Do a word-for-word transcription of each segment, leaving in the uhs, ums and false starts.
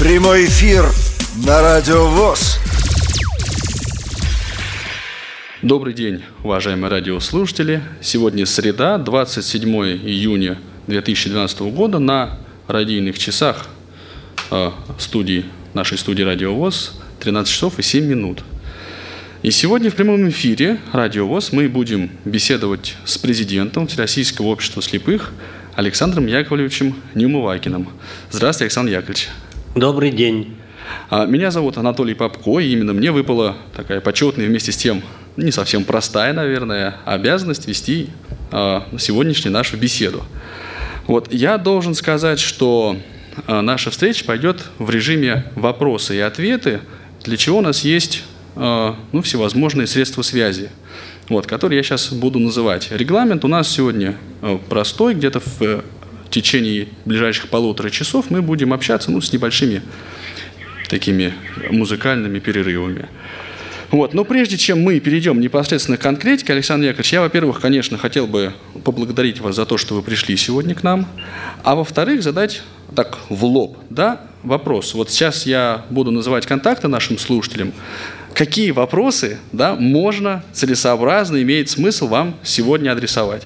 Прямой эфир на Радио ВОС. Добрый день, уважаемые радиослушатели. Сегодня среда, двадцать седьмое июня две тысячи двенадцатого года. На радийных часах э, студии, нашей студии Радио ВОС тринадцать часов и семь минут. И сегодня в прямом эфире Радио ВОС мы будем беседовать с президентом Всероссийского общества слепых Александром Яковлевичем Неумывакиным. Здравствуйте, Александр Яковлевич. Добрый день. Меня зовут Анатолий Попко, и именно мне выпала такая почетная, вместе с тем не совсем простая, наверное, обязанность вести сегодняшнюю нашу беседу. Вот, я должен сказать, что наша встреча пойдет в режиме вопросы и ответы, для чего у нас есть ну, всевозможные средства связи, вот, которые я сейчас буду называть. Регламент у нас сегодня простой, где-то в течение ближайших полутора часов мы будем общаться ну, с небольшими такими музыкальными перерывами. Вот. Но прежде чем мы перейдем непосредственно к конкретике, Александр Яковлевич, я, во-первых, конечно, хотел бы поблагодарить вас за то, что вы пришли сегодня к нам, а во-вторых, задать так в лоб да, вопрос. Вот сейчас я буду называть контакты нашим слушателям. Какие вопросы да, можно целесообразно, имеет смысл вам сегодня адресовать?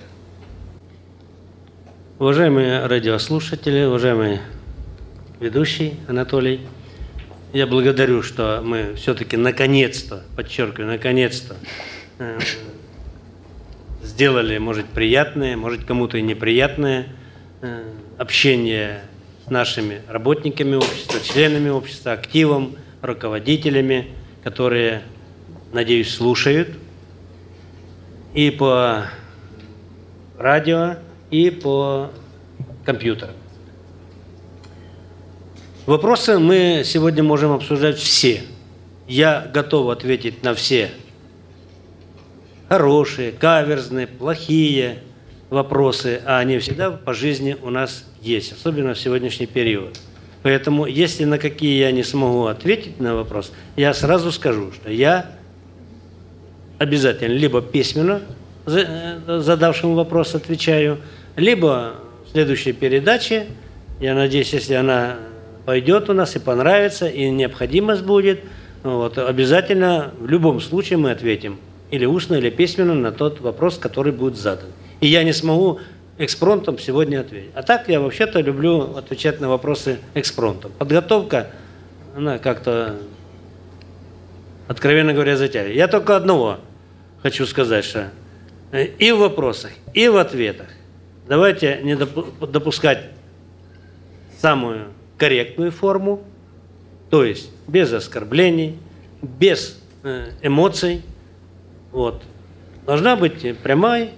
Уважаемые радиослушатели, уважаемый ведущий Анатолий, я благодарю, что мы все-таки наконец-то, подчеркиваю, наконец-то э, сделали, может, приятное, может, кому-то и неприятное э, общение с нашими работниками общества, членами общества, активом, руководителями, которые, надеюсь, слушают и по радио, и по компьютеру. Вопросы мы сегодня можем обсуждать все. Я готов ответить на все хорошие, каверзные, плохие вопросы, а они всегда по жизни у нас есть, особенно в сегодняшний период. Поэтому, если на какие я не смогу ответить на вопрос, я сразу скажу, что я обязательно либо письменно задавшему вопрос отвечаю, либо в следующей передаче, я надеюсь, если она пойдет у нас и понравится, и необходимость будет, вот, обязательно в любом случае мы ответим или устно, или письменно на тот вопрос, который будет задан. И я не смогу экспромтом сегодня ответить. А так я вообще-то люблю отвечать на вопросы экспромтом. Подготовка, она как-то, откровенно говоря, затягивает. Я только одного хочу сказать, что и в вопросах, и в ответах давайте не допускать самую корректную форму, то есть без оскорблений, без эмоций. Вот. Должна быть прямой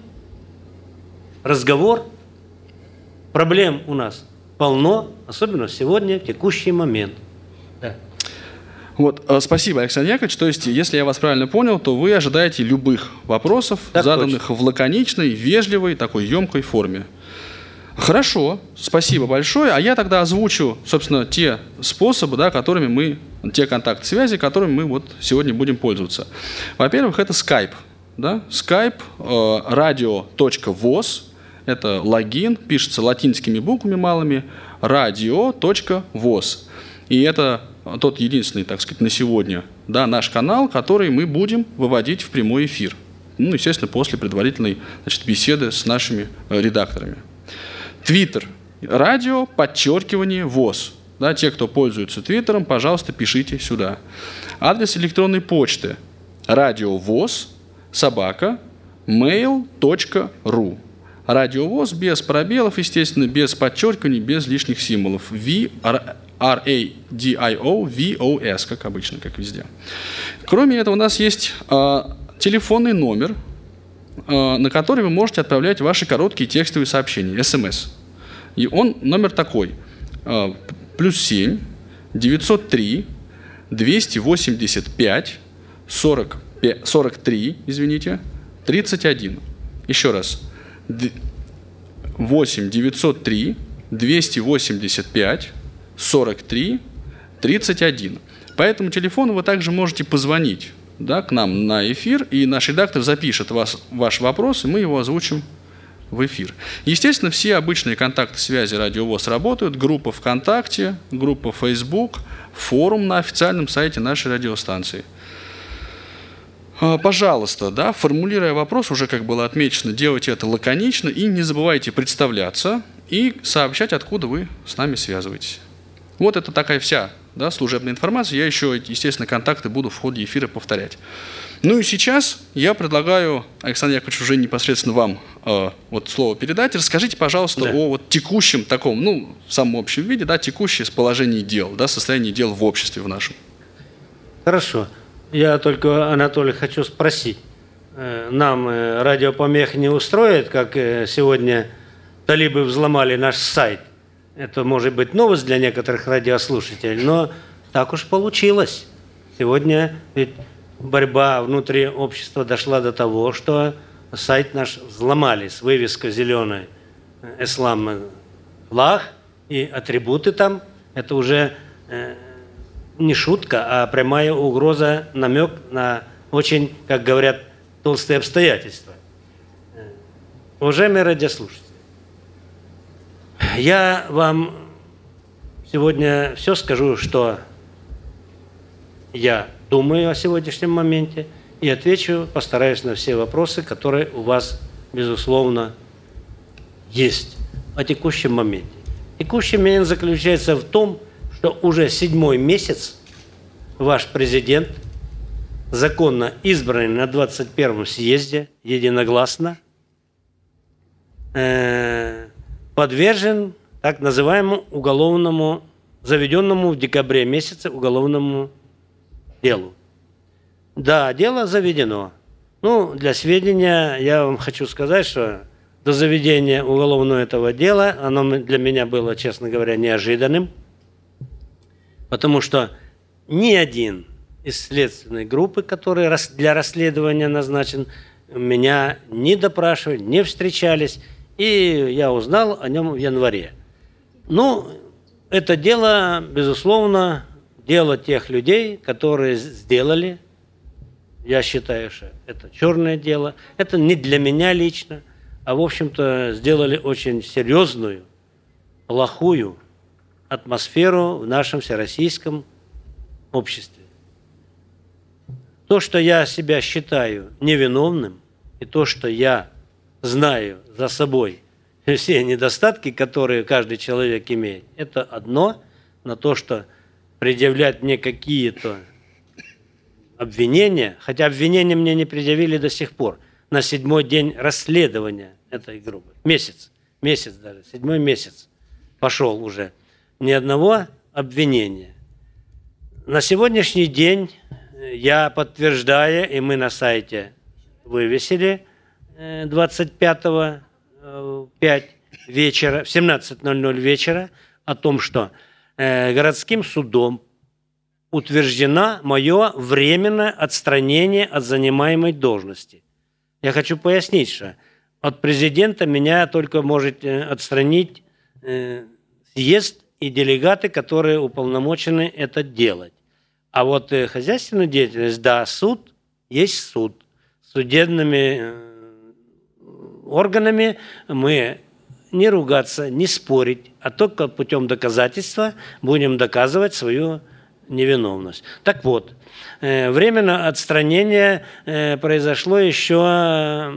разговор. Проблем у нас полно, особенно сегодня, в текущий момент. Да. Вот, спасибо, Александр Яковлевич. То есть, если я вас правильно понял, то вы ожидаете любых вопросов, так заданных точно. В лаконичной, вежливой, такой емкой форме. Хорошо, спасибо большое. А я тогда озвучу, собственно, те способы, да, которыми мы, те контакты связи, которыми мы вот сегодня будем пользоваться. Во-первых, это Skype. Да? Skype э, радио точка вос. Это логин, пишется латинскими буквами малыми. радио точка вос. И это тот единственный, так сказать, на сегодня да, наш канал, который мы будем выводить в прямой эфир. Ну, естественно, после предварительной значит, беседы с нашими э, редакторами. Твиттер. Радио, подчеркивание, ВОС. Да, те, кто пользуется Твиттером, пожалуйста, пишите сюда. Адрес электронной почты. радиовос собака mail точка ру. Радиовос без пробелов, естественно, без подчеркиваний, без лишних символов. V, R, A, D, I, O, V, O, S, как обычно, как везде. Кроме этого, у нас есть э, телефонный номер, э, на который вы можете отправлять ваши короткие текстовые сообщения, СМС. И он, номер такой, э, плюс семь, девятьсот три, двести восемьдесят пять, сорок, сорок три, извините, тридцать один. Еще раз. восемь девятьсот три двести восемьдесят пять сорок три тридцать один. По этому телефону вы также можете позвонить да, к нам на эфир, и наш редактор запишет вас, ваш вопрос, и мы его озвучим в эфир. Естественно, все обычные контакты связи Радио ВОС работают. Группа ВКонтакте, группа Facebook, форум на официальном сайте нашей радиостанции. Пожалуйста, да, формулируя вопрос, уже как было отмечено, делайте это лаконично и не забывайте представляться и сообщать, откуда вы с нами связываетесь. Вот это такая вся, да, служебная информация. Я еще, естественно, контакты буду в ходе эфира повторять. Ну и сейчас я предлагаю, Александр Яковлевич, уже непосредственно вам э, вот слово передать. Расскажите, пожалуйста, да. о вот текущем таком, ну, в самом общем виде, да, текущее положение дел, да, состояние дел в обществе в нашем. Хорошо. Я только, Анатолий, хочу спросить. Нам радиопомех не устроит, как сегодня талибы взломали наш сайт? Это может быть новость для некоторых радиослушателей, но так уж получилось. Сегодня ведь борьба внутри общества дошла до того, что сайт наш взломали с вывеской зеленой «Ислам флаг» и атрибуты там. Это уже не шутка, а прямая угроза, намек на очень, как говорят, толстые обстоятельства. Уважаемые радиослушатели, я вам сегодня все скажу, что я думаю о сегодняшнем моменте, и отвечу, постараюсь на все вопросы, которые у вас, безусловно, есть о текущем моменте. Текущий момент заключается в том, что уже седьмой месяц ваш президент, законно избранный на двадцать первом съезде, единогласно, э, подвержен так называемому уголовному, заведенному в декабре месяце уголовному делу. Да, дело заведено. Ну, для сведения я вам хочу сказать, что до заведения уголовного этого дела, оно для меня было, честно говоря, неожиданным, потому что ни один из следственной группы, который для расследования назначен, меня не допрашивали, не встречались, и я узнал о нем в январе. Ну, это дело, безусловно, дело тех людей, которые сделали, я считаю, что это черное дело, это не для меня лично, а, в общем-то, сделали очень серьезную, плохую атмосферу в нашем всероссийском обществе. То, что я себя считаю невиновным, и то, что я знаю за собой все недостатки, которые каждый человек имеет, это одно, на то, что предъявлять мне какие-то обвинения, хотя обвинения мне не предъявили до сих пор, на седьмой день расследования этой группы. Месяц, месяц даже, седьмой месяц пошел уже. Ни одного обвинения. На сегодняшний день я подтверждаю, и мы на сайте вывесили двадцать пятого пять вечера, в семнадцать ноль ноль вечера, о том, что городским судом утверждено мое временное отстранение от занимаемой должности. Я хочу пояснить, что от президента меня только может отстранить съезд и делегаты, которые уполномочены это делать. А вот э, хозяйственная деятельность, да, суд есть суд. С судебными э, органами мы не ругаться, не спорить, а только путем доказательства будем доказывать свою невиновность. Так вот, э, временное отстранение э, произошло еще э,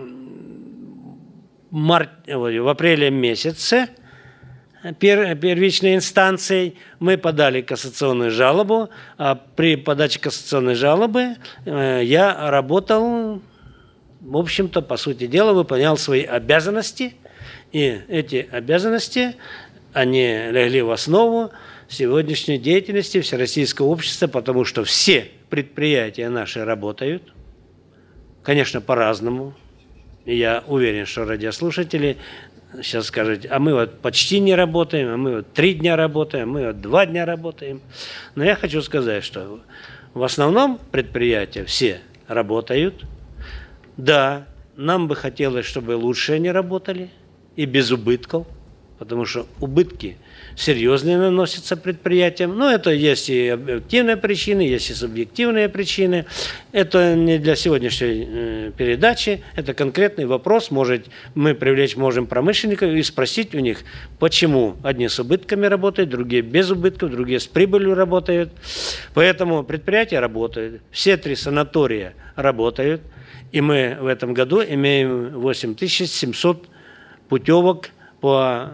март, в апреле месяце. Первичной инстанцией мы подали кассационную жалобу, а при подаче кассационной жалобы я работал, в общем-то, по сути дела, выполнял свои обязанности, и эти обязанности, они легли в основу сегодняшней деятельности Всероссийского общества, потому что все предприятия наши работают, конечно, по-разному, и я уверен, что радиослушатели сейчас скажете, а мы вот почти не работаем, а мы вот три дня работаем, мы вот два дня работаем. Но я хочу сказать, что в основном предприятия все работают. Да, нам бы хотелось, чтобы лучше они работали и без убытков, потому что убытки серьезные наносятся предприятиям. Но это есть и объективные причины, есть и субъективные причины. Это не для сегодняшней э, передачи, это конкретный вопрос. Может, мы привлечь можем промышленников и спросить у них, почему одни с убытками работают, другие без убытков, другие с прибылью работают. Поэтому предприятия работают, все три санатория работают. И мы в этом году имеем восемь тысяч семьсот путевок по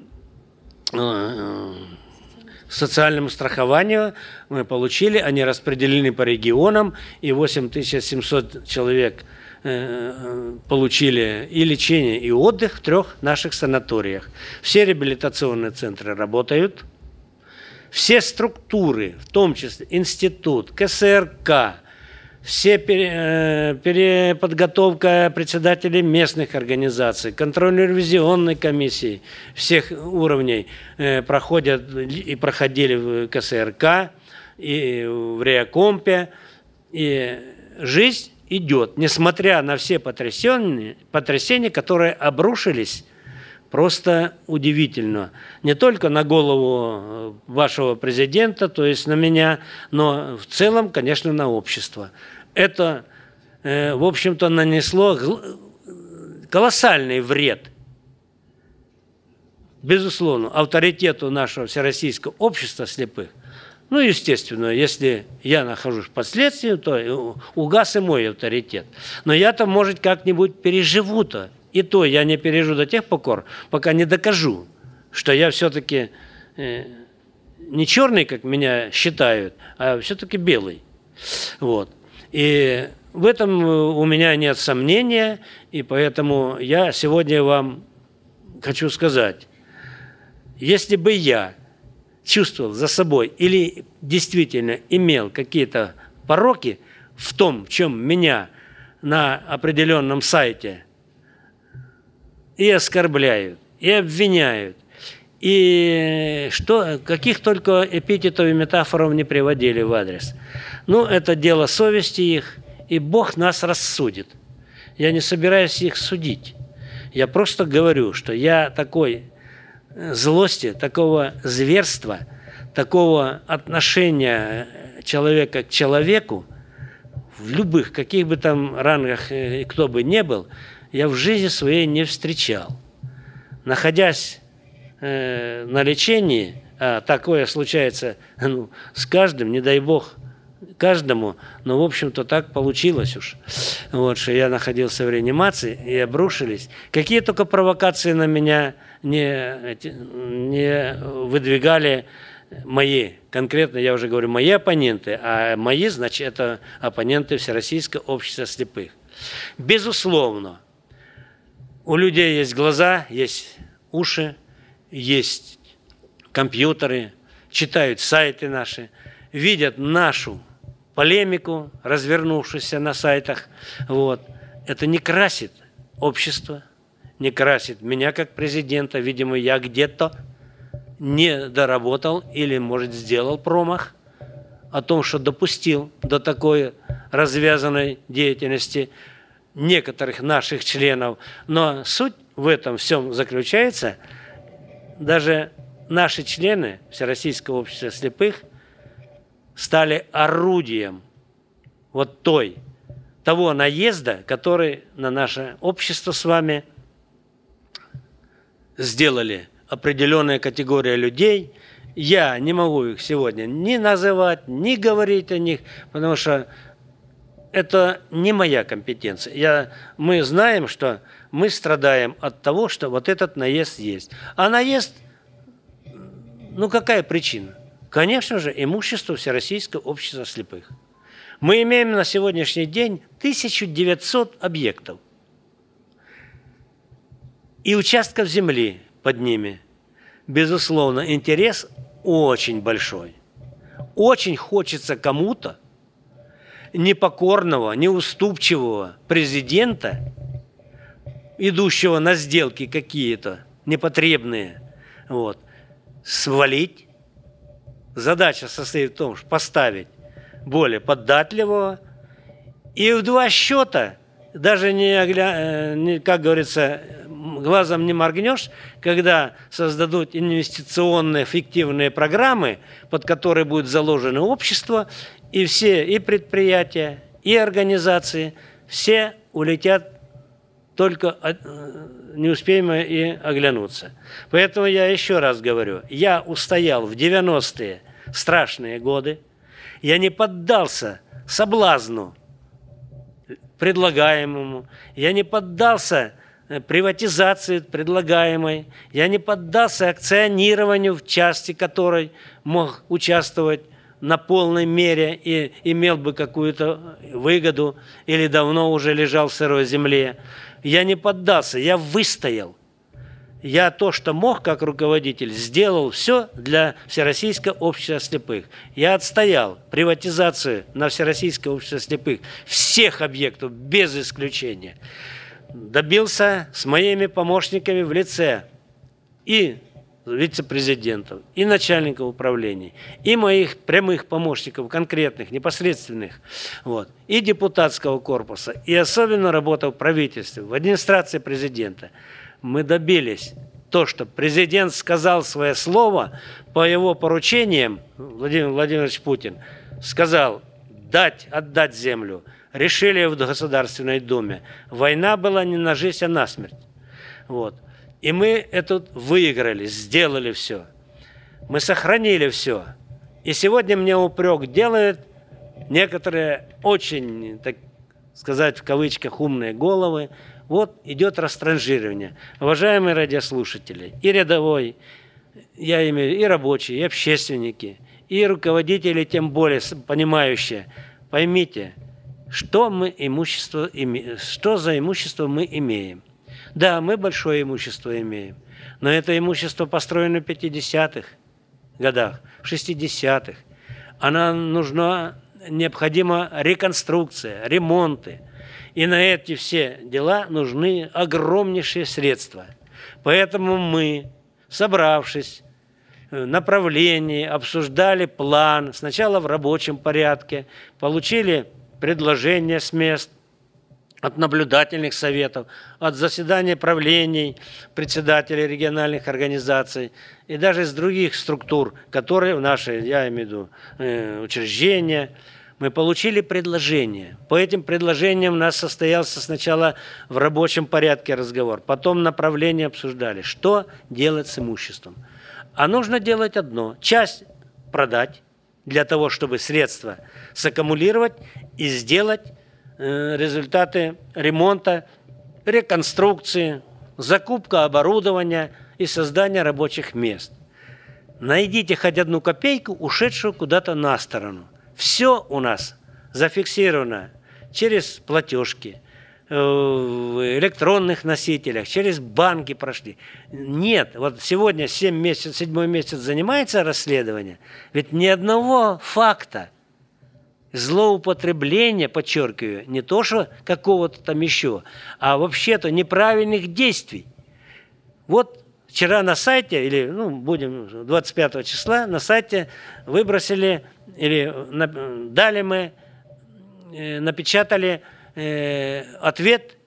социальному страхованию мы получили, они распределены по регионам, и восемь тысяч семьсот человек получили и лечение, и отдых в трех наших санаториях. Все реабилитационные центры работают, все структуры, в том числе институт, ка эс эр ка, все переподготовка председателей местных организаций, контрольно-ревизионной комиссии всех уровней проходят и проходили в ка эс эр ка, и в Реакомпе. И жизнь идет, несмотря на все потрясения, потрясения, которые обрушились просто удивительно. Не только на голову вашего президента, то есть на меня, но в целом, конечно, на общество. Это, в общем-то, нанесло колоссальный вред, безусловно, авторитету нашего Всероссийского общества слепых. Ну, естественно, если я нахожусь под следствием, то угас и мой авторитет. Но я-то, может, как-нибудь переживу-то. И то я не переживу до тех пор, пока не докажу, что я все-таки не черный, как меня считают, а все-таки белый. Вот. И в этом у меня нет сомнения, и поэтому я сегодня вам хочу сказать, если бы я чувствовал за собой или действительно имел какие-то пороки в том, в чем меня на определенном сайте и оскорбляют, и обвиняют, и что, каких только эпитетов и метафоров не приводили в адрес. Ну, это дело совести их, и Бог нас рассудит. Я не собираюсь их судить. Я просто говорю, что я такой злости, такого зверства, такого отношения человека к человеку, в любых, каких бы там рангах кто бы ни был, я в жизни своей не встречал. Находясь э, на лечении, а такое случается ну, с каждым, не дай бог каждому, но, в общем-то, так получилось уж. Вот, что я находился в реанимации, и обрушились. Какие только провокации на меня не, не выдвигали мои, конкретно, я уже говорю, мои оппоненты, а мои, значит, это оппоненты Всероссийского общества слепых. Безусловно, у людей есть глаза, есть уши, есть компьютеры, читают сайты наши, видят нашу полемику, развернувшуюся на сайтах. Вот. Это не красит общество, не красит меня как президента. Видимо, я где-то не доработал или, может, сделал промах о том, что допустил до такой развязанной деятельности некоторых наших членов. Но суть в этом всем заключается, даже наши члены Всероссийского общества слепых стали орудием вот той, того наезда, который на наше общество с вами сделали определенная категория людей. Я не могу их сегодня ни называть, ни говорить о них, потому что это не моя компетенция. Я, мы знаем, что мы страдаем от того, что вот этот наезд есть. А наезд, ну какая причина? Конечно же, имущество Всероссийского общества слепых. Мы имеем на сегодняшний день тысячу девятьсот объектов и участков земли под ними. Безусловно, интерес очень большой. Очень хочется кому-то непокорного, неуступчивого президента, идущего на сделки какие-то непотребные, вот, свалить. Задача состоит в том, чтобы поставить более податливого и в два счета, даже не, огля... не как говорится, глазом не моргнешь, когда создадут инвестиционные фиктивные программы, под которые будет заложено общество, и все, и предприятия, и организации, все улетят, только не успеем и оглянуться. Поэтому я еще раз говорю, я устоял в девяностые страшные годы, я не поддался соблазну предлагаемому, я не поддался приватизации предлагаемой, я не поддался акционированию, в части которой мог участвовать на полной мере и имел бы какую-то выгоду или давно уже лежал в сырой земле. Я не поддался, я выстоял. Я то, что мог как руководитель, сделал все для Всероссийского общества слепых. Я отстоял приватизацию на Всероссийское общество слепых всех объектов, без исключения. Добился с моими помощниками в лице и вице-президентов, и начальников управлений, и моих прямых помощников, конкретных, непосредственных, вот, и депутатского корпуса, и особенно работал в правительстве, в администрации президента. Мы добились то, что президент сказал свое слово, по его поручениям, Владимир Владимирович Путин сказал дать, отдать землю. Решили в Государственной Думе. Война была не на жизнь, а на смерть. Вот. И мы это выиграли, сделали все. Мы сохранили все. И сегодня мне упрек делают некоторые очень, так сказать, в кавычках, умные головы. Вот идет растранжирование. Уважаемые радиослушатели, и рядовой, я имею и рабочие, и общественники, и руководители, тем более понимающие, поймите, что мы имущество име... что за имущество мы имеем. Да, мы большое имущество имеем, но это имущество построено в пятидесятых годах, в шестидесятых. Она нужна, необходима реконструкция, ремонты. И на эти все дела нужны огромнейшие средства. Поэтому мы, собравшись в направлении, обсуждали план, сначала в рабочем порядке, получили предложения с мест, от наблюдательных советов, от заседаний правлений, председателей региональных организаций и даже из других структур, которые в наши, я имею в виду, э, учреждения, мы получили предложения. По этим предложениям у нас состоялся сначала в рабочем порядке разговор, потом направления обсуждали, что делать с имуществом. А нужно делать одно – часть продать для того, чтобы средства саккумулировать и сделать э, результаты ремонта, реконструкции, закупка оборудования и создания рабочих мест. Найдите хоть одну копейку, ушедшую куда-то на сторону. Все у нас зафиксировано через платежки, в электронных носителях, через банки прошли. Нет, вот сегодня семь месяцев, седьмой месяц занимается расследование, ведь ни одного факта злоупотребления, подчеркиваю, не то что какого-то там еще, а вообще-то неправильных действий. Вот вчера на сайте, или, ну, будем двадцать пятого числа, на сайте выбросили, или на, дали мы, э, напечатали э, ответ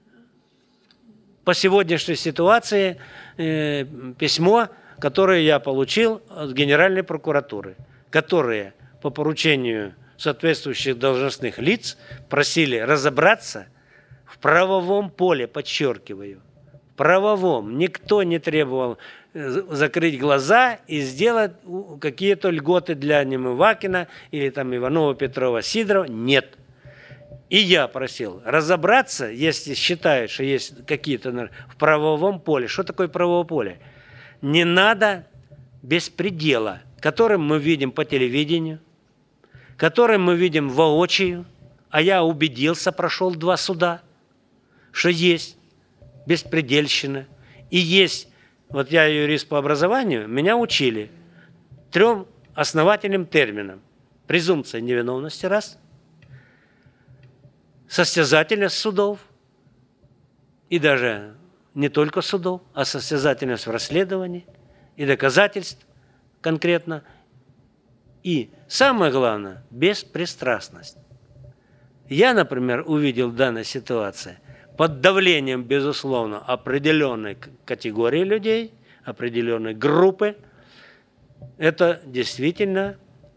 по сегодняшней ситуации, э, письмо, которое я получил от Генеральной прокуратуры, которые по поручению соответствующих должностных лиц просили разобраться в правовом поле, подчеркиваю, правовом. Никто не требовал закрыть глаза и сделать какие-то льготы для Немывакина или там Иванова, Петрова, Сидорова. Нет. И я просил разобраться, если считают, что есть какие-то в правовом поле. Что такое правовое поле? Не надо беспредела, который мы видим по телевидению, который мы видим воочию, а я убедился, прошел два суда, что есть беспредельщина. И есть, вот я юрист по образованию, меня учили трем основательным терминам. Презумпция невиновности, раз, состязательность судов, и даже не только судов, а состязательность в расследовании и доказательств конкретно. И самое главное – беспристрастность. Я, например, увидел в данной ситуации под давлением, безусловно, определенной категории людей, определенной группы, это действительно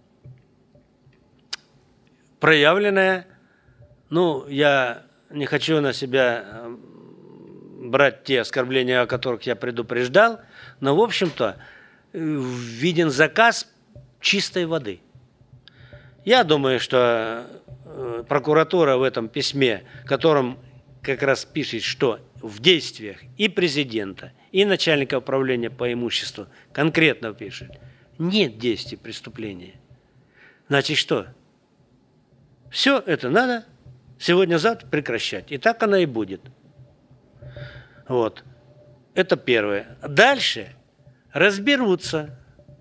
проявленное, ну, я не хочу на себя брать те оскорбления, о которых я предупреждал, но, в общем-то, виден заказ чистой воды. Я думаю, что прокуратура в этом письме, в котором как раз пишет, что в действиях и президента, и начальника управления по имуществу конкретно пишет, нет действий преступления. Значит, что? Все это надо сегодня-завтра прекращать. И так оно и будет. Вот. Это первое. Дальше разберутся.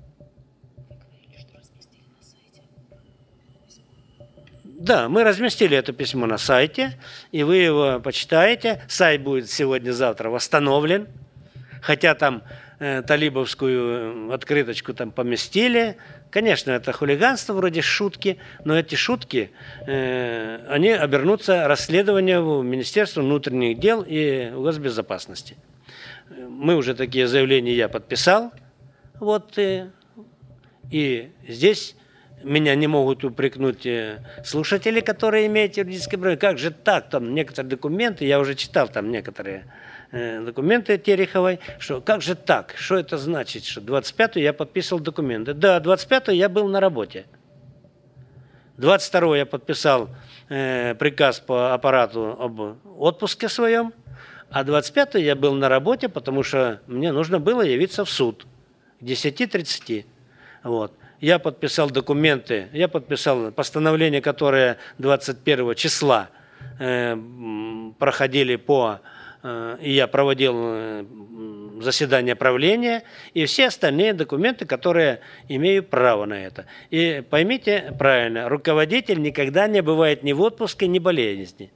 Да, мы разместили это письмо на сайте, и вы его почитаете. Сайт будет сегодня-завтра восстановлен, хотя там э, талибовскую открыточку там поместили. Конечно, это хулиганство, вроде шутки, но эти шутки, э, они обернутся расследованием в Министерство внутренних дел и госбезопасности. Мы уже такие заявления я подписал, вот, и, и здесь меня не могут упрекнуть слушатели, которые имеют юридическое образование. Как же так? Там некоторые документы, я уже читал там некоторые э, документы Тереховой, что как же так? Что это значит? Что двадцать пятого я подписывал документы. Да, двадцать пятого я был на работе. двадцать второго я подписал э, приказ по аппарату об отпуске своем, а двадцать пятого я был на работе, потому что мне нужно было явиться в суд к десяти тридцати. Вот. Я подписал документы, я подписал постановление, которое двадцать первого числа э, проходили по, э, и я проводил э, заседание правления, и все остальные документы, которые имею право на это. И поймите правильно, руководитель никогда не бывает ни в отпуске, ни болезни.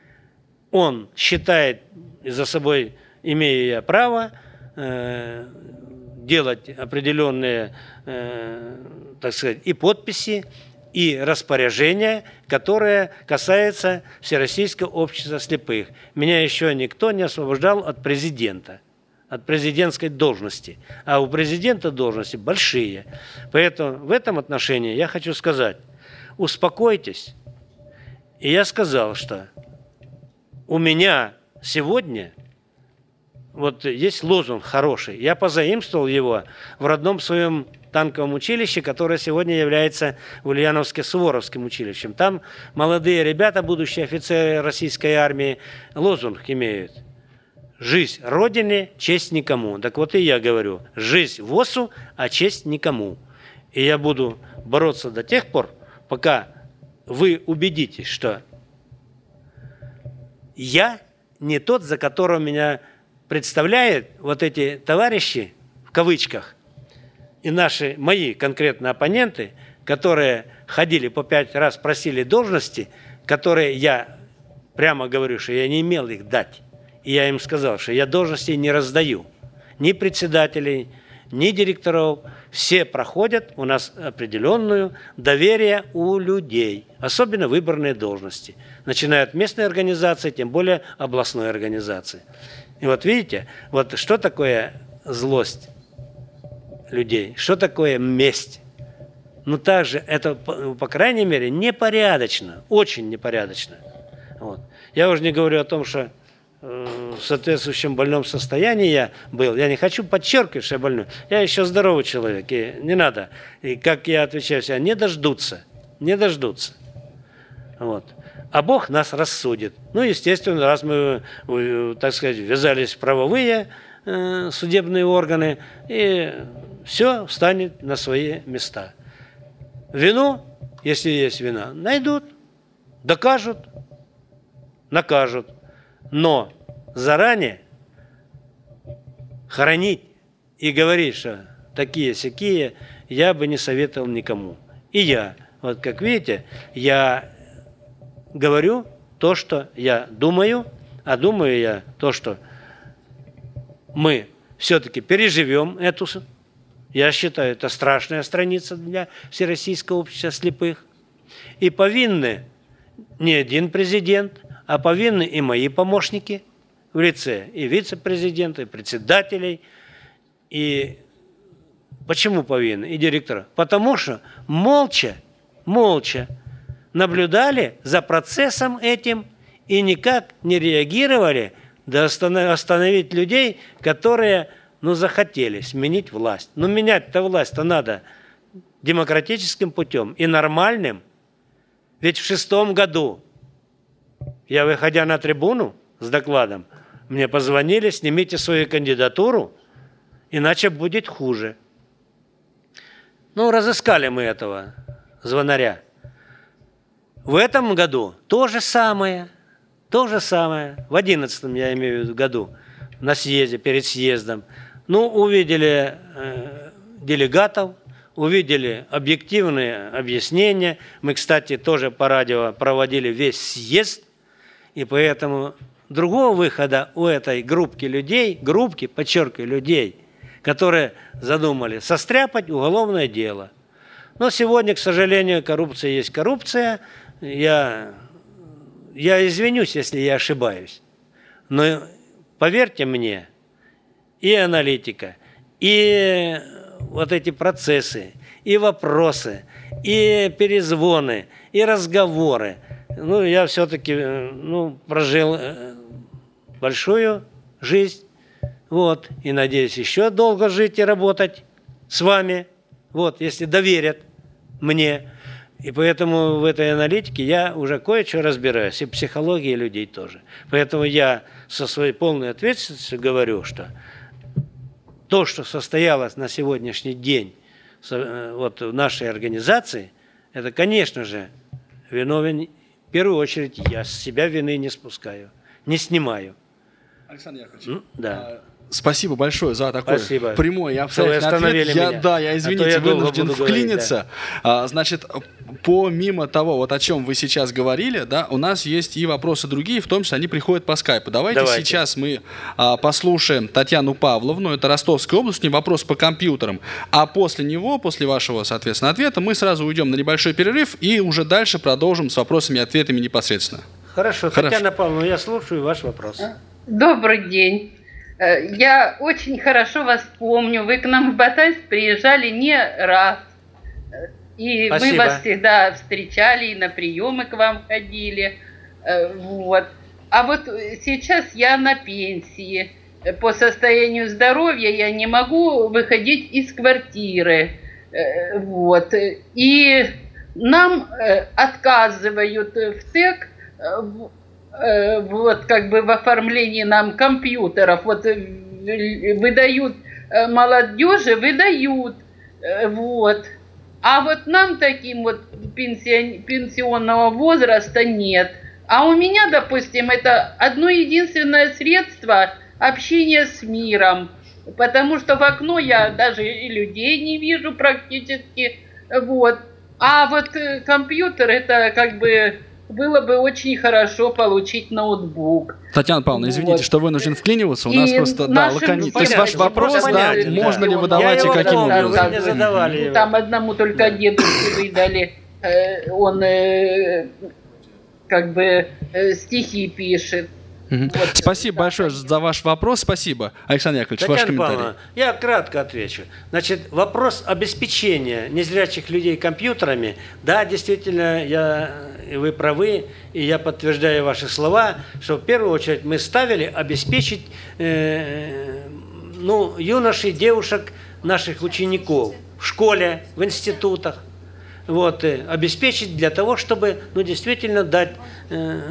Он считает, за собой имею я право, э, делать определенные, э, так сказать, и подписи, и распоряжения, которые касаются Всероссийского общества слепых. Меня еще никто не освобождал от президента, от президентской должности. А у президента должности большие. Поэтому в этом отношении я хочу сказать, успокойтесь. И я сказал, что у меня сегодня вот есть лозунг хороший. Я позаимствовал его в родном своем танковом училище, которое сегодня является Ульяновско-Суворовским училищем. Там молодые ребята, будущие офицеры российской армии, лозунг имеют. Жизнь Родине, честь никому. Так вот и я говорю, жизнь ВОСу, а честь никому. И я буду бороться до тех пор, пока вы убедитесь, что я не тот, за которого меня представляют вот эти товарищи, в кавычках, и наши, мои конкретно оппоненты, которые ходили по пять раз, просили должности, которые я прямо говорю, что я не имел их дать. И я им сказал, что я должностей не раздаю. Ни председателей, ни директоров. Все проходят у нас определенную доверие у людей. Особенно выборные должности. Начиная от местной организации, тем более областной организации. И вот видите, вот что такое злость людей, что такое месть. Ну также это, по, по крайней мере, непорядочно, очень непорядочно. Вот. Я уже не говорю о том, что э, в соответствующем больном состоянии я был. Я не хочу подчеркивать, что я больной. Я еще здоровый человек, и не надо. И как я отвечаю себе, не дождутся, не дождутся. Вот. А Бог нас рассудит. Ну, естественно, раз мы, так сказать, ввязались в правовые э, судебные органы, и все встанет на свои места. Вину, если есть вина, найдут, докажут, накажут. Но заранее хоронить и говорить, что такие-сякие, я бы не советовал никому. И я, вот как видите, я говорю то, что я думаю, а думаю я то, что мы все-таки переживем эту, я считаю, это страшная страница для Всероссийского общества слепых. И повинны не один президент, а повинны и мои помощники в лице и вице-президента, и председателей. И почему повинны? И директора. Потому что молча, молча наблюдали за процессом этим и никак не реагировали да остановить людей, которые, ну, захотели сменить власть. Но менять-то власть-то надо демократическим путем и нормальным. Ведь в шестом году я, выходя на трибуну с докладом, мне позвонили: снимите свою кандидатуру, иначе будет хуже. Ну, разыскали мы этого звонаря. В этом году то же самое, то же самое. В одиннадцатом, я имею в виду, году, на съезде, перед съездом. Ну, увидели э, делегатов, увидели объективные объяснения. Мы, кстати, тоже по радио проводили весь съезд, и поэтому другого выхода у этой группки людей, группки, подчеркиваю, людей, которые задумали состряпать уголовное дело. Но сегодня, к сожалению, коррупция есть коррупция. Я, я извинюсь, если я ошибаюсь. Но поверьте мне, и аналитика, и вот эти процессы, и вопросы, и перезвоны, и разговоры. Ну, я все-таки ну, прожил большую жизнь. Вот, и надеюсь еще долго жить и работать с вами, вот, если доверят мне. И поэтому в этой аналитике я уже кое-что разбираюсь, и в психологии людей тоже. Поэтому я со своей полной ответственностью говорю, что то, что состоялось на сегодняшний день вот, в нашей организации, это, конечно же, виновен, в первую очередь, я с себя вины не спускаю, не снимаю. Александр Яковлевич, ну, да. Спасибо большое за такой Спасибо. прямой и обстоятельный ответ. Я, да, я, извините, а я вынужден вклиниться. Говорить, да. Значит, помимо того, вот о чем вы сейчас говорили, да, у нас есть и вопросы другие, в том числе они приходят по скайпу. Давайте, Давайте. сейчас мы а, послушаем Татьяну Павловну, это Ростовская область, у нее вопрос по компьютерам. А после него, после вашего, соответственно, ответа, мы сразу уйдем на небольшой перерыв и уже дальше продолжим с вопросами и ответами непосредственно. Хорошо, Хорошо. Татьяна Павловна, я слушаю ваш вопрос. Добрый день. Я очень хорошо вас помню. Вы к нам в Батайск приезжали не раз. И Спасибо. Мы вас всегда встречали, и на приемы к вам ходили. Вот. А вот сейчас я на пенсии. По состоянию здоровья я не могу выходить из квартиры. Вот. И нам отказывают в ТЭК вот как бы в оформлении нам компьютеров, вот выдают молодежи, выдают, вот. А вот нам таким вот пенсион, пенсионного возраста нет. А у меня, допустим, это одно единственное средство общения с миром, потому что в окно я даже и людей не вижу практически, вот. А вот компьютер это как бы... Было бы очень хорошо получить ноутбук. Татьяна Павловна, извините, вот. что вынужден вклиниваться. У нас и просто, да, лаконично. То есть ваш вопрос, да, понятен, да, можно да. ли выдавать и каким образом? Не задавали ну, там одному только да. дедушке выдали. Он как бы стихи пишет. Угу. Вот, да. Спасибо большое за ваш вопрос. Спасибо. Александр Яковлевич, Татьяна ваш комментарий. Павловна, я кратко отвечу. Значит, вопрос обеспечения незрячих людей компьютерами, да, действительно, я, вы правы, и я подтверждаю ваши слова, что в первую очередь мы ставили обеспечить э, ну, юношей, девушек, наших учеников в школе, в институтах, вот, э, обеспечить для того, чтобы, ну, действительно дать... Э,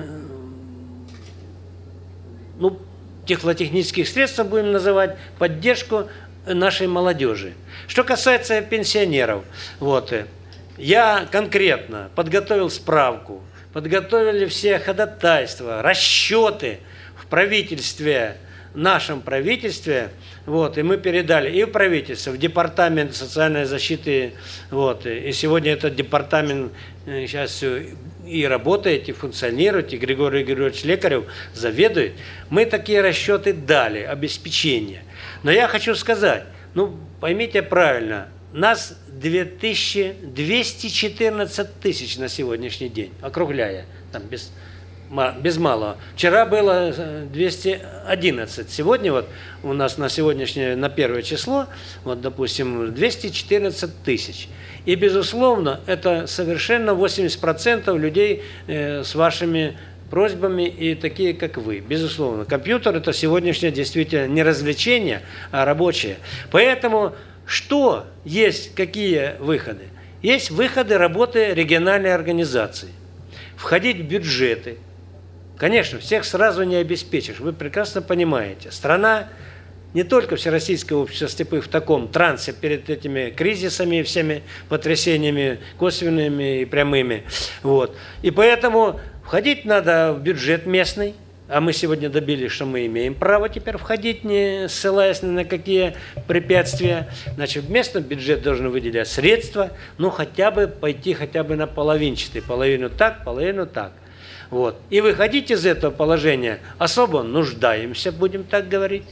ну, технотехнических средств, будем называть, поддержку нашей молодежи. Что касается пенсионеров, вот, я конкретно подготовил справку, подготовили все ходатайства, расчеты в правительстве, нашем правительстве, вот, и мы передали и в правительство, в департамент социальной защиты, вот, и сегодня этот департамент сейчас и работает, и функционирует, и Григорий Григорьевич Лекарев заведует. Мы такие расчеты дали, обеспечение. Но я хочу сказать, ну, поймите правильно, нас две тысячи двести четырнадцать тысяч на сегодняшний день, округляя, там без без малого. Вчера было двести одиннадцать. Сегодня вот у нас на сегодняшнее, на первое число, вот, допустим, двести четырнадцать тысяч. И, безусловно, это совершенно восемьдесят процентов людей э, с вашими просьбами и такие, как вы. Безусловно, компьютер – это сегодняшнее действительно не развлечение, а рабочее. Поэтому что есть, какие выходы? Есть выходы работы региональной организации. Входить в бюджеты. Конечно, всех сразу не обеспечишь. Вы прекрасно понимаете. Страна, не только Всероссийское общество слепых в таком трансе перед этими кризисами и всеми потрясениями косвенными и прямыми. Вот. И поэтому входить надо в бюджет местный. А мы сегодня добились, что мы имеем право теперь входить, не ссылаясь ни на какие препятствия. Значит, в местном бюджет должны выделять средства, ну, хотя бы пойти хотя бы на половинчатый. Половину так, половину так. Вот. И выходить из этого положения особо нуждаемся, будем так говорить.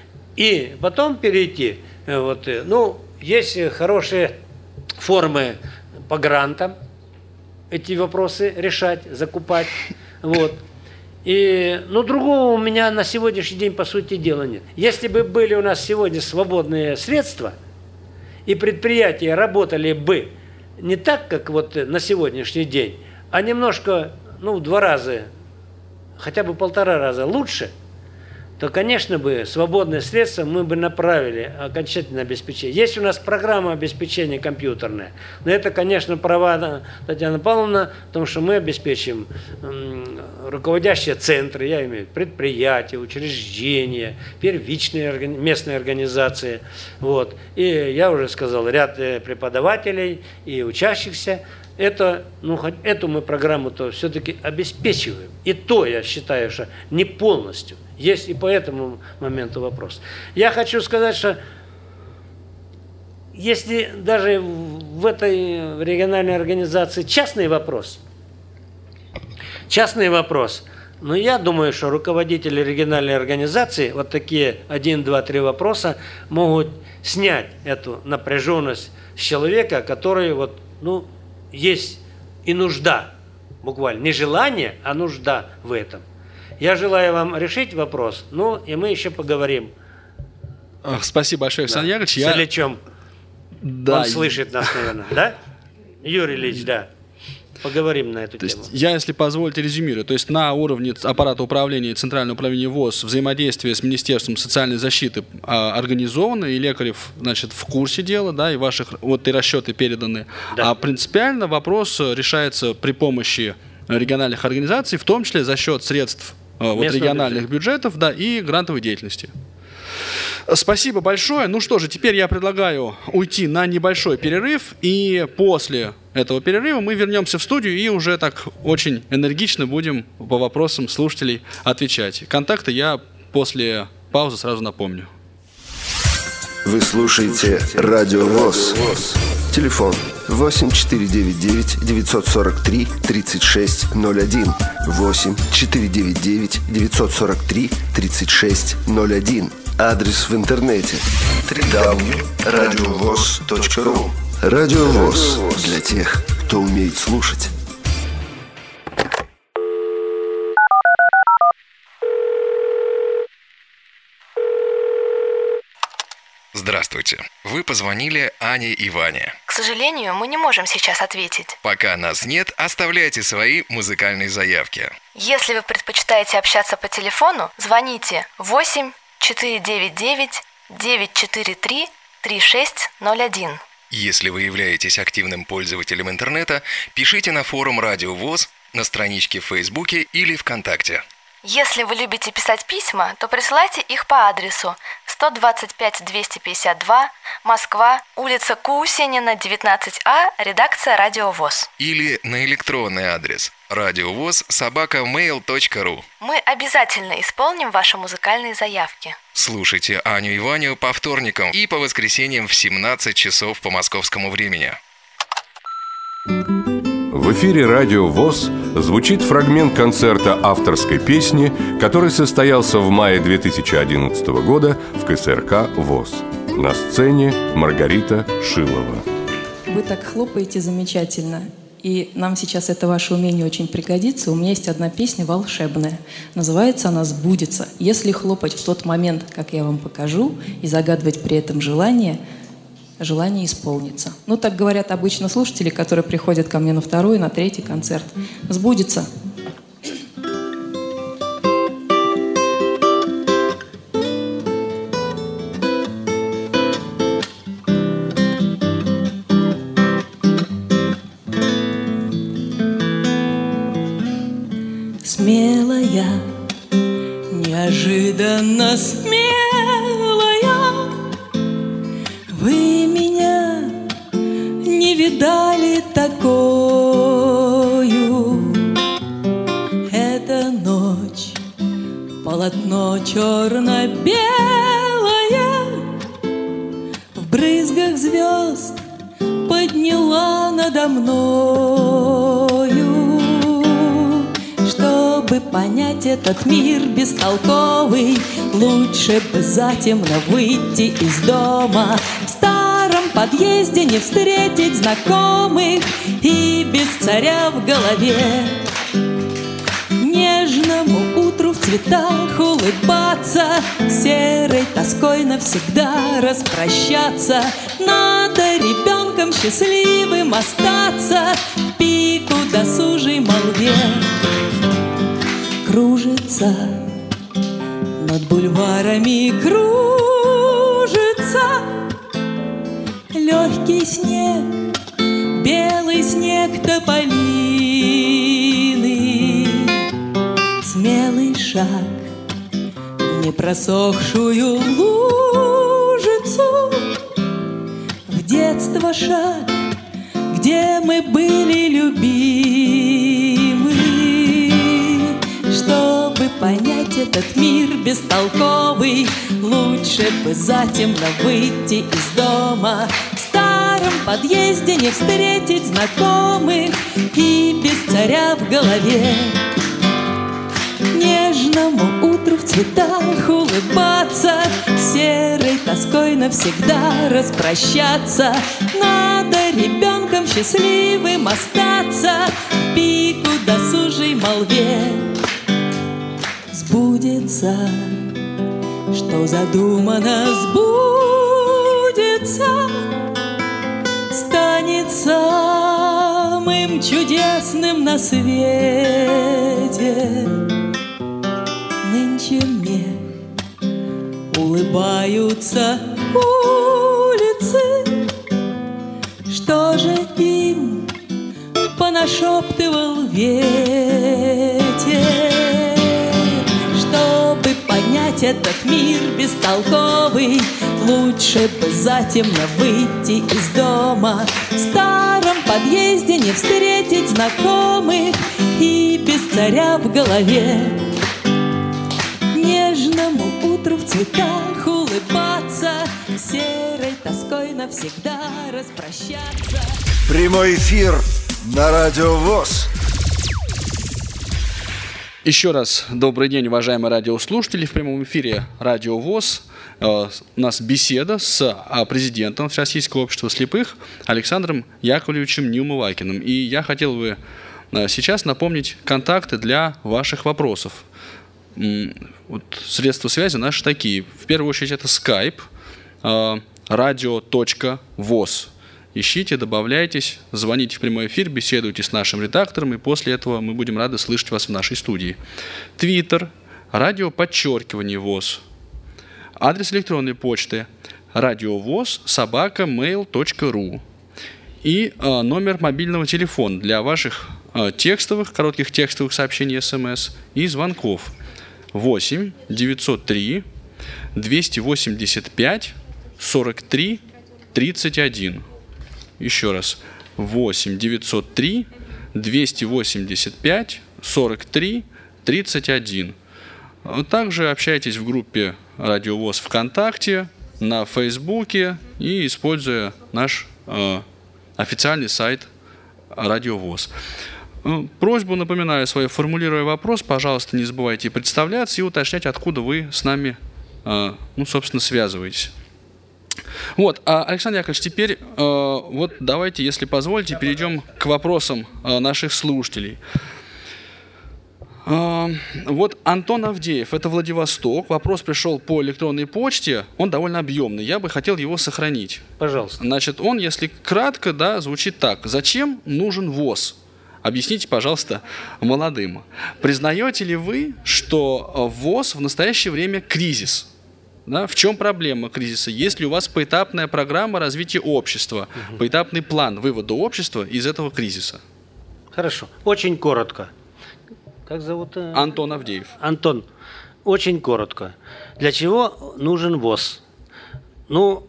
И потом перейти, вот, ну, есть хорошие формы по грантам эти вопросы решать, закупать. Вот. И, ну, другого у меня на сегодняшний день, по сути дела, нет. Если бы были у нас сегодня свободные средства, и предприятия работали бы не так, как вот на сегодняшний день, а немножко, ну, в два раза, хотя бы полтора раза лучше, то, конечно бы, свободные средства мы бы направили окончательно обеспечение. Есть у нас программа обеспечения компьютерная, но это, конечно, права Татьяны Павловны, потому что мы обеспечим руководящие центры, я имею в виду предприятия, учреждения, первичные местные организации. Вот. И я уже сказал, ряд преподавателей и учащихся. Это, ну, эту мы программу-то все-таки обеспечиваем. И то, я считаю, что не полностью. Есть и по этому моменту вопрос. Я хочу сказать, что если даже в этой региональной организации частный вопрос, частный вопрос, но я думаю, что руководители региональной организации вот такие один, два, три вопроса могут снять эту напряженность с человека, который вот, ну, есть и нужда, буквально, не желание, а нужда в этом. Я желаю вам решить вопрос, ну, и мы еще поговорим. Спасибо большое, Александр да. Яковлевич. С я... Ильичем. Да. Он слышит нас, наверное, да? Юрий Ильич, да. Поговорим на эту то тему. Есть, я, если позволите, резюмирую. То есть на уровне аппарата управления и Центрального управления ВОС взаимодействие с Министерством социальной защиты а, организовано, и Лекарев, значит, в курсе дела, да, и ваших вот и расчеты переданы. Да. А принципиально вопрос решается при помощи региональных организаций, в том числе за счет средств а, вот, региональных бюджета. бюджетов, да, и грантовой деятельности. Спасибо большое. Ну что же, теперь я предлагаю уйти на небольшой перерыв, и после этого перерыва мы вернемся в студию и уже так очень энергично будем по вопросам слушателей отвечать. Контакты я после паузы сразу напомню. Вы слушаете Радио ВОС. Телефон восемь четыре девять девять девятьсот сорок три тридцать шесть ноль один. восемь четыре девять девять девятьсот сорок три тридцать шесть ноль один. Адрес в интернете дабл ю дабл ю дабл ю точка радиовос точка ру. Радио ВОС для тех, кто умеет слушать. Здравствуйте. Вы позвонили Ане и Ване. К сожалению, мы не можем сейчас ответить. Пока нас нет, оставляйте свои музыкальные заявки. Если вы предпочитаете общаться по телефону, звоните восемь четыре девять девять девять четыре три три шесть ноль один. Если вы являетесь активным пользователем интернета, пишите на форум Радио ВОС, на страничке в Фейсбуке или ВКонтакте. Если вы любите писать письма, то присылайте их по адресу сто двадцать пять двести пятьдесят два, Москва, улица Кусенина, девятнадцать А, редакция Радио ВОС. Или на электронный адрес радиовоз собака мейл точка ру. Мы обязательно исполним ваши музыкальные заявки. Слушайте Аню и Ваню по вторникам и по воскресеньям в семнадцать часов по московскому времени. В эфире Радио ВОС звучит фрагмент концерта авторской песни, который состоялся в мае две тысячи одиннадцатого года в ка эс эр ка ВОС. На сцене Маргарита Шилова. Вы так хлопаете замечательно. И нам сейчас это ваше умение очень пригодится. У меня есть одна песня волшебная. Называется она «Сбудется». Если хлопать в тот момент, как я вам покажу, и загадывать при этом желание, желание исполнится. Ну, так говорят обычно слушатели, которые приходят ко мне на второй, на третий концерт. «Сбудется». Смелая, неожиданно смелая, вы меня не видали такою. Эта ночь, полотно черно-белое, в брызгах звезд подняла надо мною. Чтобы понять этот мир бестолковый, лучше бы затемно выйти из дома, в старом подъезде не встретить знакомых и без царя в голове. Нежному утру в цветах улыбаться, серой тоской навсегда распрощаться. Надо ребенком счастливым остаться, в пику досужей молве. Кружится над бульварами, кружится легкий снег, белый снег тополиный. Смелый шаг в непросохшую лужицу, в детство шаг, где мы были любимы. Чтобы понять этот мир бестолковый, лучше бы затемно выйти из дома, в старом подъезде не встретить знакомых и без царя в голове. Нежному утру в цветах улыбаться, серой тоской навсегда распрощаться. Надо ребенком счастливым остаться, в пику досужей молве. Сбудется, что задумано, сбудется, станет самым чудесным на свете. Нынче мне улыбаются улицы, что же им понашептывал ветер. Чтобы понять этот мир бестолковый, лучше бы затемно выйти из дома, в старом подъезде не встретить знакомых и без царя в голове. Нежному утру в цветах улыбаться, серой тоской навсегда распрощаться. Прямой эфир на Радио ВОС. Еще раз добрый день, уважаемые радиослушатели. В прямом эфире Радио ВОС. У нас беседа с президентом Всероссийского общества слепых Александром Яковлевичем Неумывакиным. И я хотел бы сейчас напомнить контакты для ваших вопросов. Вот средства связи наши такие. В первую очередь это Skype, радио точка вос. Ищите, добавляйтесь, звоните в прямой эфир, беседуйте с нашим редактором, и после этого мы будем рады слышать вас в нашей студии. Твиттер, радио подчеркивание ВОС. Адрес электронной почты радиовоз собака мейл точка ру. И э, номер мобильного телефона для ваших э, текстовых, коротких текстовых сообщений, СМС и звонков. восемь девятьсот три двести восемьдесят пять сорок три тридцать один. Еще раз. восемь девятьсот три двести восемьдесят пять сорок три тридцать один. Также общайтесь в группе Радио ВОС ВКонтакте, на Фейсбуке и используя наш э, официальный сайт Радио ВОС. Просьбу, напоминаю свою, формулируя вопрос, пожалуйста, не забывайте представляться и уточнять, откуда вы с нами, э, ну, собственно, связываетесь. Вот, Александр Яковлевич, теперь вот давайте, если позволите, перейдем к вопросам наших слушателей. Вот Антон Авдеев, это Владивосток. Вопрос пришел по электронной почте, он довольно объемный, я бы хотел его сохранить. Пожалуйста. Значит, он, если кратко, да, звучит так. Зачем нужен ВОС? Объясните, пожалуйста, молодым. Признаете ли вы, что ВОС в настоящее время кризис? Да? В чем проблема кризиса? Есть ли у вас поэтапная программа развития общества, угу. поэтапный план вывода общества из этого кризиса? Хорошо, очень коротко. Как зовут? Антон Авдеев. Антон, очень коротко. Для чего нужен ВОС? Ну,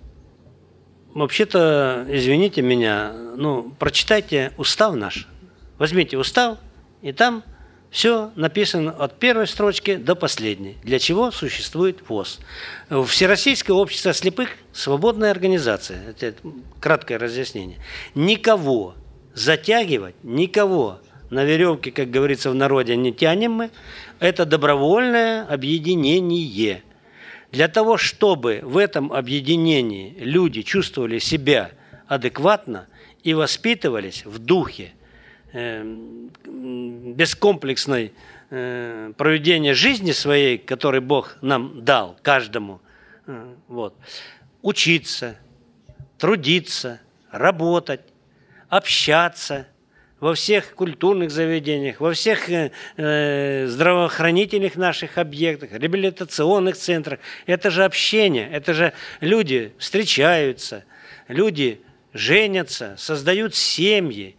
вообще-то, извините меня, ну, прочитайте устав наш. Возьмите устав, и там все написано от первой строчки до последней. Для чего существует ВОС? Всероссийское общество слепых – свободная организация. Это краткое разъяснение. Никого затягивать, никого на веревке, как говорится в народе, не тянем мы. Это добровольное объединение. Для того, чтобы в этом объединении люди чувствовали себя адекватно и воспитывались в духе э, бескомплексной э, проведения жизни своей, который Бог нам дал, каждому, э, вот, учиться, трудиться, работать, общаться, во всех культурных заведениях, во всех э, здравоохранительных наших объектах, реабилитационных центрах. Это же общение, это же люди встречаются, люди женятся, создают семьи.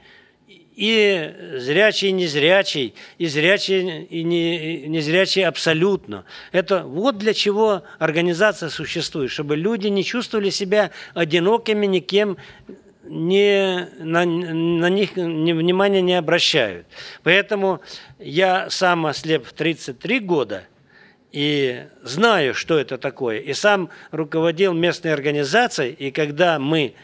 И зрячий, и незрячий, и зрячий, и не, незрячий абсолютно. Это вот для чего организация существует, чтобы люди не чувствовали себя одинокими, никем, Не, на, на них не, внимания не обращают. Поэтому я сам ослеп в тридцать три года и знаю, что это такое. И сам руководил местной организацией, и когда мы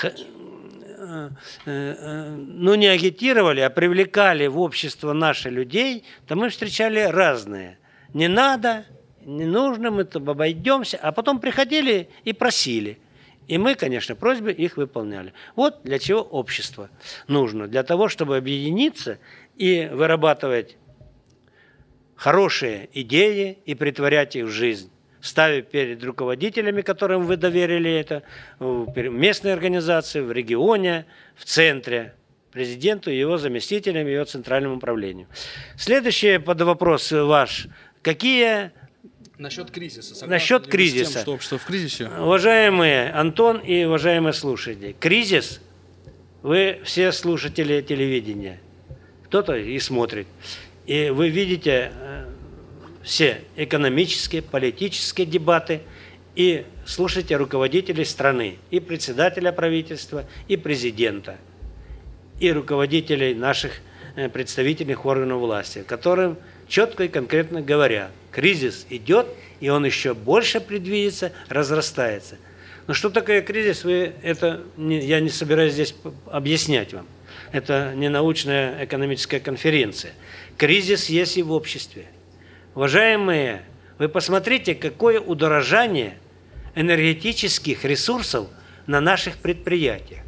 ну, не агитировали, а привлекали в общество наших людей, то мы встречали разные. Не надо, не нужно, мы тут обойдемся. А потом приходили и просили. И мы, конечно, просьбы их выполняли. Вот для чего общество нужно. Для того, чтобы объединиться и вырабатывать хорошие идеи и притворять их в жизнь. Ставя перед руководителями, которым вы доверили это, в местной организации, в регионе, в центре, президенту, его заместителям, его центральному управлению. Следующий под вопрос ваш. Какие... Насчет кризиса. Насчет кризиса. Тем, что общество в кризисе. Уважаемые Антон и уважаемые слушатели, кризис, вы все слушатели телевидения, кто-то и смотрит, и вы видите все экономические, политические дебаты, и слушайте руководителей страны, и председателя правительства, и президента, и руководителей наших представительных органов власти, которым четко и конкретно говорят, кризис идет, и он еще больше предвидится, разрастается. Но что такое кризис, вы, это не, я не собираюсь здесь объяснять вам. Это не научная экономическая конференция. Кризис есть и в обществе. Уважаемые, вы посмотрите, какое удорожание энергетических ресурсов на наших предприятиях.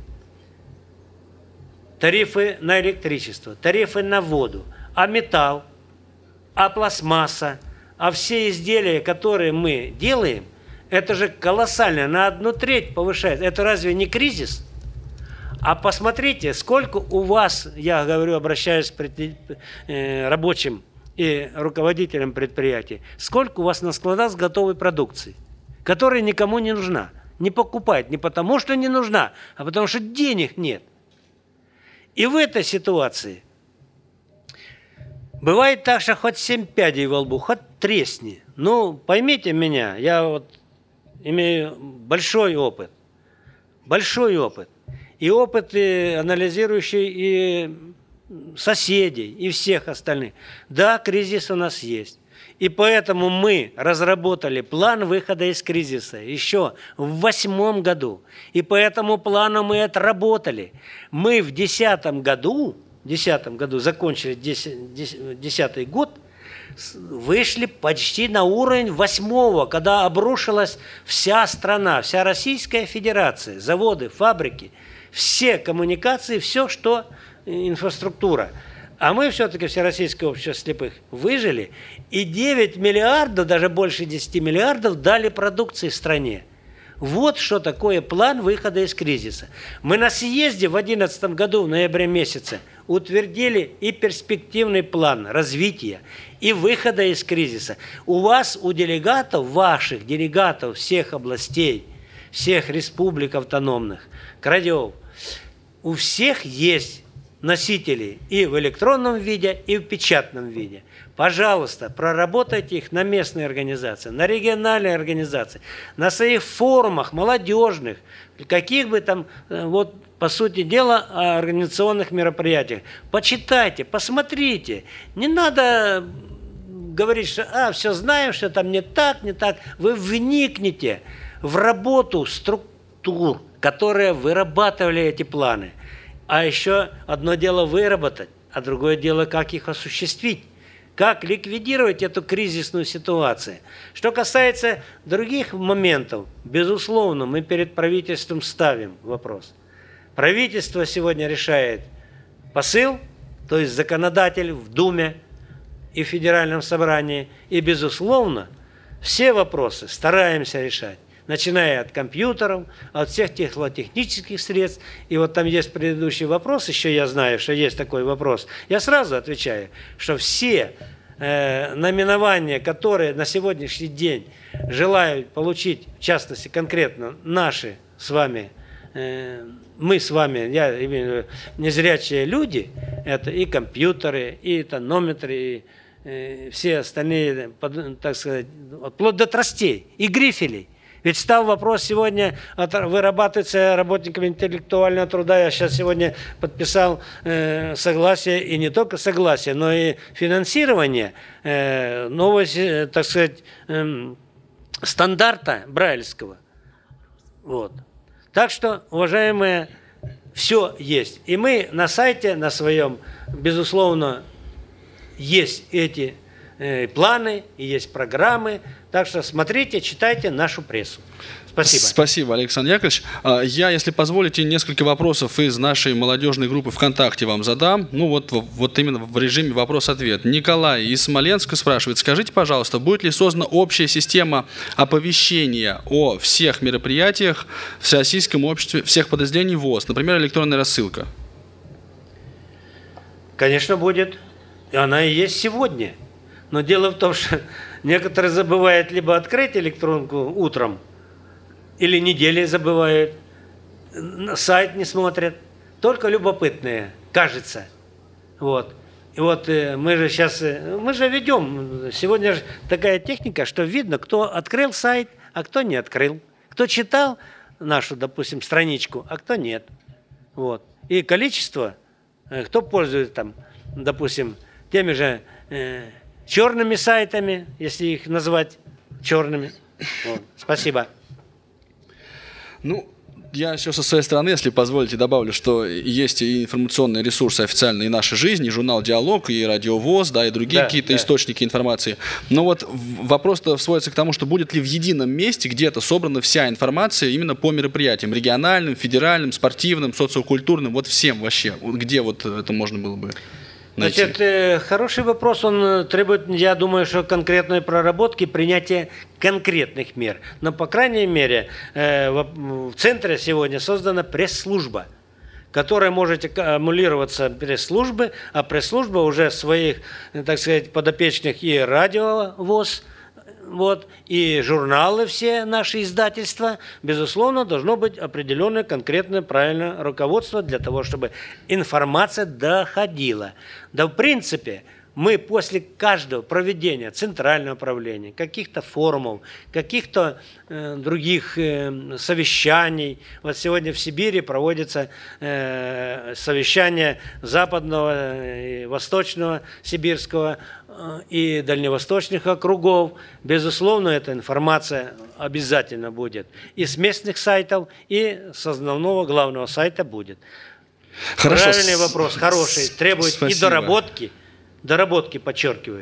Тарифы на электричество, тарифы на воду, а металл, а пластмасса, а все изделия, которые мы делаем, это же колоссально, на одну треть повышает. Это разве не кризис? А посмотрите, сколько у вас, я говорю, обращаюсь к рабочим и руководителям предприятий, сколько у вас на складах готовой продукции, которая никому не нужна. Не покупают не потому, что не нужна, а потому, что денег нет. И в этой ситуации бывает так, что хоть семь пядей во лбу, хоть тресни. Ну, поймите меня, я вот имею большой опыт. Большой опыт. И опыт, и анализирующий и соседей, и всех остальных. Да, кризис у нас есть. И поэтому мы разработали план выхода из кризиса еще в восьмом году. И по этому плану мы отработали. Мы в десятом году, в десятом году закончили десятый год, вышли почти на уровень восьмого, когда обрушилась вся страна, вся Российская Федерация, заводы, фабрики, все коммуникации, все, что инфраструктура. А мы все-таки, Всероссийское общество слепых, выжили, и девять миллиардов, даже больше десяти миллиардов дали продукции стране. Вот что такое план выхода из кризиса. Мы на съезде в две тысячи одиннадцатом году, в ноябре месяце, утвердили и перспективный план развития, и выхода из кризиса. У вас, у делегатов, ваших делегатов всех областей, всех республик автономных, Крадев, у всех есть носители и в электронном виде, и в печатном виде. Пожалуйста, проработайте их на местные организации, на региональные организации, на своих форумах молодежных, каких бы там, вот, по сути дела, организационных мероприятиях. Почитайте, посмотрите. Не надо говорить, что а, все знаем, что там не так, не так. Вы вникните в работу структур, которые вырабатывали эти планы. А еще одно дело выработать, а другое дело, как их осуществить, как ликвидировать эту кризисную ситуацию. Что касается других моментов, безусловно, мы перед правительством ставим вопрос. Правительство сегодня решает посыл, то есть законодатель в Думе и в Федеральном собрании, и, безусловно, все вопросы стараемся решать. Начиная от компьютеров, от всех технологических средств. И вот там есть предыдущий вопрос, еще я знаю, что есть такой вопрос. Я сразу отвечаю, что все э, наименования, которые на сегодняшний день желают получить, в частности, конкретно наши с вами, э, мы с вами, я имею в виду незрячие люди, это и компьютеры, и тонометры, и э, все остальные, так сказать, вплоть до тростей, и грифелей. Ведь стал вопрос сегодня, вырабатывается работниками интеллектуального труда. Я сейчас сегодня подписал э, согласие, и не только согласие, но и финансирование э, нового, так сказать, э, стандарта брайлевского. Вот. Так что, уважаемые, все есть. И мы на сайте, на своем, безусловно, есть эти э, планы, и есть программы. Так что смотрите, читайте нашу прессу. Спасибо. Спасибо, Александр Яковлевич. Я, если позволите, несколько вопросов из нашей молодежной группы ВКонтакте вам задам. Ну вот, вот именно в режиме вопрос-ответ. Николай из Смоленска спрашивает: скажите, пожалуйста, будет ли создана общая система оповещения о всех мероприятиях в Всероссийском обществе, всех подразделений ВОС, например, электронная рассылка? Конечно, будет. И она и есть сегодня. Но дело в том, что некоторые забывают либо открыть электронку утром, или неделей забывают, сайт не смотрят. Только любопытные, кажется. Вот. И вот мы же сейчас, мы же ведем, сегодня же такая техника, что видно, кто открыл сайт, а кто не открыл. Кто читал нашу, допустим, страничку, а кто нет. Вот. И количество, кто пользуется там, допустим, теми же э, черными сайтами, если их назвать черными. Вот. Спасибо. Ну, я еще со своей стороны, если позволите, добавлю, что есть и информационные ресурсы официальные и нашей жизни, и журнал «Диалог», и радио ВОС, да, и другие да, какие-то да. источники информации. Но вот вопрос-то сводится к тому, что будет ли в едином месте где-то собрана вся информация именно по мероприятиям, региональным, федеральным, спортивным, социокультурным, вот всем вообще, где вот это можно было бы найти? Значит, хороший вопрос, он требует, я думаю, что конкретной проработки, принятия конкретных мер. Но, по крайней мере, в центре сегодня создана пресс-служба, которая может аккумулироваться пресс-службы, а пресс-служба уже своих, так сказать, подопечных и радио ВОС, вот, и журналы все наши издательства, безусловно, должно быть определенное конкретное правильное руководство для того, чтобы информация доходила. Да, в принципе, мы после каждого проведения центрального управления, каких-то форумов, каких-то э, других э, совещаний, вот сегодня в Сибири проводится э, совещание западного и восточного сибирского э, и дальневосточных округов. Безусловно, эта информация обязательно будет. И с местных сайтов, и с основного главного сайта будет. Хорошо. Правильный вопрос, хороший, требует Спасибо. и доработки. Доработки, подчеркиваю.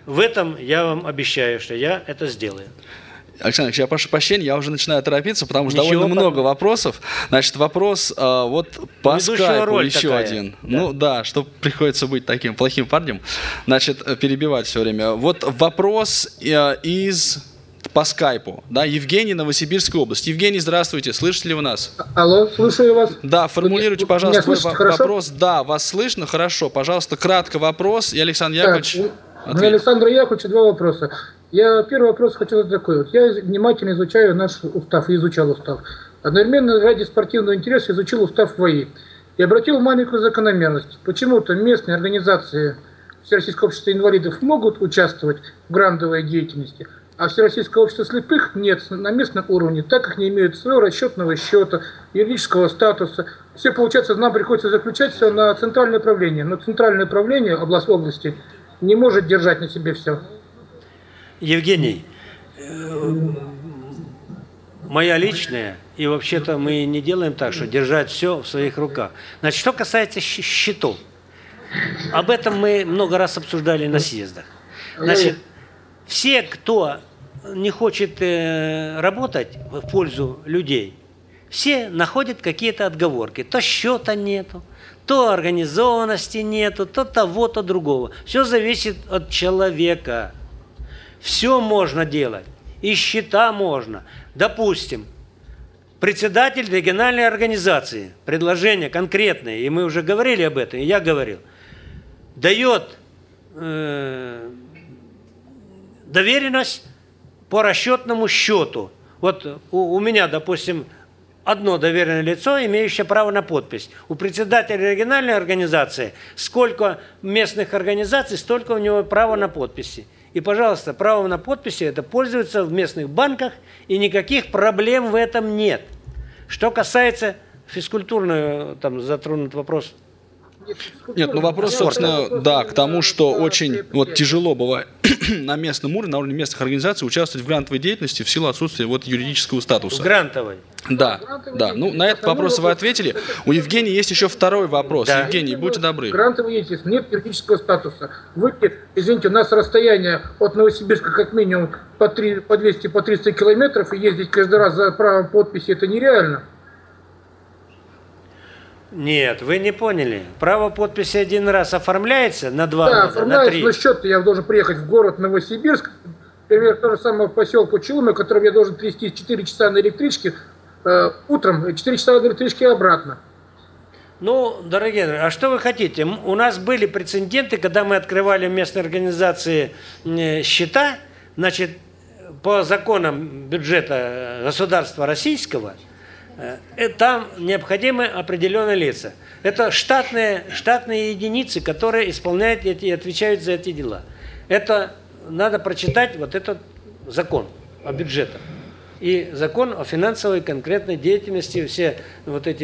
в этом я вам обещаю, что я это сделаю. Александр Ильич, я прошу прощения, я уже начинаю торопиться, потому что Ничего, довольно много вопросов. Значит, вопрос э, вот по скайпу еще такая. один. Да. Ну да, что приходится быть таким плохим парнем. Значит, перебивать все время. Вот вопрос э, из... по скайпу, да, Евгений, Новосибирская область. Евгений, здравствуйте, слышите ли вы нас? Алло, слушаю вас. Да, формулируйте, пожалуйста, свой слышите, вопрос. Хорошо? Да, вас слышно, хорошо. Пожалуйста, кратко вопрос, и Александр Яковлевич так, ответит. У Александра Яковлевича два вопроса. Я первый вопрос хотел задать такой. Вот. Я внимательно изучаю наш устав и изучал устав. Одновременно ради спортивного интереса изучил устав ВАИ. И обратил маленькую закономерность. Почему-то местные организации Всероссийского общества инвалидов могут участвовать в грантовой деятельности, а Всероссийское общество слепых нет на местном уровне, так как не имеют своего расчетного счета, юридического статуса. Все, получается, нам приходится заключать все на центральное управление. Но центральное управление область, области не может держать на себе все. Евгений, моя личная, и вообще-то мы не делаем так, что держать все в своих руках. Значит, что касается счетов, об этом мы много раз обсуждали на съездах. Значит, все, кто не хочет работать в пользу людей, все находят какие-то отговорки. То счета нету, то организованности нету, то того, то другого. Все зависит от человека. Все можно делать. И счета можно. Допустим, председатель региональной организации, предложение конкретное, и мы уже говорили об этом, и я говорил, дает э, доверенность по расчетному счету. Вот у, у меня, допустим, одно доверенное лицо, имеющее право на подпись. У председателя региональной организации сколько местных организаций, столько у него права на подписи. И, пожалуйста, правом на подписи это пользуется в местных банках, и никаких проблем в этом нет. Что касается физкультурного, там затронут вопрос. Нет, ну вопрос, собственно, да, к тому, что очень вот тяжело бывает на местном уровне, на уровне местных организаций участвовать в грантовой деятельности в силу отсутствия вот юридического статуса. Грантовой. Да, да. Ну, на этот вопрос вы ответили. У Евгения есть еще второй вопрос. Да. Евгений, будьте добры. Грантовой деятельности нет юридического статуса. Вы, извините, у нас расстояние от Новосибирска как минимум по, три, по двести, по триста километров, и ездить каждый раз за правом подписи это нереально. Нет, вы не поняли. Право подписи один раз оформляется на два да, года, оформляется, на три. но счет я должен приехать в город Новосибирск, например, то же самое в поселку Чулуме, который я должен трясти четыре часа на электричке, э, утром, четыре часа на электричке и обратно. Ну, дорогие, а что вы хотите? У нас были прецеденты, когда мы открывали в местной организации счета, значит, по законам бюджета государства российского, там необходимы определенные лица. Это штатные, штатные единицы, которые исполняют эти, и отвечают за эти дела. Это надо прочитать вот этот закон о бюджете. И закон о финансовой конкретной деятельности, все вот эти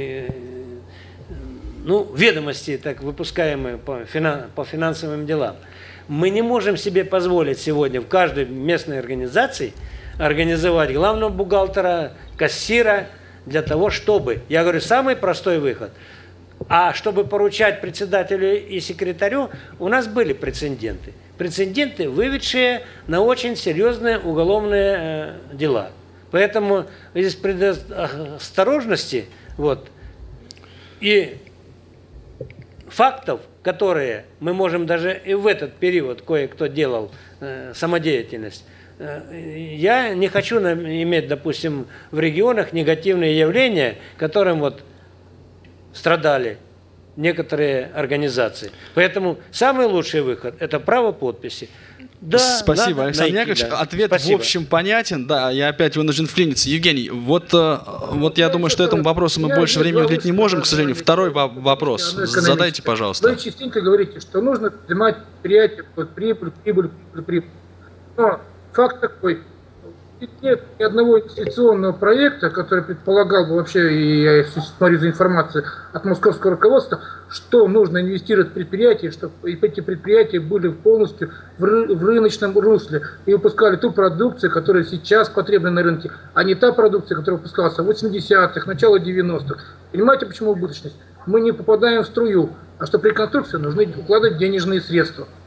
ну, ведомости, так выпускаемые по, финан, по финансовым делам. Мы не можем себе позволить сегодня в каждой местной организации организовать главного бухгалтера, кассира, для того, чтобы, я говорю, самый простой выход, а чтобы поручать председателю и секретарю, у нас были прецеденты. Прецеденты, выведшие на очень серьезные уголовные э, дела. Поэтому из предосторожности вот, и фактов, которые мы можем даже и в этот период кое-кто делал э, самодеятельность, я не хочу иметь, допустим, в регионах негативные явления, которым вот страдали некоторые организации. Поэтому самый лучший выход – это право подписи. Да, спасибо, Александр Яковлевич. Да. Ответ Спасибо. В общем понятен. Да, я опять вынужден вклиниться. Евгений, вот, вот я думаю, что этому вопросу мы больше времени уделить не можем, к сожалению. Второй вопрос. Задайте, пожалуйста. Вы частенько говорите, что нужно поднимать предприятие под прибыль, прибыль, прибыль. Но факт такой, нет ни одного инвестиционного проекта, который предполагал бы вообще, и я смотрю за информацией от московского руководства, что нужно инвестировать в предприятия, чтобы эти предприятия были полностью в, ры, в рыночном русле и выпускали ту продукцию, которая сейчас потребна на рынке, а не та продукция, которая выпускалась в восьмидесятых, начало девяностых. Понимаете, почему убыточность? Мы не попадаем в струю, а что при реконструкции нужны укладывать денежные средства.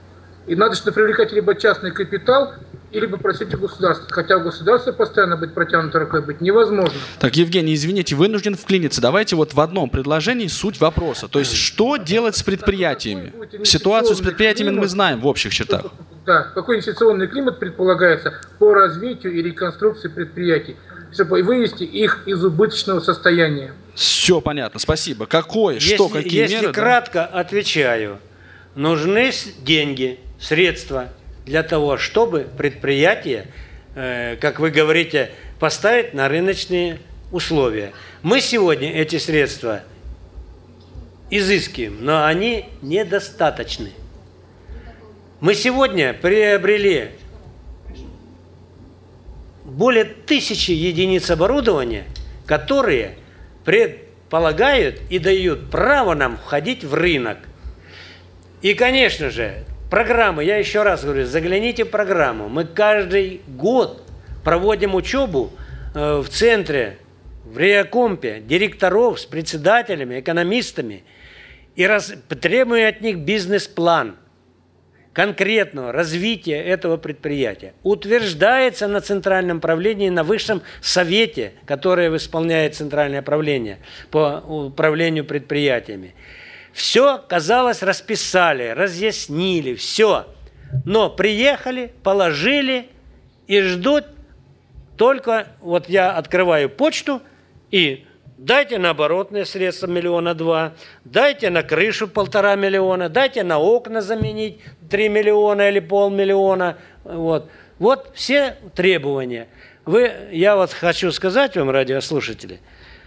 И надо что привлекать либо частный капитал, либо просить у государства. Хотя у государства постоянно быть протянутой рукой быть невозможно. Так, Евгений, извините, вынужден вклиниться. Давайте вот в одном предложении суть вопроса. То есть, что делать с предприятиями? Ситуацию с предприятиями мы знаем в общих чертах. Да, какой инвестиционный климат предполагается по развитию и реконструкции предприятий, чтобы вывести их из убыточного состояния. Все понятно, спасибо. Какой, если, что, какие если меры? Если кратко, да? Отвечаю. Нужны деньги, средства для того, чтобы предприятие, э, как вы говорите, поставить на рыночные условия. Мы сегодня эти средства изыскиваем, но они недостаточны. Мы сегодня приобрели более тысячи единиц оборудования, которые предполагают и дают право нам входить в рынок. И, конечно же, программы, я еще раз говорю, загляните в программу. Мы каждый год проводим учебу в центре, в Реакомпе, директоров с председателями, экономистами и раз, требуем от них бизнес-план конкретного развития этого предприятия. Утверждается на Центральном правлении, на Высшем совете, которое исполняет Центральное правление по управлению предприятиями. Все, казалось, расписали, разъяснили, все. Но приехали, положили и ждут только, вот я открываю почту и дайте на оборотные средства миллиона два, дайте на крышу полтора миллиона, дайте на окна заменить три миллиона или полмиллиона. Вот, вот все требования. Вы, я вот хочу сказать вам, радиослушатели,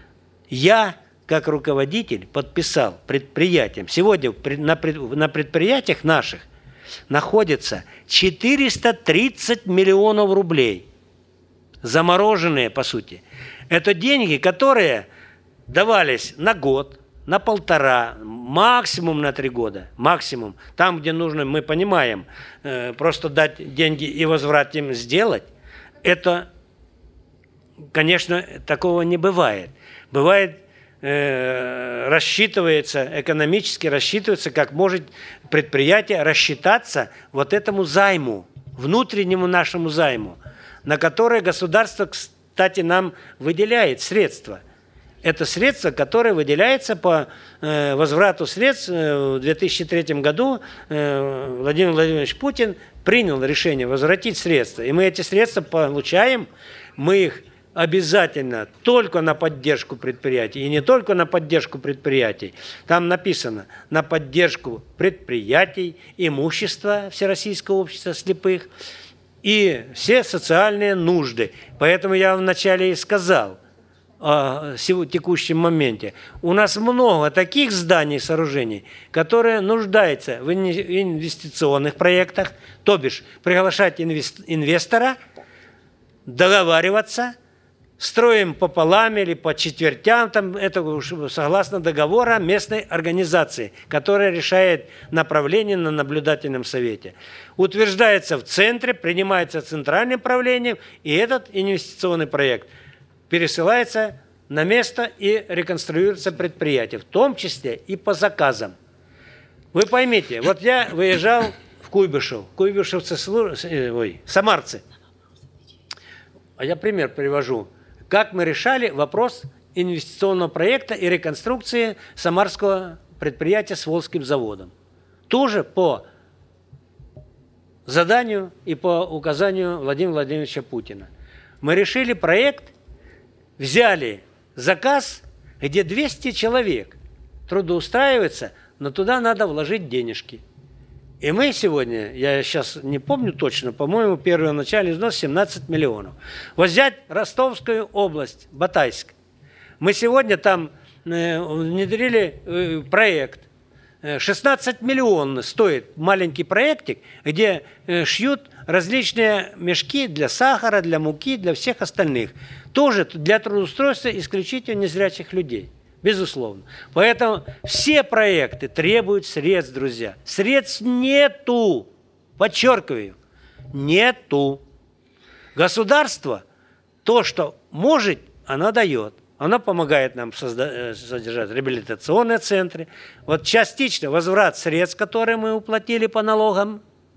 я как руководитель подписал предприятиям. Сегодня на предприятиях наших находится четыреста тридцать миллионов рублей. Замороженные, по сути. Это деньги, которые давались на год, на полтора, максимум на три года. Максимум. Там, где нужно, мы понимаем, просто дать деньги и возврат им сделать, это, конечно, такого не бывает. Бывает, рассчитывается, экономически рассчитывается, как может предприятие рассчитаться вот этому займу, внутреннему нашему займу, на которое государство, кстати, нам выделяет средства. Это средства, которые выделяются по э, возврату средств. В две тысячи третьем году э, Владимир Владимирович Путин принял решение возвратить средства. И мы эти средства получаем, мы их обязательно только на поддержку предприятий. И не только на поддержку предприятий. Там написано на поддержку предприятий, имущества Всероссийского общества слепых и все социальные нужды. Поэтому я вначале и сказал о текущем моменте. У нас много таких зданий и сооружений, которые нуждаются в инвестиционных проектах, то бишь приглашать инвестора, договариваться, строим пополам или по четвертям, там, это согласно договора местной организации, которая решает направление на наблюдательном совете. Утверждается в центре, принимается центральным правлением, и этот инвестиционный проект пересылается на место и реконструируется предприятие, в том числе и по заказам. Вы поймите, вот я выезжал в Куйбышев, Куйбышевцы, ой, самарцы, а я пример привожу. Как мы решали вопрос инвестиционного проекта и реконструкции самарского предприятия с Волжским заводом. Тоже по заданию и по указанию Владимира Владимировича Путина. Мы решили проект, взяли заказ, где двести человек трудоустраиваются, но туда надо вложить денежки. И мы сегодня, я сейчас не помню точно, по-моему, первоначальный взнос семнадцать миллионов. Вот взять Ростовскую область, Батайск. Мы сегодня там э, внедрили э, проект. шестнадцать миллионов стоит маленький проектик, где э, шьют различные мешки для сахара, для муки, для всех остальных. Тоже для трудоустройства исключительно незрячих людей. Безусловно. Поэтому все проекты требуют средств, друзья. Средств нету. Подчеркиваю. Нету. Государство то, что может, оно дает. Оно помогает нам содержать реабилитационные центры. Вот частично возврат средств, которые мы уплатили по налогам,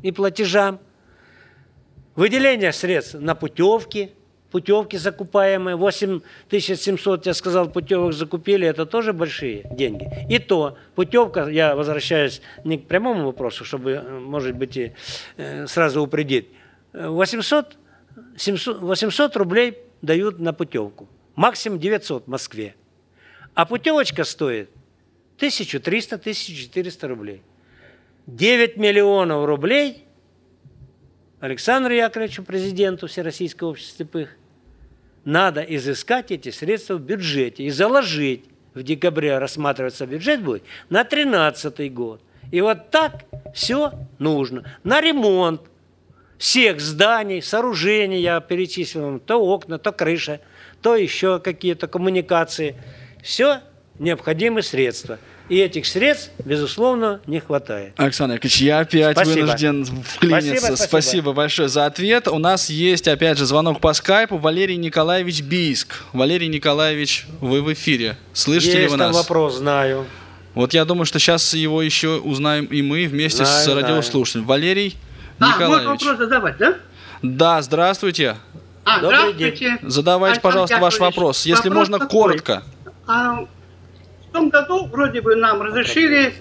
и платежам, выделение средств на путевки, путевки закупаемые, восемь тысяч семьсот, я сказал, путевок закупили, это тоже большие деньги. И то, путевка, я возвращаюсь не к прямому вопросу, чтобы, может быть, и сразу упредить, восемьсот, семьсот, восемьсот рублей дают на путевку, максимум девятьсот в Москве. А путевочка стоит тысяча триста - тысяча четыреста рублей. девять миллионов рублей Александру Яковлевичу, президенту Всероссийского общества слепых, надо изыскать эти средства в бюджете и заложить. В декабре рассматриваться бюджет будет на тринадцатый год. И вот так все нужно. На ремонт всех зданий, сооружений, я перечислил вам, то окна, то крыша, то еще какие-то коммуникации. Все необходимые средства. И этих средств, безусловно, не хватает. Александр Яковлевич, я опять спасибо. вынужден вклиниться. Спасибо, спасибо. Спасибо большое за ответ. У нас есть, опять же, звонок по скайпу. Валерий Николаевич Бийск. Валерий Николаевич, вы в эфире. Слышите есть ли вы нас? Есть там вопрос, знаю. Вот я думаю, что сейчас его еще узнаем и мы вместе знаю, с радиослушателем. знаю. Валерий а, Николаевич. А, можно вопрос задавать, да? Да, здравствуйте. А, Добрый здравствуйте. день. Задавайте, Александр пожалуйста, ваш Яковлевич. вопрос. Если Вопрос можно, такой. коротко. А, в том году вроде бы нам разрешили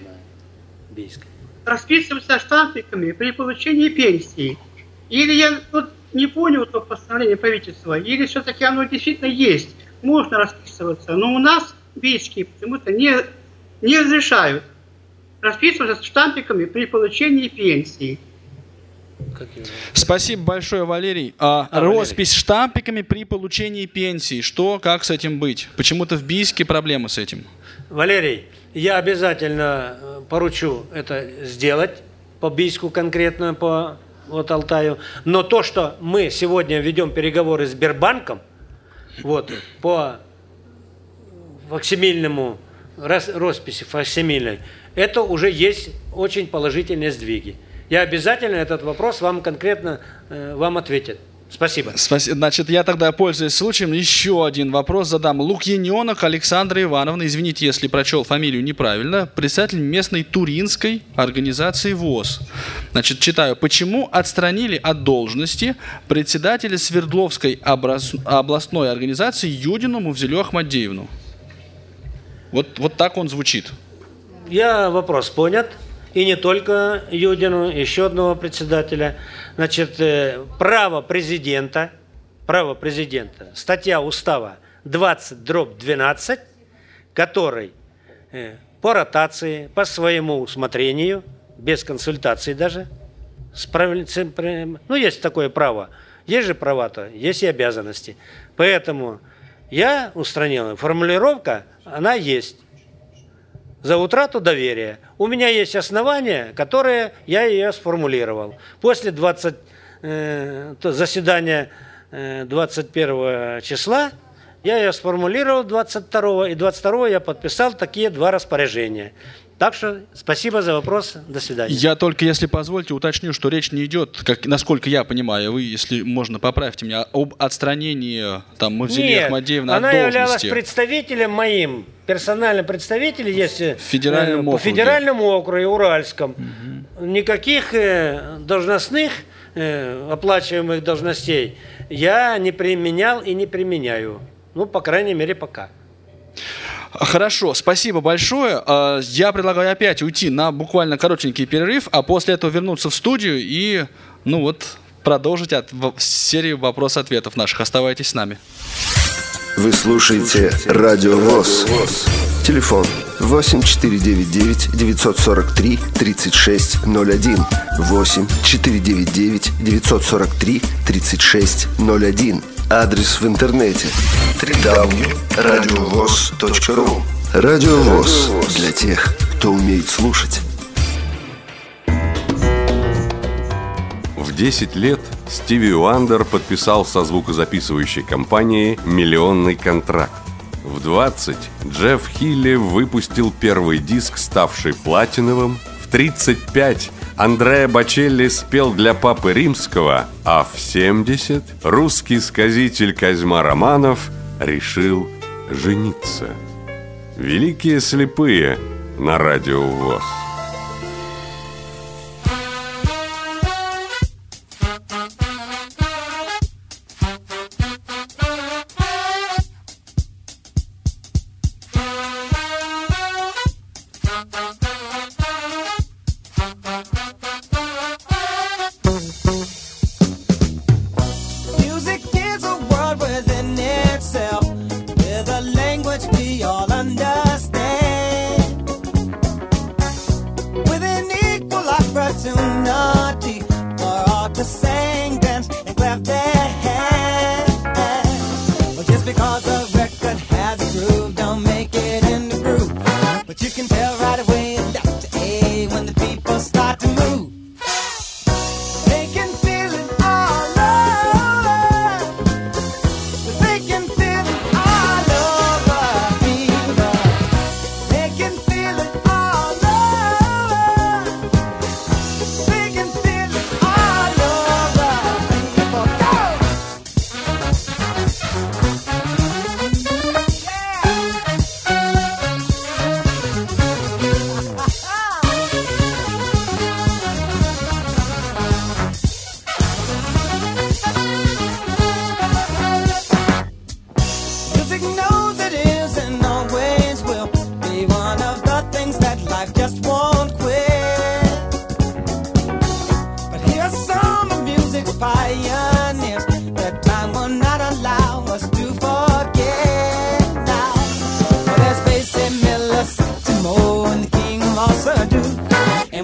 расписываться штампиками при получении пенсии. Или я тут не понял то постановление правительства, или все-таки оно действительно есть. Можно расписываться, но у нас бийские почему-то не, не разрешают расписываться штампиками при получении пенсии. Спасибо большое, Валерий. А, а, роспись Валерий. штампиками при получении пенсии. Что, как с этим быть? Почему-то в Бийске проблемы с этим. Валерий, я обязательно поручу это сделать по Бийску конкретно, по вот Алтаю. Но то, что мы сегодня ведем переговоры с Сбербанком, вот, по факсимильному, росписи факсимильной, это уже есть очень положительные сдвиги. Я обязательно этот вопрос вам конкретно э, вам ответит. Спасибо. Спасибо. Значит, я тогда, пользуясь случаем, еще один вопрос задам. Лукьяненок Александра Ивановна, извините, если прочел фамилию неправильно, председатель местной туринской организации ВОС. Значит, читаю. Почему отстранили от должности председателя Свердловской образ... областной организации Юдину Мувзелю Ахмадеевну? Вот, вот так он звучит. Я вопрос понят. И не только Юдину, еще одного председателя. Значит, право президента, право президента, статья устава двадцать дробь двенадцать, который по ротации, по своему усмотрению, без консультации даже, ну, есть такое право, есть же права-то, есть и обязанности. Поэтому я устранил, формулировка, она есть. За утрату доверия. У меня есть основания, которые я ее сформулировал. После двадцатого э, заседания э, двадцать первого числа я ее сформулировал двадцать второго, и двадцать второго я подписал такие два распоряжения. Так что спасибо за вопрос. До свидания. Я только, если позволите, уточню, что речь не идет, как, насколько я понимаю, вы, если можно, поправьте меня, об отстранении там Мавзели Ахмадеевны от она должности. являлась представителем моим, персональным представителем, есть в федеральном э, по округе. федеральному округу, Уральском. Угу. Никаких э, должностных, э, оплачиваемых должностей я не применял и не применяю. Ну, по крайней мере, пока. Хорошо, спасибо большое. Я предлагаю опять уйти на буквально коротенький перерыв, а после этого вернуться в студию и, ну вот, продолжить от, серию вопрос-ответов наших. Оставайтесь с нами. Вы слушаете Радио ВОС. Телефон восемь четыре девять девять девятьсот сорок три тридцать шесть ноль один. восемь четыре девять девять девятьсот сорок три тридцать шесть ноль один. Адрес в интернете дабл ю дабл ю дабл ю точка радиовос точка ру. Радио ВОС для тех, кто умеет слушать. В десять лет Стиви Уандер подписал со звукозаписывающей компанией миллионный контракт. В двадцать Джефф Хилли выпустил первый диск, ставший платиновым. В тридцать пять Андреа Бочелли спел для Папы Римского, а в семьдесят русский сказитель Козьма Романов решил жениться. Великие слепые на Радио ВОС.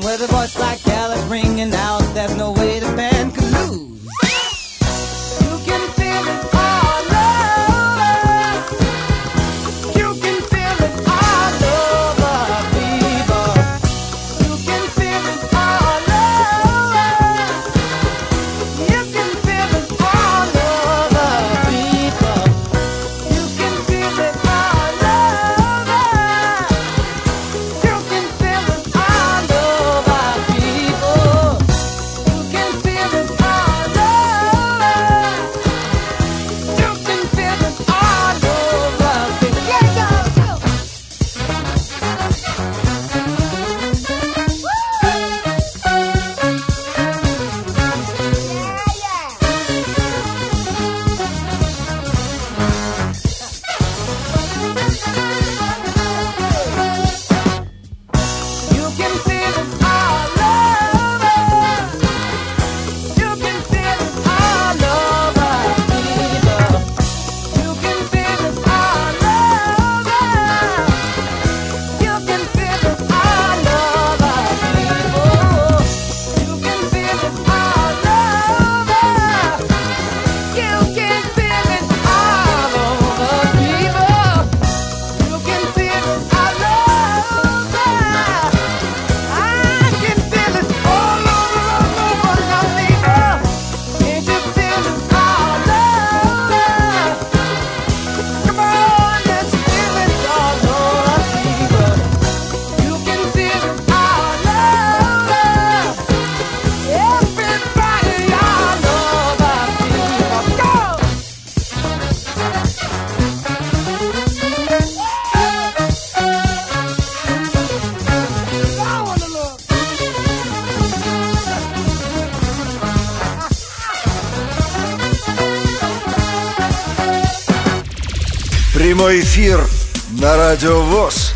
With a voice like Alice ringing out, there's no way the band can lose. You can feel it all over. You can feel it all over, people. You can feel it all over. You can feel it all over, people. You can feel it all over. You can feel it all over, people. You can feel it all over. You can feel it all over, people. Yeah, go, go. You can feel it all over. You can feel it all over, people. You can feel it all over. You can feel it all over, people. You can feel it all over. You can feel it all over, people. You can feel it all over. I can feel it all over, all over, now, people. Can't you feel it all over? Come on, let's feel it all over, people. You can feel it all over. Everybody all over, people. Go! I wanna look. Прямой эфир на Радио ВОС.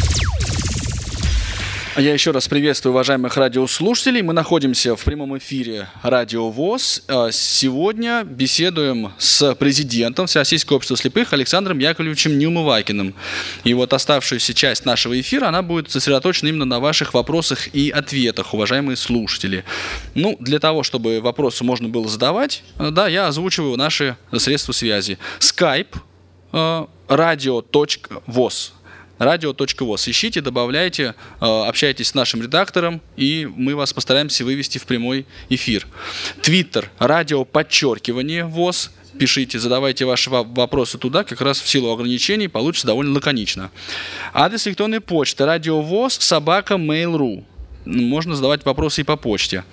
Я еще раз приветствую уважаемых радиослушателей. Мы находимся в прямом эфире Радио ВОС. А Сегодня беседуем с президентом Всероссийского общества слепых Александром Яковлевичем Неумывакиным. И вот оставшуюся часть нашего эфира, она будет сосредоточена именно на ваших вопросах и ответах, уважаемые слушатели. Ну, для того, чтобы вопросы можно было задавать, да, я озвучиваю наши средства связи. Skype э, радио.воз. радио.воз. Ищите, добавляйте, общайтесь с нашим редактором, и мы вас постараемся вывести в прямой эфир. Твиттер, радио, подчеркивание, ВОЗ. Пишите, задавайте ваши вопросы туда, как раз в силу ограничений получится довольно лаконично. Адрес электронной почты радиовоз собака mail.ru. Можно задавать вопросы и по почте.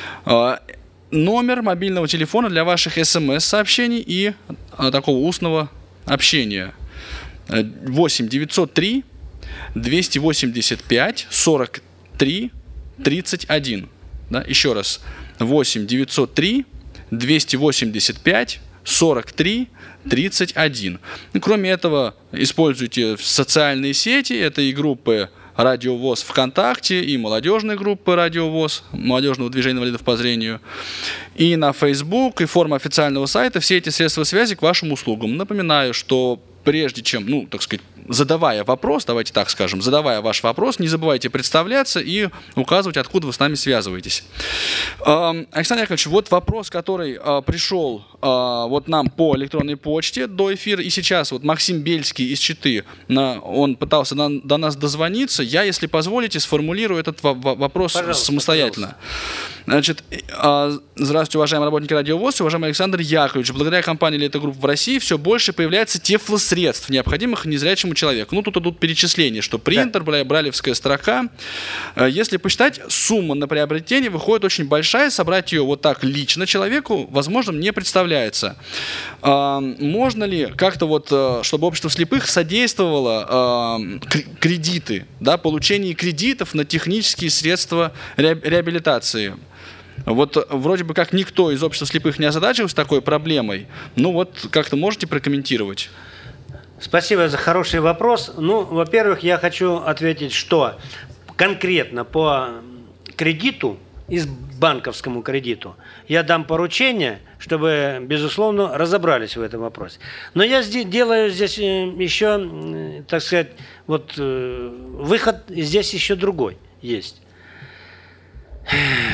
Номер мобильного телефона для ваших смс-сообщений и такого устного общения. восемь девятьсот три двести восемьдесят пять сорок три тридцать один. Да, еще раз. восемь девятьсот три двести восемьдесят пять сорок три тридцать один. И, кроме этого, используйте социальные сети. Это и группы Радио ВОС ВКонтакте, и молодежные группы Радио ВОС, молодежного движения инвалидов по зрению, и на Facebook, и форма официального сайта. Все эти средства связи к вашим услугам. Напоминаю, что прежде чем, ну, так сказать, задавая вопрос, давайте так скажем, задавая ваш вопрос, не забывайте представляться и указывать, откуда вы с нами связываетесь. Александр Яковлевич, вот вопрос, который пришел вот нам по электронной почте до эфира, и сейчас вот Максим Бельский из Читы, он пытался до нас дозвониться. Я, если позволите, сформулирую этот вопрос пожалуйста, самостоятельно. Значит, здравствуйте, уважаемые работники Радио ВОС, уважаемый Александр Яковлевич. Благодаря компании «Элита Групп» в России все больше появляется тефлосредств, необходимых незрячему человеку. Ну, тут идут перечисления, что принтер, да. брайлевская строка. Если посчитать, сумма на приобретение выходит очень большая. Собрать ее вот так лично человеку, возможно, не представляется. Можно ли как-то вот, чтобы общество слепых содействовало кредиты, да, получение кредитов на технические средства реабилитации? Вот вроде бы как никто из общества слепых не озадачивался такой проблемой. Ну вот как-то можете прокомментировать? Спасибо за хороший вопрос. Ну, во-первых, я хочу ответить, что конкретно по кредиту, из банковскому кредиту, я дам поручение, чтобы, безусловно, разобрались в этом вопросе. Но я здесь делаю здесь еще, так сказать, вот выход здесь еще другой есть.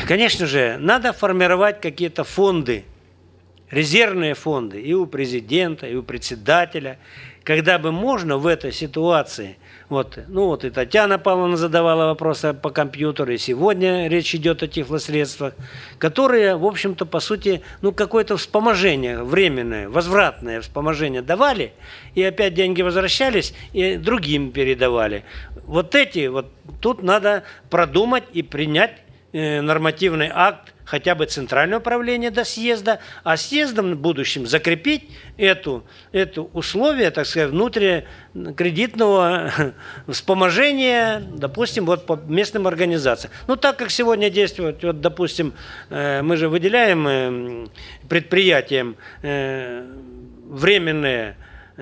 конечно же, надо формировать какие-то фонды, резервные фонды и у президента, и у председателя, когда бы можно в этой ситуации, вот, ну вот и Татьяна Павловна задавала вопросы по компьютеру, и сегодня речь идет о тифлосредствах, которые, в общем-то, по сути, ну какое-то вспоможение временное, возвратное вспоможение давали, и опять деньги возвращались, и другим передавали. Вот эти, вот тут надо продумать и принять э, нормативный акт, хотя бы центральное управление до съезда, а съездом в будущем закрепить эту, это условие, так сказать, внутрикредитного вспоможения, допустим, вот по местным организациям. Ну, так как сегодня действует, вот, допустим, мы же выделяем предприятиям временные,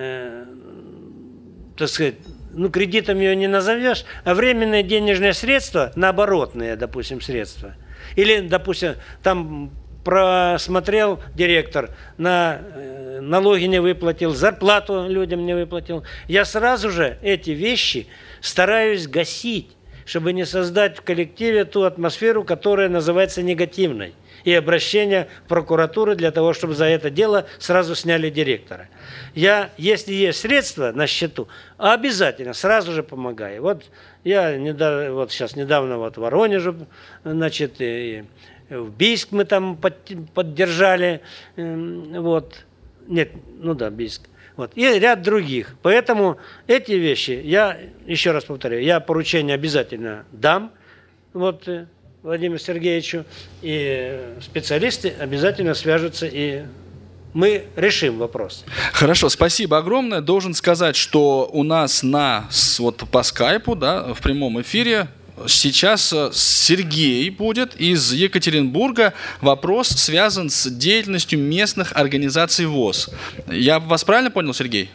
так сказать, ну, кредитом ее не назовешь, а временные денежные средства, на оборотные, допустим, средства. Или, допустим, там просмотрел директор, на налоги не выплатил, зарплату людям не выплатил. Я сразу же эти вещи стараюсь гасить, чтобы не создать в коллективе ту атмосферу, которая называется негативной. И обращение в прокуратуру для того, чтобы за это дело сразу сняли директора. Я, если есть средства на счету, обязательно сразу же помогаю. Вот я недавно, вот сейчас недавно вот в Воронеже, значит, и в Бийск мы там поддержали, вот, нет, ну да, Бийск. Вот, и ряд других. Поэтому эти вещи, я, еще раз повторяю, я поручение обязательно дам, вот, Владимиру Сергеевичу, и специалисты обязательно свяжутся, и мы решим вопрос. Хорошо, спасибо огромное. Должен сказать, что у нас на, вот по скайпу, да, в прямом эфире сейчас Сергей будет из Екатеринбурга. Вопрос связан с деятельностью местных организаций ВОС. Я вас правильно понял, Сергей?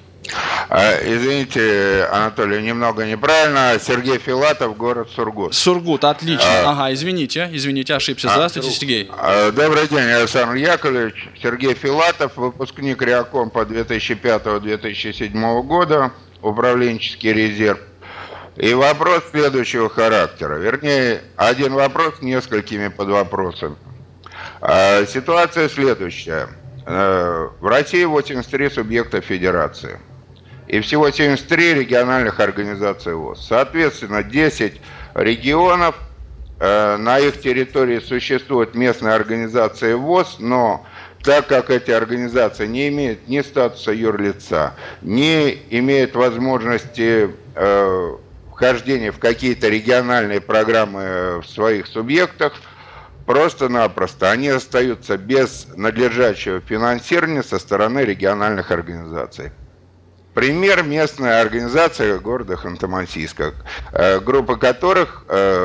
Извините, Анатолий, немного неправильно. Сергей Филатов, город Сургут. Сургут, отлично. Ага, извините, извините, ошибся. Здравствуйте, Сергей. Добрый день, Александр Яковлевич. Сергей Филатов, выпускник Реакомпа две тысячи пятого — две тысячи седьмого года, управленческий резерв. И вопрос следующего характера. Вернее, один вопрос с несколькими подвопросами. Ситуация следующая. В России восемьдесят три субъекта федерации. И всего семьдесят три региональных организаций ВОС. Соответственно, десять регионов, на их территории существуют местные организации ВОС, но так как эти организации не имеют ни статуса юрлица, не имеют возможности э, вхождения в какие-то региональные программы в своих субъектах, просто-напросто они остаются без надлежащего финансирования со стороны региональных организаций. Пример — местная организация города Ханты-Мансийска, группа которых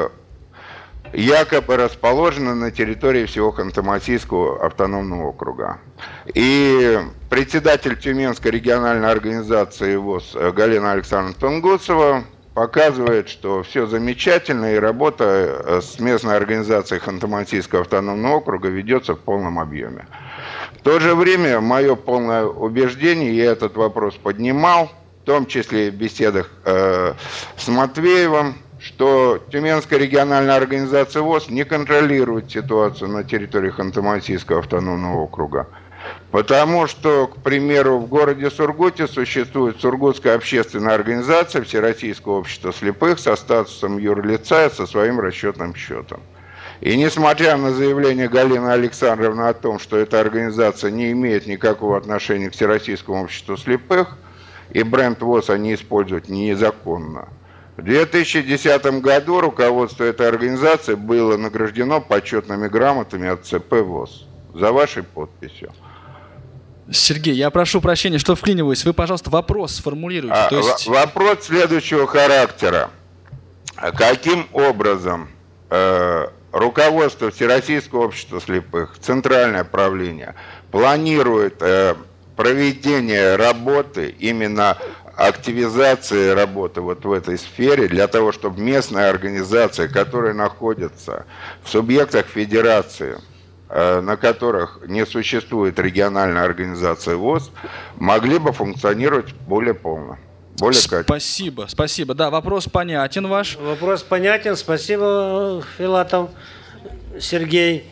якобы расположена на территории всего Ханты-Мансийского автономного округа. И председатель Тюменской региональной организации ВОС Галина Александровна Тунгусова показывает, что все замечательно, и работа с местной организацией Ханты-Мансийского автономного округа ведется в полном объеме. В то же время мое полное убеждение, я этот вопрос поднимал, в том числе и в беседах э, с Матвеевым, что Тюменская региональная организация ВОС не контролирует ситуацию на территории Ханты-Мансийского автономного округа. Потому что, к примеру, в городе Сургуте существует Сургутская общественная организация Всероссийского общества слепых со статусом юрлица и со своим расчетным счетом. И несмотря на заявление Галины Александровны о том, что эта организация не имеет никакого отношения к Всероссийскому обществу слепых, и бренд ВОС они используют незаконно, в две тысячи десятом году руководство этой организации было награждено почетными грамотами от ЦП ВОС за вашей подписью. Сергей, я прошу прощения, что вклиниваюсь. Вы, пожалуйста, вопрос сформулируйте. А, То есть... Вопрос следующего характера. Каким образом э, руководство Всероссийского общества слепых, Центральное правление, планирует э, проведение работы, именно активизации работы вот в этой сфере, для того, чтобы местные организации, которые находятся в субъектах федерации, на которых не существует региональная организация ВОС, могли бы функционировать более полно, более качественно. Спасибо, спасибо. Да, вопрос понятен ваш. Вопрос понятен, спасибо, Филатов. Сергей,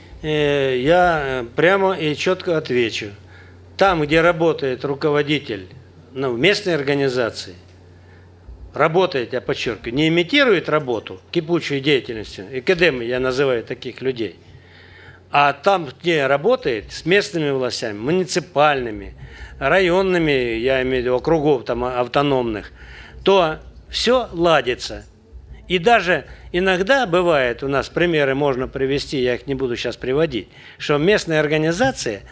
я прямо и четко отвечу. Там, где работает руководитель, ну, в местной организации, работает, я подчеркиваю, не имитирует работу, кипучую деятельность, академия, я называю таких людей, а там, где работает, с местными властями, муниципальными, районными, я имею в виду округов там автономных, то все ладится. И даже иногда бывает, у нас примеры можно привести, я их не буду сейчас приводить, что местная организация,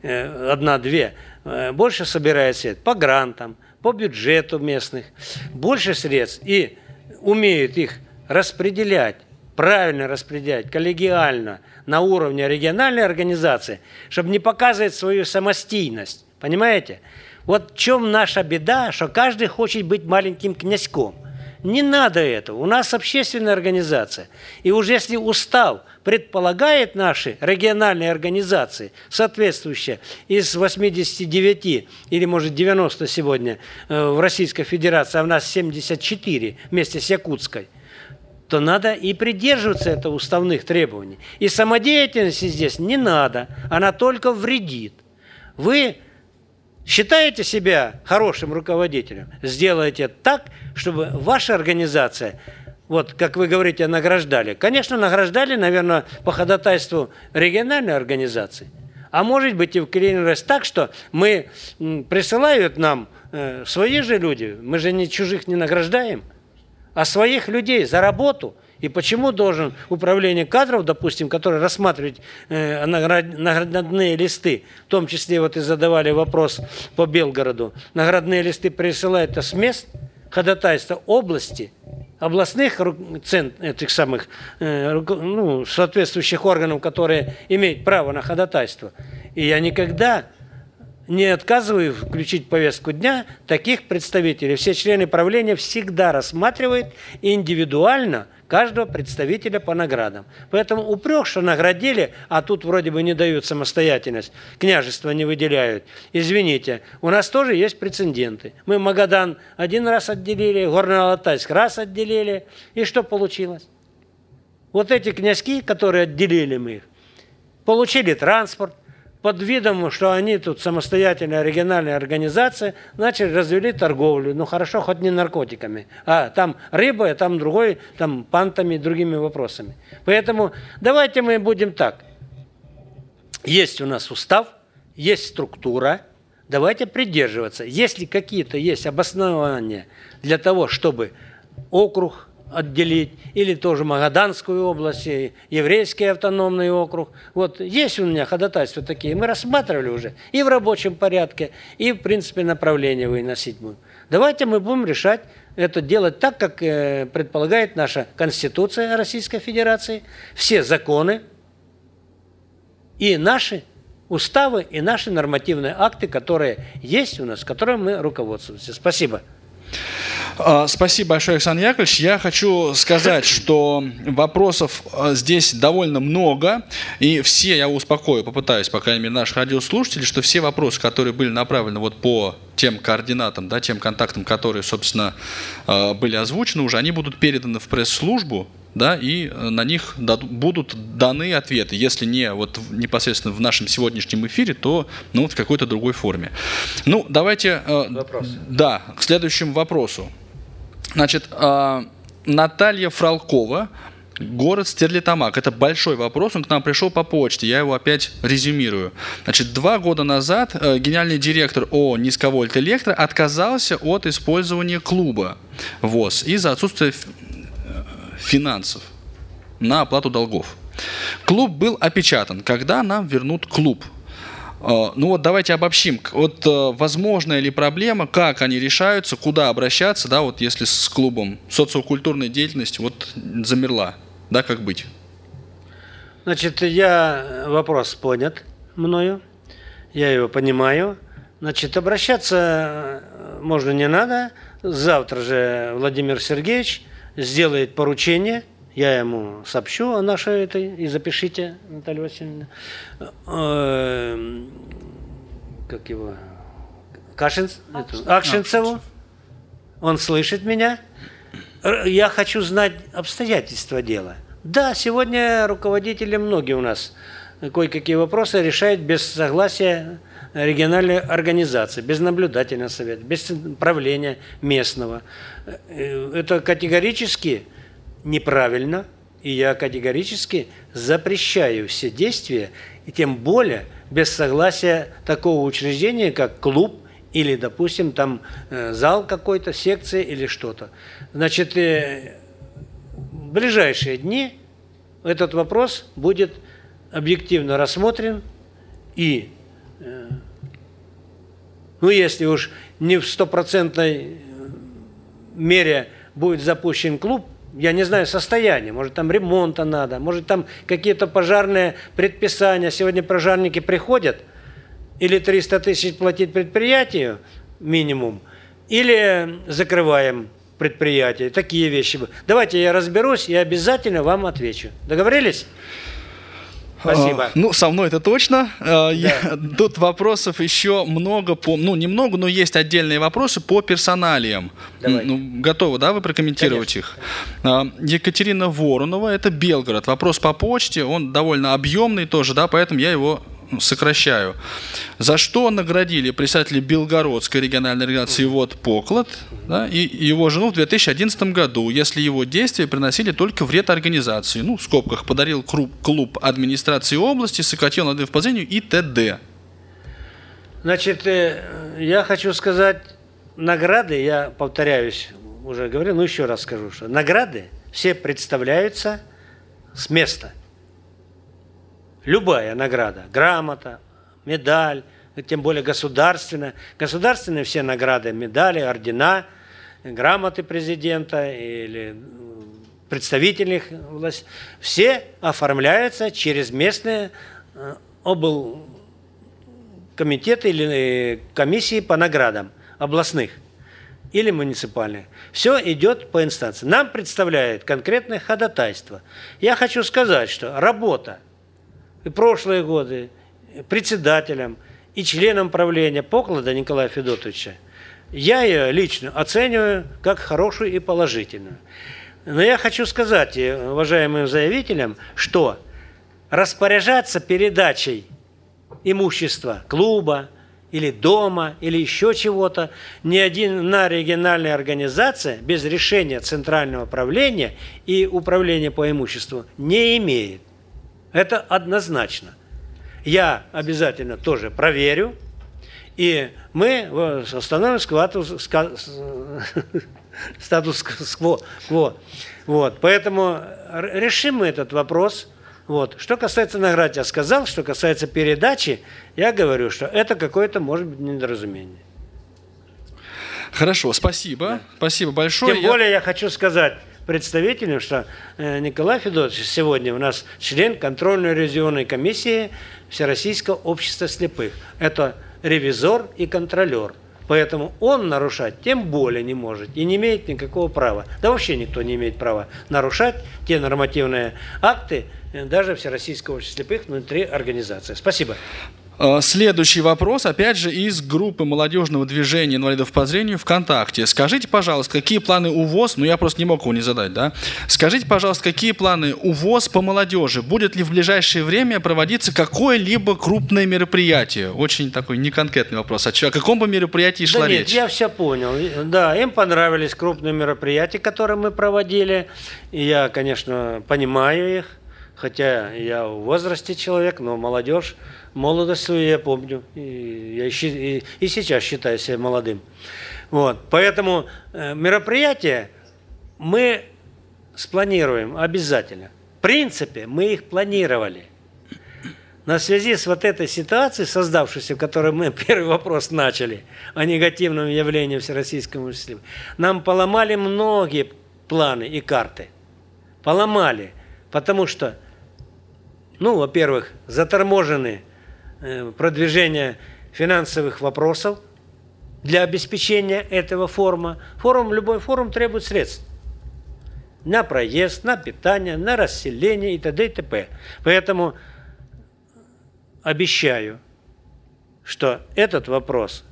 одна-две, больше собирает средств по грантам, по бюджету местных, больше средств и умеют их распределять, правильно распределять, коллегиально на уровне региональной организации, чтобы не показывать свою самостийность. Понимаете? Вот в чем наша беда, что каждый хочет быть маленьким князьком. Не надо этого. У нас общественная организация. И уже если устав предполагает наши региональные организации, соответствующие из восьмидесяти девяти или, может, девяноста сегодня в Российской Федерации, а у нас семьдесят четыре вместе с Якутской, то надо и придерживаться этого уставных требований. И самодеятельности здесь не надо. Она только вредит. Вы считаете себя хорошим руководителем? Сделайте так, чтобы ваша организация, вот как вы говорите, награждали. Конечно, награждали, наверное, по ходатайству региональной организации. А может быть и вклинилось так, что мы присылают нам э, свои же люди, мы же не чужих не награждаем, а своих людей за работу. И почему должен управление кадров, допустим, которое рассматривает э, наградные листы, в том числе вот и задавали вопрос по Белгороду, наградные листы присылают с мест ходатайства области, областных центр, этих самых э, ну, соответствующих органов, которые имеют право на ходатайство. И я никогда не отказываю включить в повестку дня таких представителей. Все члены правления всегда рассматривают индивидуально каждого представителя по наградам. Поэтому упрек, что наградили, а тут вроде бы не дают самостоятельность, княжество не выделяют. Извините, у нас тоже есть прецеденты. Мы Магадан один раз отделили, Горно-Алтайск раз отделили. И что получилось? Вот эти князьки, которые отделили мы их, получили транспорт, под видом, что они тут самостоятельная региональная организация, начали развели торговлю. Ну хорошо, хоть не наркотиками. А там рыба, а там другой, там пантами и другими вопросами. Поэтому давайте мы будем так. Есть у нас устав, есть структура. Давайте придерживаться. Если какие-то есть обоснования для того, чтобы округ отделить, или тоже Магаданскую область, еврейский автономный округ. Вот есть у меня ходатайства такие, мы рассматривали уже и в рабочем порядке, и в принципе направление выносить будем. Давайте мы будем решать это делать так, как предполагает наша Конституция Российской Федерации, все законы и наши уставы, и наши нормативные акты, которые есть у нас, которыми мы руководствуемся. Спасибо. Спасибо большое, Александр Яковлевич. Я хочу сказать, что вопросов здесь довольно много, и все, я успокою, попытаюсь, по крайней мере, наших радиослушателей, что все вопросы, которые были направлены вот по тем координатам, да, тем контактам, которые, собственно, были озвучены уже, они будут переданы в пресс-службу, да, и на них будут даны ответы. Если не вот непосредственно в нашем сегодняшнем эфире, то ну, в какой-то другой форме. Ну, давайте Вопрос. Да, к следующему вопросу. Значит, Наталья Фролкова, город Стерлитамак. Это большой вопрос, он к нам пришел по почте, я его опять резюмирую. Значит, два года назад генеральный директор ООО «Низковольт Электро» отказался от использования клуба ВОС из-за отсутствия финансов на оплату долгов. Клуб был опечатан. Когда нам вернут клуб? Ну вот давайте обобщим. Вот возможная ли проблема, как они решаются, куда обращаться, да, вот если с клубом социокультурная деятельность вот замерла, да, как быть? Значит, я вопрос понят мною, я его понимаю. Значит, обращаться можно не надо. Завтра же Владимир Сергеевич сделает поручение, я ему сообщу о нашей этой, и запишите, Наталья Васильевна, как его, Кашинц, Акшинцеву, он слышит меня. Я хочу знать обстоятельства дела. Да, сегодня руководители многие у нас кое-какие вопросы решают без согласия региональной организации, без наблюдательного совета, без правления местного. Это категорически неправильно, и я категорически запрещаю все действия, и тем более без согласия такого учреждения, как клуб или, допустим, там зал какой-то, секция или что-то. Значит, в ближайшие дни этот вопрос будет объективно рассмотрен, и, ну, если уж не в стопроцентной мере будет запущен клуб, я не знаю состояние, может там ремонта надо, может там какие-то пожарные предписания. Сегодня пожарники приходят, или триста тысяч платить предприятию минимум, или закрываем предприятие. Такие вещи. Давайте я разберусь и обязательно вам отвечу. Договорились? Спасибо. А, ну, со мной это точно. А, да. я, тут вопросов еще много, по, ну, немного, но есть отдельные вопросы по персоналиям. Давай. Ну, готовы, да, вы прокомментировать Конечно. их? А, Екатерина Воронова, это Белгород. Вопрос по почте, он довольно объемный тоже, да, поэтому я его сокращаю. За что наградили председателя Белгородской региональной организации ВОД Поклад, да, и его жену в две тысячи одиннадцатом году, если его действия приносили только вред организации? Ну, в скобках, подарил клуб, клуб администрации области, сократил надрыв по зрению и т.д. Значит, я хочу сказать, награды, я повторяюсь, уже говорил, но еще раз скажу, что награды все представляются с места. Любая награда, грамота, медаль, тем более государственная. Государственные все награды, медали, ордена, грамоты президента или представительных властей, все оформляются через местные облкомитеты или комиссии по наградам областных или муниципальных. Все идет по инстанции. Нам представляет конкретное ходатайство. Я хочу сказать, что работа и прошлые годы председателем и членом правления Поклада Николая Федотовича, я ее лично оцениваю как хорошую и положительную. Но я хочу сказать уважаемым заявителям, что распоряжаться передачей имущества клуба или дома, или еще чего-то, ни одна региональная организация без решения центрального правления и управления по имуществу не имеет. Это однозначно. Я обязательно тоже проверю, и мы установим статус-кво. Вот. Поэтому решим мы этот вопрос. Вот. Что касается наград, я сказал, что касается передачи, я говорю, что это какое-то, может быть, недоразумение. Хорошо, спасибо. Да. Спасибо большое. Тем более я хочу сказать представителям, что Николай Федотович сегодня у нас член контрольно-ревизионной комиссии Всероссийского общества слепых. Это ревизор и контролер. Поэтому он нарушать тем более не может и не имеет никакого права. Да вообще никто не имеет права нарушать те нормативные акты даже Всероссийского общества слепых внутри организации. Спасибо. Следующий вопрос, опять же, из группы молодежного движения инвалидов по зрению ВКонтакте. Скажите, пожалуйста, какие планы у ВОС, ну я просто не мог его не задать, да? Скажите, пожалуйста, какие планы у ВОС по молодежи? Будет ли в ближайшее время проводиться какое-либо крупное мероприятие? Очень такой неконкретный вопрос. О каком бы мероприятии шла да нет, речь? Я все понял. Да, им понравились крупные мероприятия, которые мы проводили. И я, конечно, понимаю их, хотя я в возрасте человек, но молодежь, молодость свою я помню, и, я и, и сейчас считаю себя молодым. Вот. Поэтому э, мероприятия мы спланируем обязательно. В принципе, мы их планировали. Но в связи с вот этой ситуацией, создавшейся, в которой мы первый вопрос начали, о негативном явлении Всероссийского общества, нам поломали многие планы и карты. Поломали, потому что, ну, во-первых, заторможены продвижение финансовых вопросов для обеспечения этого форума. Форум, любой форум требует средств на проезд, на питание, на расселение и т.д. и т.п. Поэтому обещаю, что этот вопрос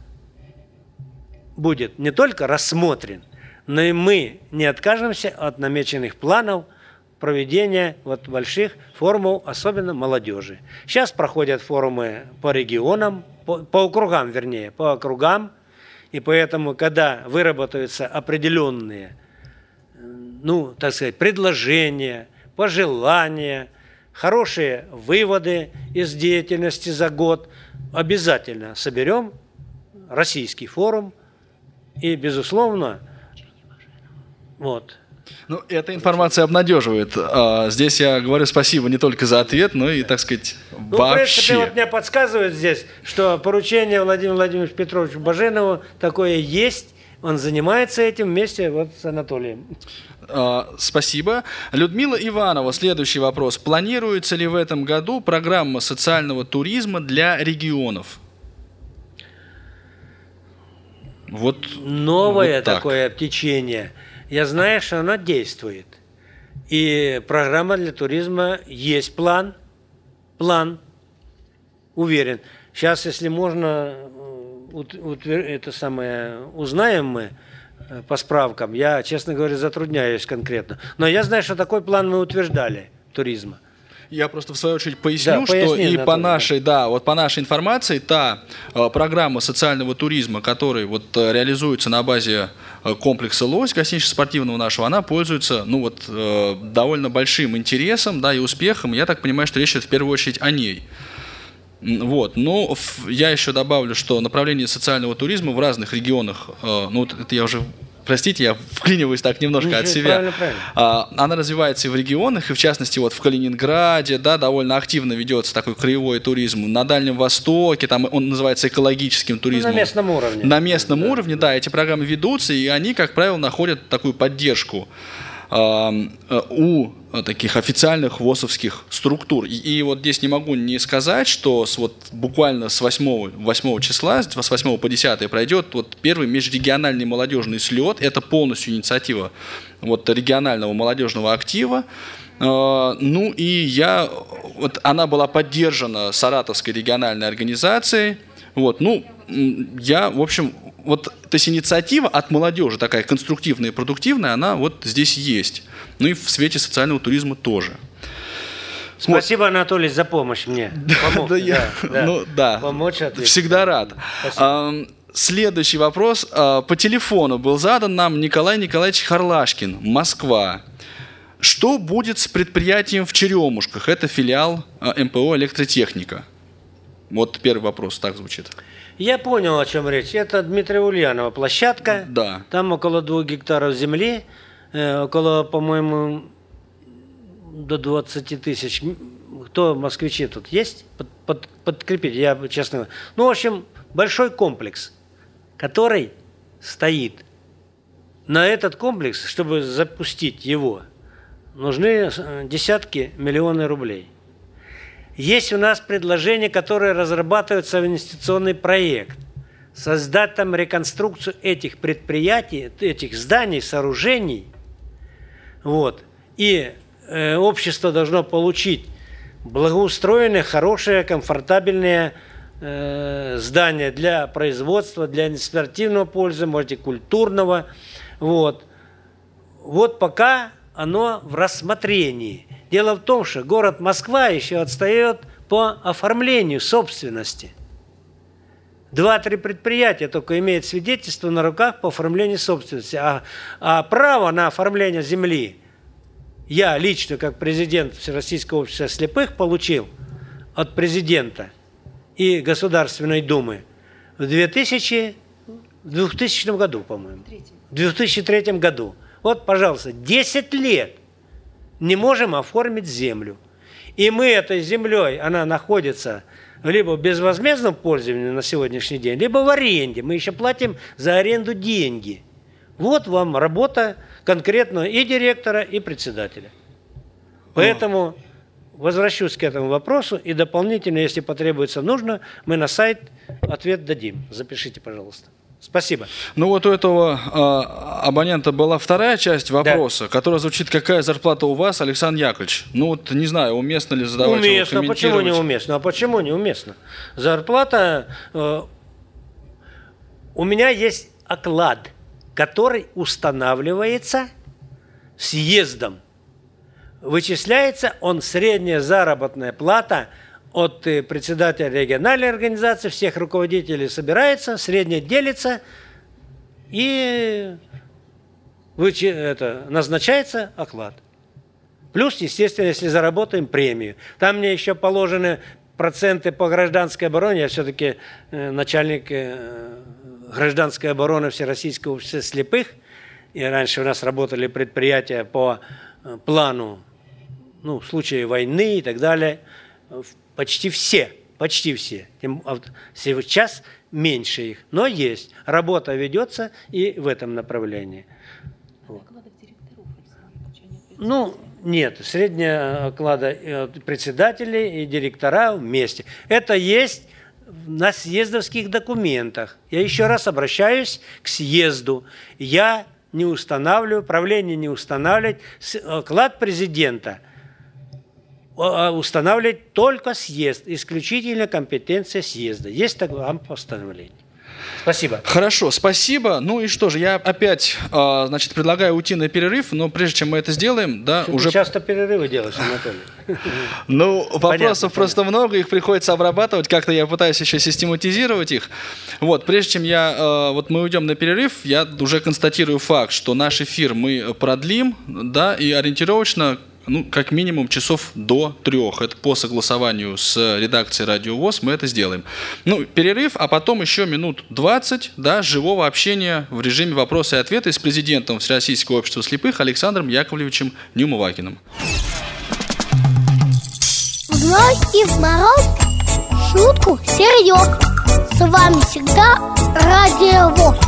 будет не только рассмотрен, но и мы не откажемся от намеченных планов проведения вот больших форумов, особенно молодежи. Сейчас проходят форумы по регионам, по, по округам, вернее, по округам, и поэтому, когда выработаются определенные, ну, так сказать, предложения, пожелания, хорошие выводы из деятельности за год, обязательно соберем российский форум и, безусловно, вот. Ну, эта информация обнадеживает. А, здесь я говорю спасибо не только за ответ, но и, так сказать, Ну, вообще. в принципе, вот мне подсказывают здесь, что поручение Владимиру Владимировичу Петровичу Баженову такое есть. Он занимается этим вместе вот с Анатолием. А, спасибо. Людмила Иванова, следующий вопрос. Планируется ли в этом году программа социального туризма для регионов? Вот Новое вот так. такое течение. Я знаю, что оно действует. И программа для туризма есть план. План. Уверен. Сейчас, если можно, это самое, узнаем мы по справкам. Я, честно говоря, затрудняюсь конкретно. Но я знаю, что такой план мы утверждали туризма. Я просто в свою очередь поясню, Да, что поясни, и Анатолий, по нашей, да, вот по нашей информации, та э, программа социального туризма, которая вот э, реализуется на базе э, комплекса «Лось» гостинично-спортивного нашего, она пользуется, ну вот, э, довольно большим интересом, да, и успехом. Я так понимаю, что речь идет в первую очередь о ней. Вот. Но я еще добавлю, что направление социального туризма в разных регионах, э, ну вот это я уже... Простите, я вклиниваюсь так немножко Ничего, от себя. правильно, правильно. А, она развивается и в регионах, и в частности вот в Калининграде, да, довольно активно ведется такой краевой туризм. На Дальнем Востоке, там он называется экологическим туризмом. Ну, на местном уровне. На местном Да. уровне, да, эти программы ведутся, и они, как правило, находят такую поддержку а, у таких официальных ВОСовских структур. И, и вот здесь не могу не сказать, что с, вот, буквально с восьмого, восьмого числа, с восьмого по десятое пройдет вот первый межрегиональный молодежный слет. Это полностью инициатива вот, регионального молодежного актива. Uh, ну и я, вот она была поддержана Саратовской региональной организацией. Вот, ну, я, в общем, вот то есть инициатива от молодежи, такая конструктивная и продуктивная, она вот здесь есть. Ну и в свете социального туризма тоже. Спасибо, вот. Анатолий, за помощь мне. Помог, да, я, да. Ну, да. Помочь ответить. Всегда рад. А, следующий вопрос. А, по телефону был задан нам Николай Николаевич Харлашкин, Москва. Что будет с предприятием в Черемушках? Это филиал эм пэ о «Электротехника». Вот первый вопрос так звучит. Я понял, о чем речь. Это Дмитрия Ульянова площадка. Да. Там около двух гектаров земли, э, около, по-моему, до двадцати тысяч. Кто москвичи тут есть? Под, под, подкрепите, я честно. Ну, в общем, большой комплекс, который стоит. На этот комплекс, чтобы запустить его, нужны десятки миллионов рублей. Есть у нас предложение, которое разрабатывается в инвестиционный проект. Создать там реконструкцию этих предприятий, этих зданий, сооружений. Вот. И э, общество должно получить благоустроенные, хорошие, комфортабельные э, здания для производства, для спортивного пользования, может, и культурного. Вот. Вот пока оно в рассмотрении. Дело в том, что город Москва еще отстает по оформлению собственности. Два-три предприятия только имеют свидетельство на руках по оформлению собственности. А, а право на оформление земли я лично, как президент Всероссийского общества слепых, получил от президента и Государственной Думы в двухтысячном году, по-моему. В две тысячи третьем году. Вот, пожалуйста, десять лет не можем оформить землю. И мы этой землей, она находится либо в безвозмездном пользовании на сегодняшний день, либо в аренде. Мы еще платим за аренду деньги. Вот вам работа конкретно и директора, и председателя. Поэтому возвращусь к этому вопросу, и дополнительно, если потребуется, нужно, мы на сайт ответ дадим. Запишите, пожалуйста. Спасибо. Ну вот у этого э, абонента была вторая часть вопроса, да, которая звучит: какая зарплата у вас, Александр Яковлевич? Ну вот не знаю, уместно ли задавать его, уместно, комментировать. Почему неуместно? А почему неуместно? Зарплата... Э, у меня есть оклад, который устанавливается съездом вычисляется он средняя заработная плата от председателя региональной организации, всех руководителей собирается, средняя делится и это, назначается оклад. Плюс, естественно, если заработаем премию. Там мне еще положены проценты по гражданской обороне. Я все-таки э, начальник э, гражданской обороны Всероссийского общества слепых. И раньше у нас работали предприятия по э, плану, ну, в случае войны и так далее. Почти все, почти все. Сейчас меньше их, но есть. Работа ведется и в этом направлении. Вот. Ну, нет, средняя оклада председателей и директора вместе. Это есть на съездовских документах. Я еще раз обращаюсь к съезду. Я не устанавливаю, правление не устанавливает. Оклад президента устанавливает только съезд. Исключительно компетенция съезда. Есть такое постановление. Спасибо. Хорошо, спасибо. Ну и что же, я опять, э, значит, предлагаю уйти на перерыв, но прежде чем мы это сделаем, да, Ты уже... часто перерывы делаешь, Анатолий. Ну, вопросов просто много, их приходится обрабатывать, как-то я пытаюсь еще систематизировать их. Вот, прежде чем я, э, вот мы уйдем на перерыв, я уже констатирую факт, что наш эфир мы продлим, да, и ориентировочно, ну, как минимум часов до трех. Это по согласованию с редакцией Радио ВОС мы это сделаем. Ну, перерыв, а потом еще минут двадцать, да, живого общения в режиме вопроса и ответа с президентом Всероссийского общества слепых Александром Яковлевичем Неумывакиным. В зной и в мороз шутку серьез. С вами всегда Радио ВОС.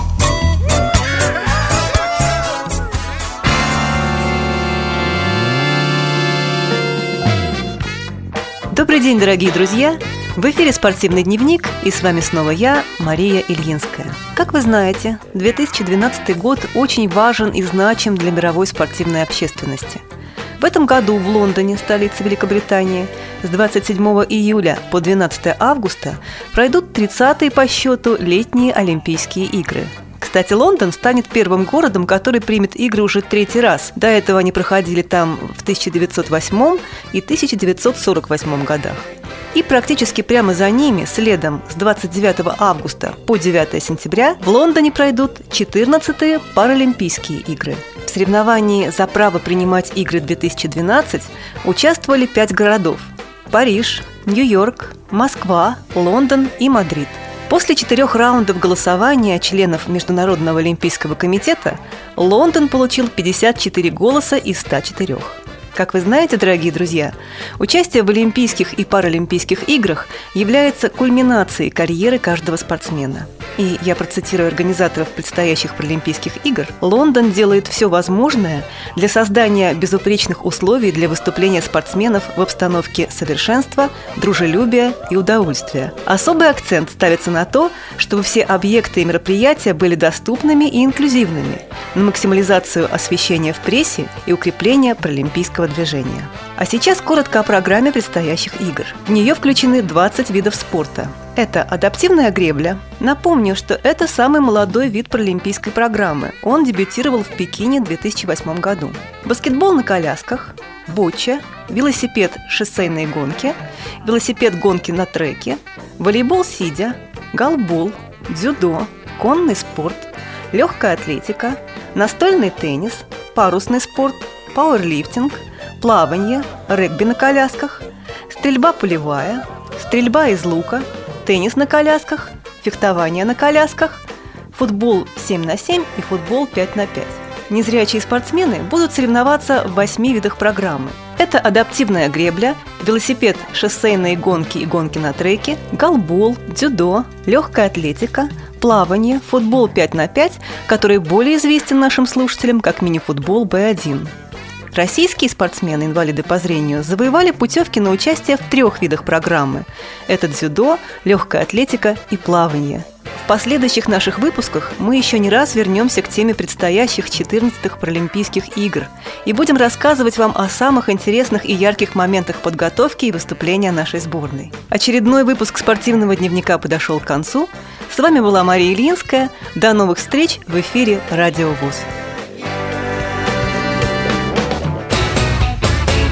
Добрый день, дорогие друзья! В эфире «Спортивный дневник» и с вами снова я, Мария Ильинская. Как вы знаете, две тысячи двенадцатый год очень важен и значим для мировой спортивной общественности. В этом году в Лондоне, столице Великобритании, с двадцать седьмого июля по двенадцатого августа пройдут тридцатые по счету летние Олимпийские игры. Кстати, Лондон станет первым городом, который примет игры уже третий раз. До этого они проходили там в тысяча девятьсот восьмом и тысяча девятьсот сорок восьмом годах. И практически прямо за ними, следом с двадцать девятого августа по девятого сентября, в Лондоне пройдут четырнадцатые Паралимпийские игры. В соревновании за право принимать игры две тысячи двенадцать участвовали пять городов – Париж, Нью-Йорк, Москва, Лондон и Мадрид. После четырех раундов голосования членов Международного олимпийского комитета Лондон получил пятьдесят четыре голоса из ста четырёх. Как вы знаете, дорогие друзья, участие в Олимпийских и Паралимпийских играх является кульминацией карьеры каждого спортсмена. И я процитирую организаторов предстоящих Паралимпийских игр: «Лондон делает все возможное для создания безупречных условий для выступления спортсменов в обстановке совершенства, дружелюбия и удовольствия. Особый акцент ставится на то, чтобы все объекты и мероприятия были доступными и инклюзивными, на максимализацию освещения в прессе и укрепление паралимпийского движения». А сейчас коротко о программе предстоящих игр. В нее включены двадцать видов спорта. Это адаптивная гребля. Напомню, что это самый молодой вид паралимпийской программы. Он дебютировал в Пекине в две тысячи восьмом году. Баскетбол на колясках, боча, велосипед шоссейные гонки, велосипед гонки на треке, волейбол сидя, голбол, дзюдо, конный спорт, легкая атлетика, настольный теннис, парусный спорт, пауэрлифтинг, плавание, регби на колясках, стрельба полевая, стрельба из лука, теннис на колясках, фехтование на колясках, футбол семь на семь и футбол пять на пять. Незрячие спортсмены будут соревноваться в восьми видах программы. Это адаптивная гребля, велосипед шоссейные гонки и гонки на треке, голбол, дзюдо, легкая атлетика, плавание, футбол пять на пять, который более известен нашим слушателям как мини-футбол бэ один. Российские спортсмены-инвалиды по зрению завоевали путевки на участие в трех видах программы. Это дзюдо, легкая атлетика и плавание. В последующих наших выпусках мы еще не раз вернемся к теме предстоящих четырнадцатых Паралимпийских игр и будем рассказывать вам о самых интересных и ярких моментах подготовки и выступления нашей сборной. Очередной выпуск спортивного дневника подошел к концу. С вами была Мария Ильинская. До новых встреч в эфире Радио ВОС.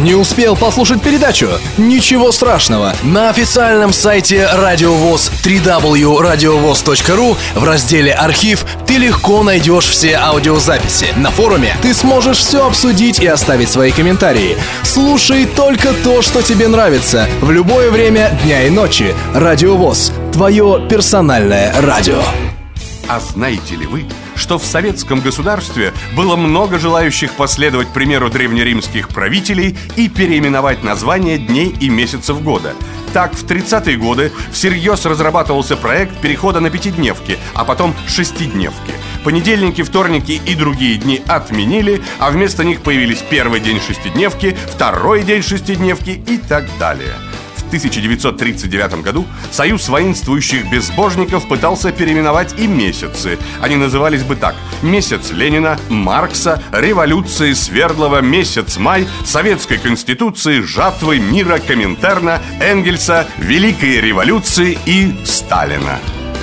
Не успел послушать передачу? Ничего страшного. На официальном сайте Радио ВОС дабл ю дабл ю дабл ю точка радиовос точка ру в разделе «Архив» ты легко найдешь все аудиозаписи. На форуме ты сможешь все обсудить и оставить свои комментарии. Слушай только то, что тебе нравится, в любое время дня и ночи. Радио ВОС. Твое персональное радио. А знаете ли вы, что в советском государстве было много желающих последовать примеру древнеримских правителей и переименовать названия дней и месяцев года? Так, в тридцатые годы всерьез разрабатывался проект перехода на пятидневки, а потом шестидневки. Понедельники, вторники и другие дни отменили, а вместо них появились первый день шестидневки, второй день шестидневки и так далее. В тысяча девятьсот тридцать девятом году Союз воинствующих безбожников пытался переименовать и месяцы. Они назывались бы так: месяц Ленина, Маркса, революции Свердлова, месяц Май, Советской Конституции, жатвы, мира, Коминтерна, Энгельса, Великой революции и Сталина.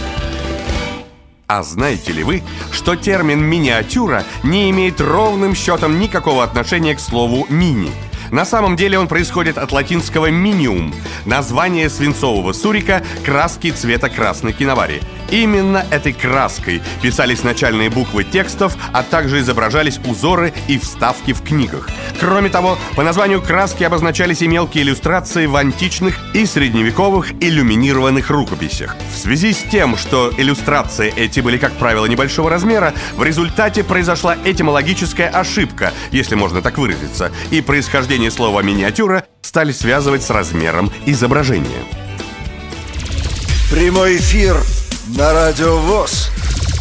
А знаете ли вы, что термин «миниатюра» не имеет ровным счетом никакого отношения к слову «мини»? На самом деле он происходит от латинского «миниум», название свинцового сурика краски цвета красной киновари. Именно этой краской писались начальные буквы текстов, а также изображались узоры и вставки в книгах. Кроме того, по названию краски обозначались и мелкие иллюстрации в античных и средневековых иллюминированных рукописях. В связи с тем, что иллюстрации эти были, как правило, небольшого размера, в результате произошла этимологическая ошибка, если можно так выразиться, и происхождение слова «миниатюра» стали связывать с размером изображения. Прямой эфир на Радио ВОС.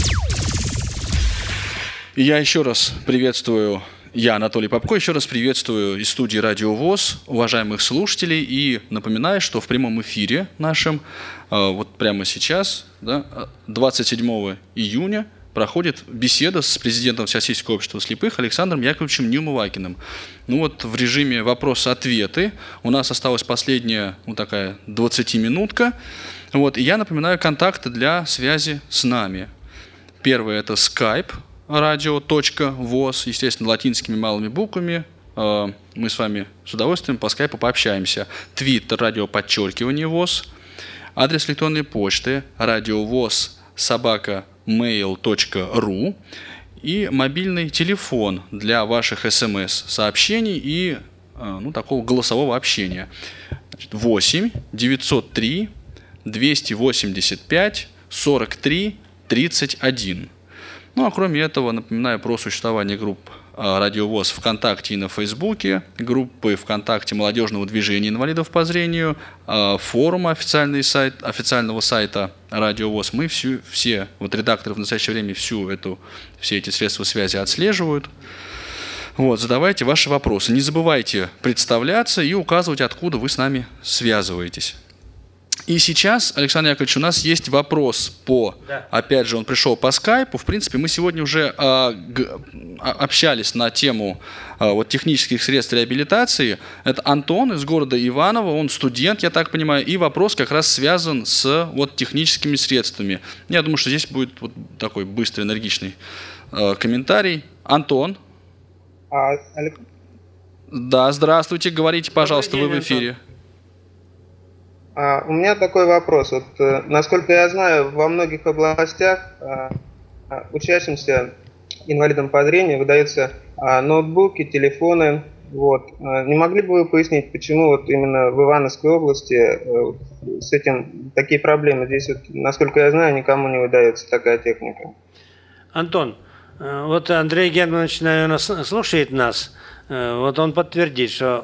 Я еще раз приветствую, я, Анатолий Попко, еще раз приветствую из студии Радио ВОС уважаемых слушателей и напоминаю, что в прямом эфире нашем, вот прямо сейчас, да, двадцать седьмого июня, проходит беседа с президентом Всероссийского общества слепых Александром Яковлевичем Неумывакиным. Ну вот в режиме вопросы-ответы у нас осталась последняя, ну такая, двадцатиминутка. Вот, и я напоминаю контакты для связи с нами. Первый – это skype радио точка вос, естественно, латинскими малыми буквами. Мы с вами с удовольствием по скайпу пообщаемся. Твиттер, радио подчеркивание ВОС. Адрес электронной почты радиовос собака mail точка ру. И мобильный телефон для ваших смс-сообщений и ну, такого голосового общения. восемь девятьсот три двести восемьдесят пять сорок три тридцать один. Ну а кроме этого, напоминаю про существование групп Радио ВОС ВКонтакте и на Фейсбуке, группы ВКонтакте молодежного движения инвалидов по зрению, форума официальный сайт, официального сайта Радио ВОС. Мы всю, все, вот редакторы в настоящее время всю эту, все эти средства связи отслеживают. Вот, задавайте ваши вопросы. Не забывайте представляться и указывать, откуда вы с нами связываетесь. И сейчас, Александр Яковлевич, у нас есть вопрос по, да. Опять же, он пришел по скайпу. В принципе, мы сегодня уже а, г, общались на тему а, вот, технических средств реабилитации. Это Антон из города Иваново, он студент, я так понимаю, и вопрос как раз связан с вот, техническими средствами. Я думаю, что здесь будет вот, такой быстрый, энергичный а, комментарий. Антон. А, да, здравствуйте, говорите, пожалуйста, день, вы в эфире. Антон. А, у меня такой вопрос. Вот, э, насколько я знаю, во многих областях э, учащимся инвалидам по зрению выдаются э, ноутбуки, телефоны. Вот. Э, не могли бы вы пояснить, почему вот именно в Ивановской области э, с этим такие проблемы? Здесь, вот, насколько я знаю, никому не выдается такая техника. Антон, э, вот Андрей Германович, наверное, слушает нас. Э, вот он подтвердит, что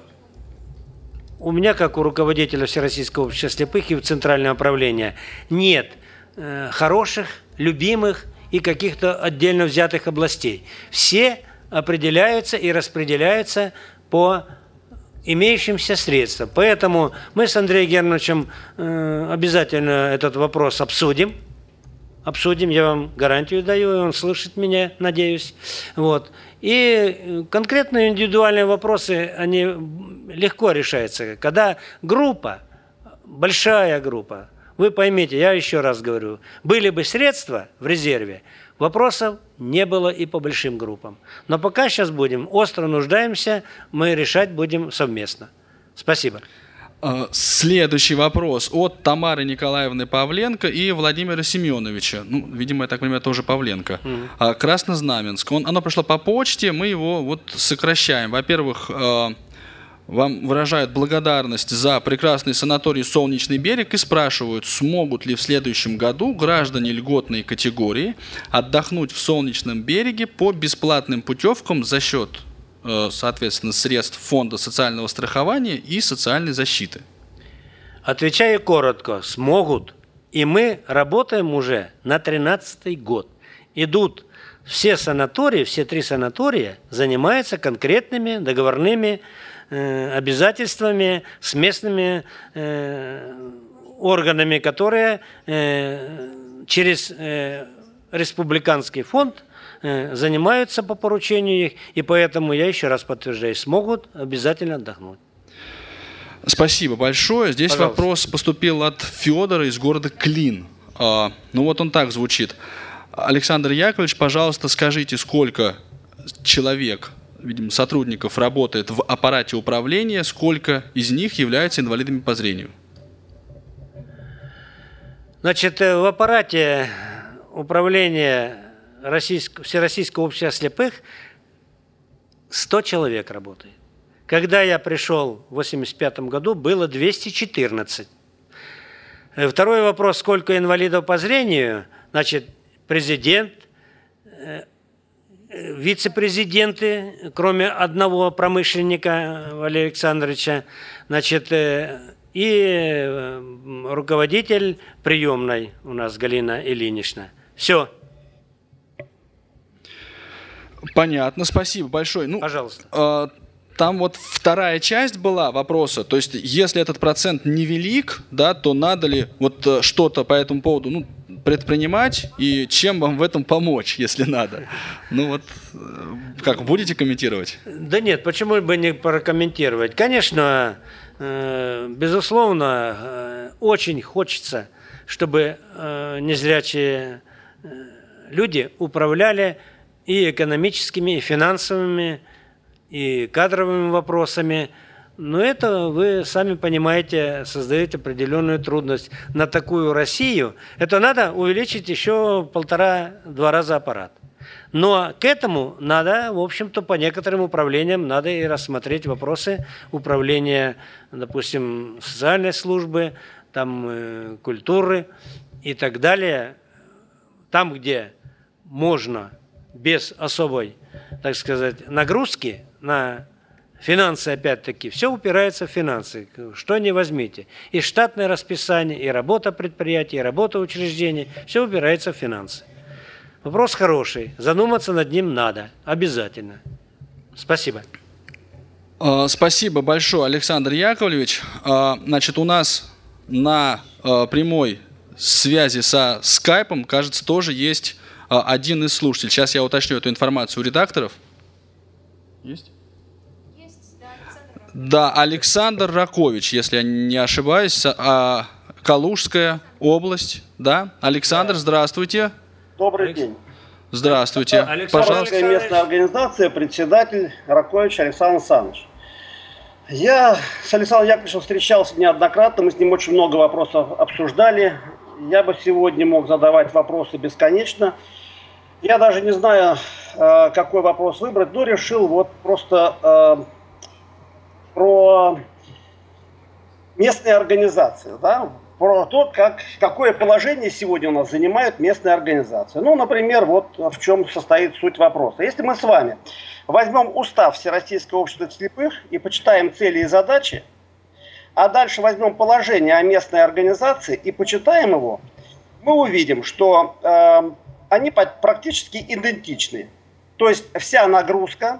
у меня, как у руководителя Всероссийского общества слепых и Центрального управления, нет э, хороших, любимых и каких-то отдельно взятых областей. Все определяются и распределяются по имеющимся средствам. Поэтому мы с Андреем Германовичем э, обязательно этот вопрос обсудим. Обсудим, я вам гарантию даю, и он слышит меня, надеюсь. Вот. И конкретные индивидуальные вопросы, они легко решаются. Когда группа, большая группа, вы поймите, я еще раз говорю, были бы средства в резерве, Вопросов не было и по большим группам. Но пока сейчас будем, остро нуждаемся, мы решать будем совместно. Спасибо. Следующий вопрос от Тамары Николаевны Павленко и Владимира Семеновича. Ну, видимо, я так понимаю, тоже Павленко. Mm-hmm. Краснознаменск. Он, оно пришло по почте, мы его вот сокращаем. Во-первых, вам выражают благодарность за прекрасный санаторий «Солнечный берег» и спрашивают, смогут ли в следующем году граждане льготной категории отдохнуть в Солнечном береге по бесплатным путевкам за счет, соответственно, средств Фонда социального страхования и социальной защиты. Отвечаю коротко, смогут. И мы работаем уже на тринадцатый год. Идут все санатории, все три санатория занимаются конкретными договорными обязательствами с местными э, органами, которые э, через э, республиканский фонд э, занимаются по поручению их, и поэтому я еще раз подтверждаю, смогут обязательно отдохнуть. Спасибо большое. Здесь Пожалуйста. Вопрос поступил от Федора из города Клин. А, ну вот он так звучит. Александр Яковлевич, пожалуйста, скажите, сколько человек, видимо, сотрудников работает в аппарате управления, сколько из них являются инвалидами по зрению? Значит, в аппарате управления Российского, Всероссийского общества слепых сто человек работает. Когда я пришел в восемьдесят пятом году, было двести четырнадцать. Второй вопрос, сколько инвалидов по зрению? Значит, президент, вице-президенты, кроме одного промышленника Валерия Александровича, значит, и руководитель приемной у нас Галина Ильинична. Все. Понятно, спасибо большое. Ну, пожалуйста. Там вот вторая часть была вопроса, то есть если этот процент невелик, да, то надо ли вот что-то по этому поводу, ну, предпринимать и чем вам в этом помочь, если надо? Ну вот, как, будете комментировать? Да нет, почему бы не прокомментировать? Конечно, безусловно, очень хочется, чтобы незрячие люди управляли и экономическими, и финансовыми, и кадровыми вопросами. Но это, вы сами понимаете, создает определенную трудность. На такую Россию это надо увеличить еще полтора-два раза аппарат. Но к этому надо, в общем-то, по некоторым управлениям надо и рассмотреть вопросы управления, допустим, социальной службы, там, э, культуры и так далее. Там, где можно без особой, так сказать, нагрузки на финансы, опять-таки, все упирается в финансы. Что не возьмите. И штатное расписание, и работа предприятия, и работа учреждений, все упирается в финансы. Вопрос хороший. Задуматься над ним надо. Обязательно. Спасибо. Спасибо большое, Александр Яковлевич. Значит, у нас на прямой связи со скайпом, кажется, тоже есть один из слушателей. Сейчас я уточню эту информацию у редакторов. Есть? Есть, да, Александр. Да, Александр Ракович, если я не ошибаюсь, а, Калужская область, да? Александр, да. Здравствуйте. Добрый Алекс... день. Здравствуйте. Александр, пожалуйста. Местная организация, председатель Ракович Александр Александрович. Я с Александром Яковлевичем встречался неоднократно, мы с ним очень много вопросов обсуждали. Я бы сегодня мог задавать вопросы бесконечно. Я даже не знаю, какой вопрос выбрать, но решил вот просто э, про местные организации, да, про то, как, какое положение сегодня у нас занимают местные организации. Ну, например, вот в чем состоит суть вопроса. Если мы с вами возьмем устав Всероссийского общества слепых и почитаем цели и задачи, а дальше возьмем положение о местной организации и почитаем его, мы увидим, что э, они практически идентичны. То есть вся нагрузка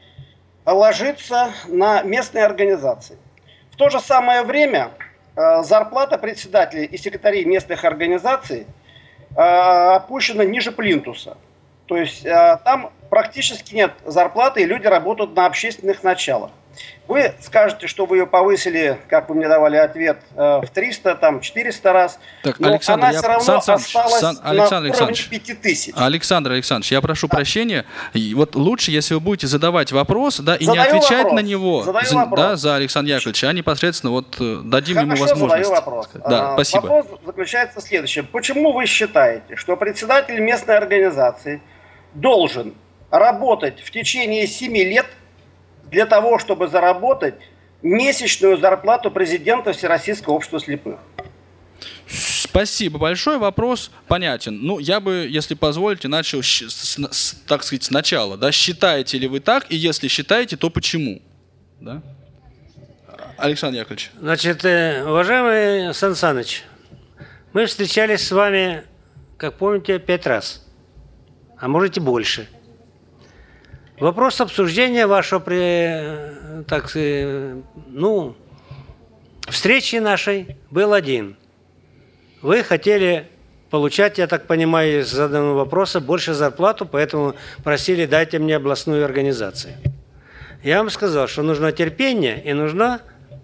ложится на местные организации. В то же самое время э, зарплата председателей и секретарей местных организаций э, опущена ниже плинтуса. То есть э, там практически нет зарплаты, и люди работают на общественных началах. Вы скажете, что вы ее повысили, как вы мне давали ответ, в триста, там, четыреста раз, так, но Александр, она я... все равно Сан Саныч, осталась Сан... на Александр уровне пяти тысяч. Александр Александрович, я прошу да. прощения. И вот лучше, если вы будете задавать вопрос, да, и задаю не отвечать вопрос. на него за, да, за Александра Яковлевича, а непосредственно вот дадим Хорошо, ему возможность. Задаю вопрос. Да, а, спасибо. Вопрос заключается в следующем. Почему вы считаете, что председатель местной организации должен работать в течение семи лет для того, чтобы заработать месячную зарплату президента Всероссийского общества слепых? Спасибо большое. Вопрос понятен. Ну, я бы, если позволите, начал, с, с, так сказать, сначала. Да? Считаете ли вы так? И если считаете, то почему? Да? Александр Яковлевич. Значит, уважаемый Сан Саныч, мы встречались с вами, как помните, пять раз. А может и больше. Вопрос обсуждения вашего, так сказать, ну, встречи нашей был один. Вы хотели получать, я так понимаю, из заданного вопроса больше зарплату, поэтому просили, дайте мне областную организацию. Я вам сказал, что нужно терпение и нужно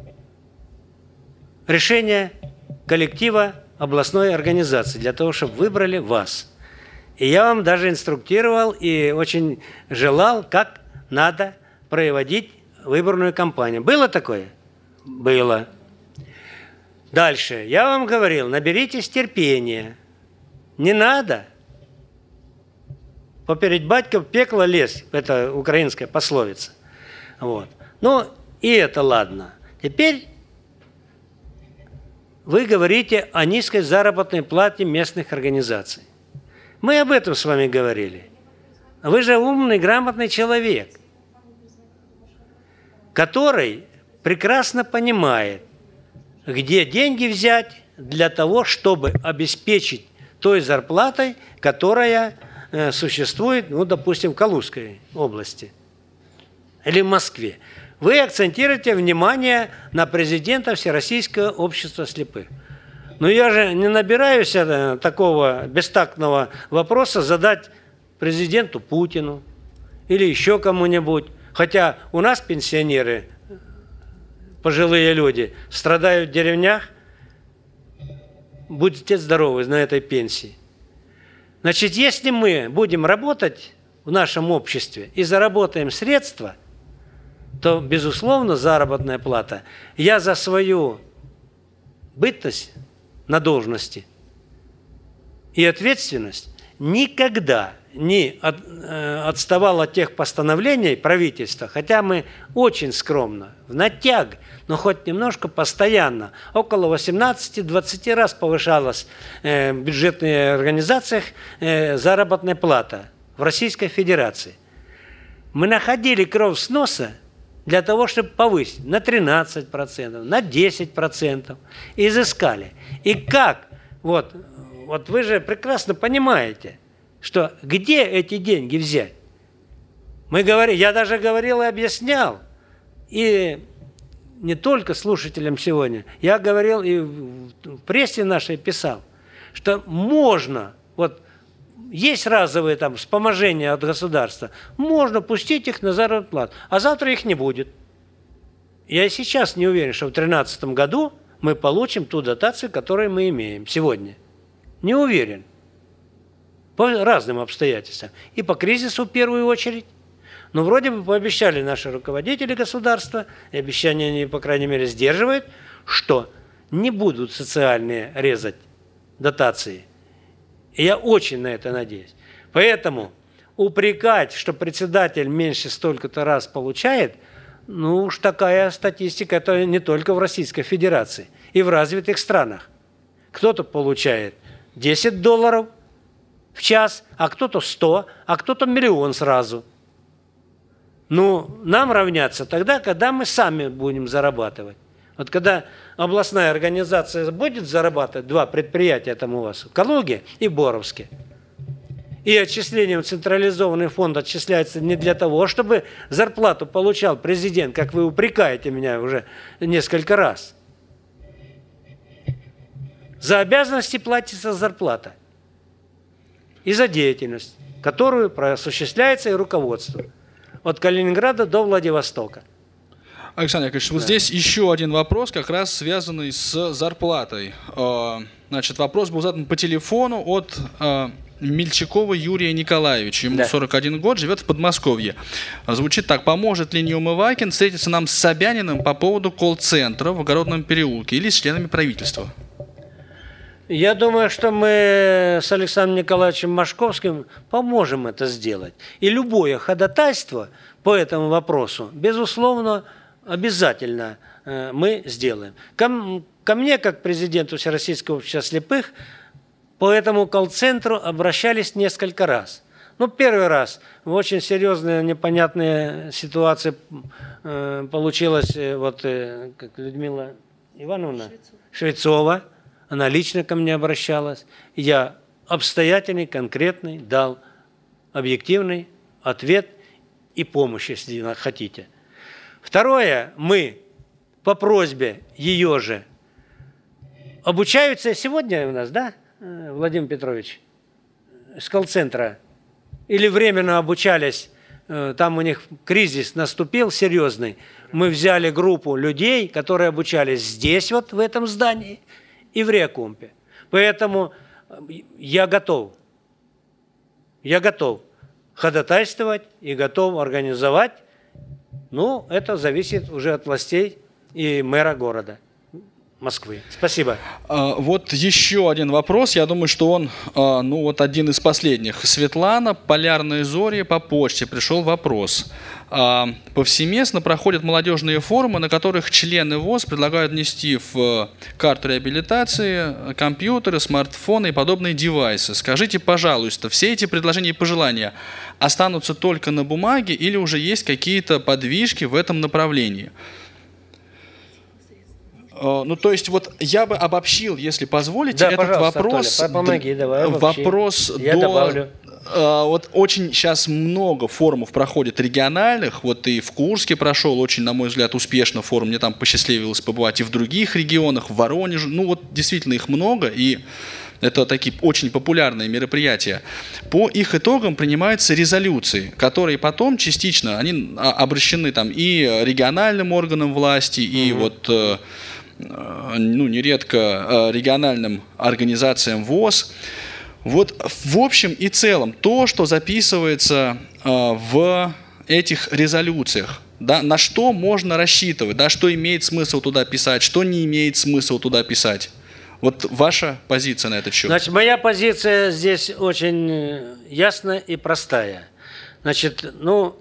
решение коллектива областной организации для того, чтобы выбрали вас. И я вам даже инструктировал и очень желал, как надо проводить выборную кампанию. Было такое? Было. Дальше. Я вам говорил, наберитесь терпения. Не надо. Поперед батька в пекло лезь. Это украинская пословица. Вот. Ну, и это ладно. Теперь вы говорите о низкой заработной плате местных организаций. Мы об этом с вами говорили. Вы же умный, грамотный человек, который прекрасно понимает, где деньги взять для того, чтобы обеспечить той зарплатой, которая э, существует, ну, допустим, в Калужской области или в Москве. Вы акцентируете внимание на президента Всероссийского общества слепых. Но я же не набираюсь такого бестактного вопроса задать президенту Путину или еще кому-нибудь. Хотя у нас пенсионеры, пожилые люди, страдают в деревнях. Будьте здоровы на этой пенсии. Значит, если мы будем работать в нашем обществе и заработаем средства, то, безусловно, заработная плата. Я за свою бытность на должности и ответственность никогда не от, э, отставал от тех постановлений правительства, хотя мы очень скромно, в натяг, но хоть немножко постоянно, около восемнадцати-двадцати раз повышалась э, в бюджетных организациях э, заработная плата в Российской Федерации. Мы находили кровь с носа для того, чтобы повысить на тринадцать процентов, на десять процентов. И изыскали. И как? Вот, вот вы же прекрасно понимаете, что где эти деньги взять? Мы говорим, я даже говорил и объяснял. И не только слушателям сегодня. Я говорил и в прессе нашей писал, что можно, вот есть разовые там вспоможения от государства, можно пустить их на заработную плату, а завтра их не будет. Я и сейчас не уверен, что в две тысячи тринадцатом году мы получим ту дотацию, которую мы имеем сегодня. Не уверен. По разным обстоятельствам. И по кризису в первую очередь. Но вроде бы пообещали наши руководители государства, и обещания они, по крайней мере, сдерживают, что не будут социальные резать дотации. И я очень на это надеюсь. Поэтому упрекать, что председатель меньше столько-то раз получает, ну уж такая статистика, это не только в Российской Федерации, и в развитых странах. Кто-то получает десять долларов в час, а кто-то сто, а кто-то миллион сразу. Ну, нам равняться тогда, когда мы сами будем зарабатывать. Вот когда областная организация будет зарабатывать, два предприятия там у вас, в Калуге и в Боровске, и отчислением в централизованный фонд отчисляется не для того, чтобы зарплату получал президент, как вы упрекаете меня уже несколько раз. За обязанности платится зарплата. И за деятельность, которую осуществляется и руководство. От Калининграда до Владивостока. Александр Яковлевич, вот Да. здесь еще один вопрос, как раз связанный с зарплатой. Э, Значит, вопрос был задан по телефону от э, Мельчакова Юрия Николаевича. Ему Да. сорок один год, живет в Подмосковье. Звучит так: поможет ли Неумывакин встретиться нам с Собяниным по поводу колл-центра в Огородном переулке или с членами правительства? Я думаю, что мы с Александром Николаевичем Машковским поможем это сделать. И любое ходатайство по этому вопросу, безусловно, обязательно э, мы сделаем. Ко, м- ко мне, как президенту Всероссийского общества слепых, по этому колл-центру обращались несколько раз. Ну, первый раз в очень серьезная, непонятная ситуация э, получилась, э, вот, э, как Людмила Ивановна Швецова. Она лично ко мне обращалась. Я обстоятельный, конкретный дал объективный ответ и помощь, если хотите. Второе, мы по просьбе ее же обучаются сегодня у нас, да, Владимир Петрович, с колл-центра, или временно обучались, там у них кризис наступил серьезный. Мы взяли группу людей, которые обучались здесь, вот в этом здании, и в Реакомпе. Поэтому я готов. Я готов ходатайствовать и готов организовать. Ну, это зависит уже от властей и мэра города Москвы. Спасибо. А, Вот еще один вопрос. Я думаю, что он, а, ну, вот один из последних. Светлана, Полярные зори, по почте пришел вопрос. А, Повсеместно проходят молодежные форумы, на которых члены ВОС предлагают внести в карту реабилитации компьютеры, смартфоны и подобные девайсы. Скажите, пожалуйста, все эти предложения и пожелания останутся только на бумаге или уже есть какие-то подвижки в этом направлении? Ну, то есть, вот я бы обобщил, если позволите, Да, этот вопрос, Толя, помоги, давай, обобщи. вопрос Я до... добавлю. э, Вот очень сейчас много форумов проходит региональных, вот и в Курске прошел очень, на мой взгляд, успешно форум, мне там посчастливилось побывать, и в других регионах, в Воронеже, ну вот действительно их много, и это такие очень популярные мероприятия. По их итогам принимаются резолюции, которые потом частично, они а, обращены там и региональным органам власти, и вот... э, ну, нередко региональным организациям ВОС. Вот в общем и целом то, что записывается в этих резолюциях, да, на что можно рассчитывать, да, что имеет смысл туда писать, что не имеет смысла туда писать. Вот ваша позиция на этот счет. Значит, моя позиция здесь очень ясная и простая. Значит, ну,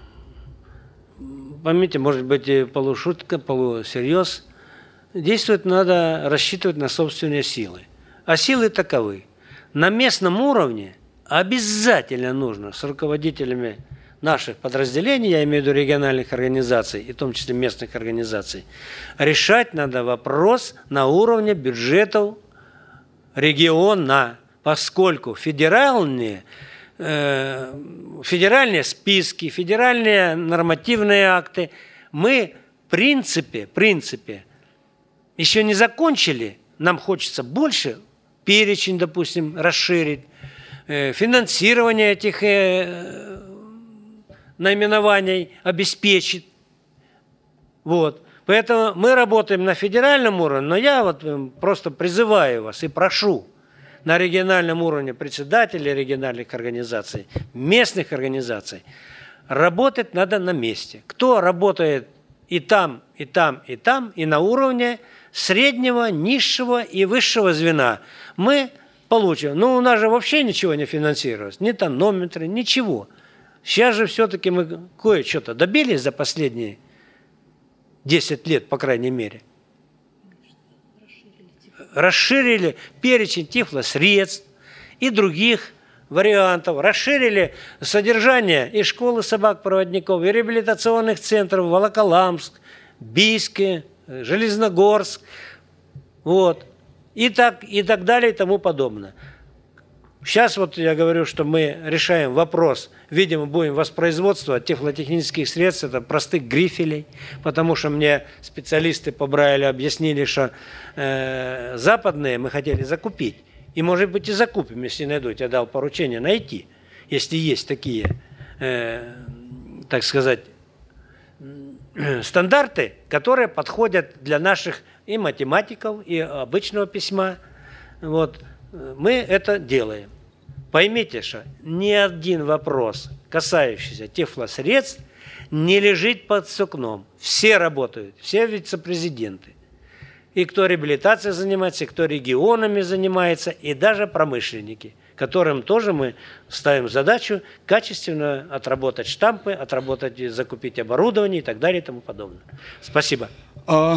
поймите, может быть, и полушутка, полусерьез. Действовать надо рассчитывать на собственные силы. А силы таковы. На местном уровне обязательно нужно с руководителями наших подразделений, я имею в виду региональных организаций, и в том числе местных организаций, решать надо вопрос на уровне бюджетов региона, поскольку федеральные, э, федеральные списки, федеральные нормативные акты мы в принципе, в принципе, еще не закончили, нам хочется больше, перечень, допустим, расширить, э, финансирование этих э, наименований обеспечить. Вот. Поэтому мы работаем на федеральном уровне, но я вот просто призываю вас и прошу на региональном уровне председателей региональных организаций, местных организаций, работать надо на месте. Кто работает и там, и там, и там, и на уровне среднего, низшего и высшего звена, мы получим. Ну, у нас же вообще ничего не финансировалось, ни тонометры, ничего. Сейчас же все-таки мы кое-что-то добились за последние десять лет, по крайней мере. Расширили перечень тифлосредств и других вариантов. Расширили содержание и школы собак-проводников, и реабилитационных центров Волоколамск, Бийске, Железногорск, вот, и так, и так далее, и тому подобное. Сейчас вот я говорю, что мы решаем вопрос, видимо, будем воспроизводствовать тифлотехнических средств, это простых грифелей, потому что мне специалисты по Брайлю объяснили, что э, западные мы хотели закупить, и, может быть, и закупим, если найдут, я дал поручение найти, если есть такие, э, так сказать, стандарты, которые подходят для наших и математиков, и обычного письма. Вот. Мы это делаем. Поймите, что ни один вопрос, касающийся тифлосредств, не лежит под сукном. Все работают, все вице-президенты. И кто реабилитацией занимается, и кто регионами занимается, и даже промышленники, которым тоже мы ставим задачу качественно отработать штампы, отработать, закупить оборудование и так далее и тому подобное. Спасибо. А,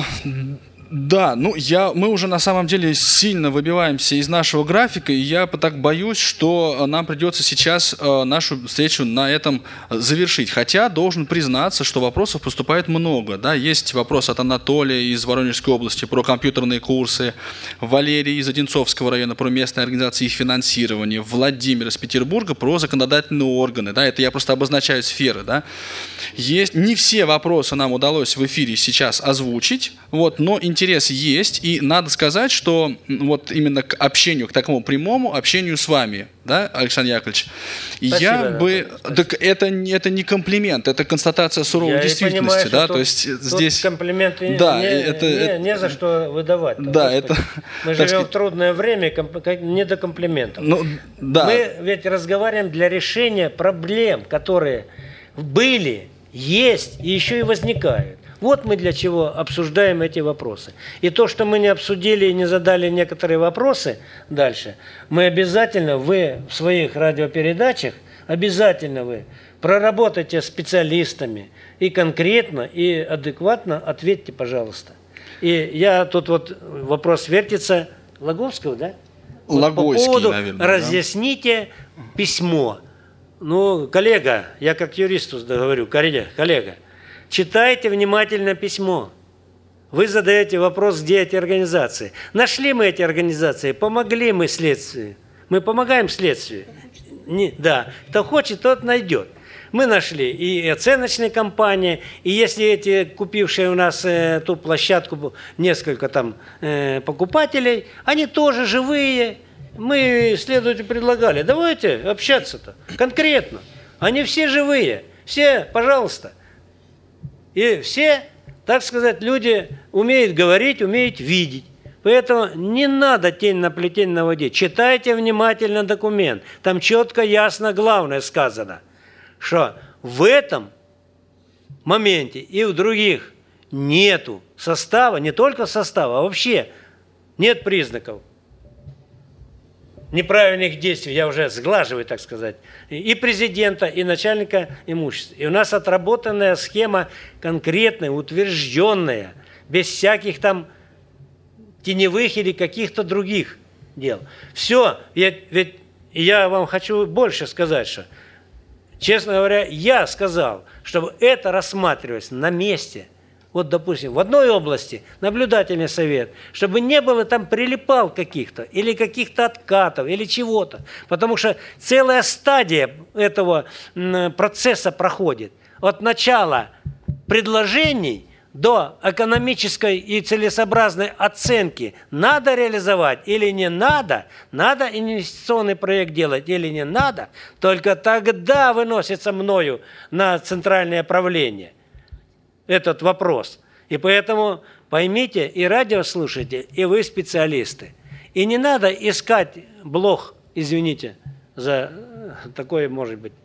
да, ну я, мы уже на самом деле сильно выбиваемся из нашего графика, и я так боюсь, что нам придется сейчас э, нашу встречу на этом завершить. Хотя должен признаться, что вопросов поступает много. Да? Есть вопрос от Анатолия из Воронежской области про компьютерные курсы, Валерий из Одинцовского района про местные организации и финансирование, Владимир из Петербурга про законодательные органы. Да? Это я просто обозначаю сферы. Да? Есть, не все вопросы нам удалось в эфире сейчас озвучить, вот, но интерес есть, и надо сказать, что вот именно к общению, к такому прямому общению с вами, да, Александр Яковлевич, Спасибо, я Анатолий, бы, так это, это не комплимент, это констатация суровой Я действительности, понимаю, да, тут, то есть тут здесь комплименты да, не, это, не, это, не за что выдавать. Да, это, мы живем сказать, в трудное время, не до комплиментов. Ну, да. Мы ведь разговариваем для решения проблем, которые были, есть и еще и возникают. Вот мы для чего обсуждаем эти вопросы. И то, что мы не обсудили и не задали некоторые вопросы дальше, мы обязательно, вы в своих радиопередачах, обязательно вы проработайте специалистами и конкретно, и адекватно ответьте, пожалуйста. И я тут вот вопрос вертится Логовского, да? Логойский, вот по поводу наверное. разъясните да? письмо. Ну, коллега, я как юристу говорю, коллега, коллега, читайте внимательно письмо. Вы задаете вопрос, где эти организации. Нашли мы эти организации, помогли мы следствию. Мы помогаем следствию. Не, да, кто хочет, тот найдет. Мы нашли и оценочные компании, и если эти купившие у нас э, ту площадку несколько там э, покупателей, они тоже живые. Мы следователю предлагали, давайте общаться-то конкретно. Они все живые, все, пожалуйста. И все, так сказать, люди умеют говорить, умеют видеть. Поэтому не надо тень на плетень наводить. Читайте внимательно документ. Там четко, ясно, главное сказано, что в этом моменте и в других нету состава, не только состава, а вообще нет признаков неправильных действий, я уже сглаживаю, так сказать, и президента, и начальника имущества. И у нас отработанная схема конкретная, утвержденная, без всяких там теневых или каких-то других дел. Все, ведь, ведь я вам хочу больше сказать, что, честно говоря, я сказал, чтобы это рассматривалось на месте. Вот, допустим, в одной области наблюдательный совет, чтобы не было там прилипал каких-то, или каких-то откатов, или чего-то. Потому что целая стадия этого процесса проходит. От начала предложений до экономической и целесообразной оценки, надо реализовать или не надо, надо инвестиционный проект делать или не надо, только тогда выносится мною на центральное правление этот вопрос. И поэтому поймите, и радио слушайте, и вы специалисты. И не надо искать блох, извините за такое, может быть,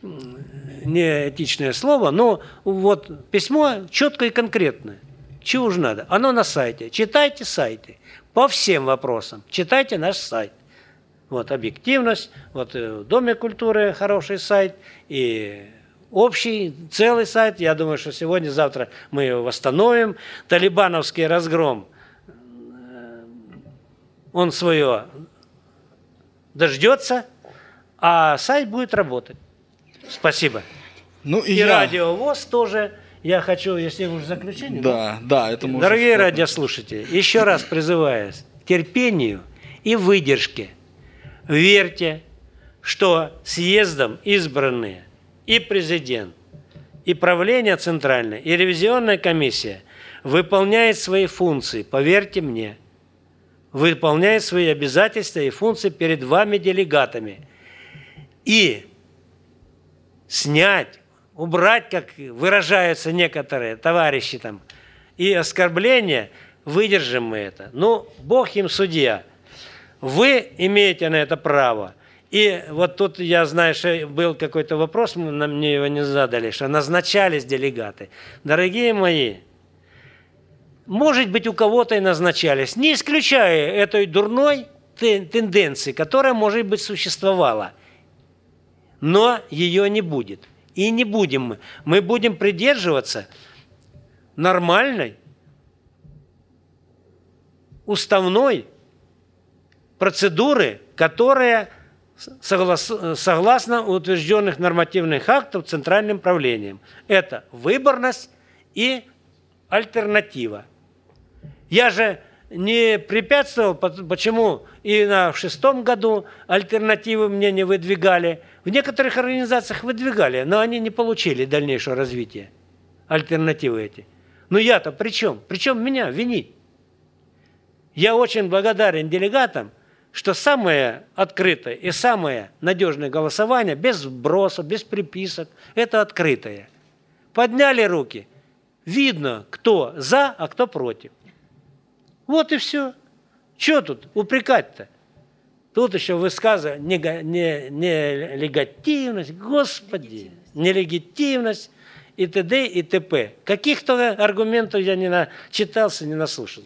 неэтичное слово, но вот письмо четкое и конкретное. Чего же надо? Оно на сайте. Читайте сайты по всем вопросам. Читайте наш сайт. Вот объективность, вот в Доме культуры хороший сайт, и общий, целый сайт. Я думаю, что сегодня, завтра мы его восстановим. Талибановский разгром, он свое дождется, а сайт будет работать. Спасибо. Ну, и и я... Радио ВОС тоже. Я хочу, если уже заключение. Да, да, это можно. Дорогие радиослушатели, еще раз призываю к терпению и выдержке. Верьте, что съездом избранные и президент, и правление центральное, и ревизионная комиссия выполняет свои функции, поверьте мне, выполняет свои обязательства и функции перед вами, делегатами. И снять убрать, как выражаются некоторые товарищи там, и оскорбления, выдержим мы это. Ну, Бог им судья. Вы имеете на это право. И вот тут, я знаю, что был какой-то вопрос, мне его не задали, что назначались делегаты. Дорогие мои, может быть, у кого-то и назначались, не исключая этой дурной тенденции, которая, может быть, существовала. Но ее не будет. И не будем мы. Мы будем придерживаться нормальной, уставной процедуры, которая соглас, согласно утвержденных нормативных актов Центральным правлением. Это выборность и альтернатива. Я же не препятствовал, почему и на шестом году альтернативы мне не выдвигали. В некоторых организациях выдвигали, но они не получили дальнейшего развития. Альтернативы эти. Но я-то при чем? Причем меня винить? Я очень благодарен делегатам, что самое открытое и самое надежное голосование, без вбросов, без приписок, это открытое. Подняли руки. Видно, кто за, а кто против. Вот и все. Что тут упрекать-то? Тут еще высказывание, не, не, не легативность, господи, нелегитимность и т.д. и т.п. Каких-то аргументов я не начитался, не наслушал.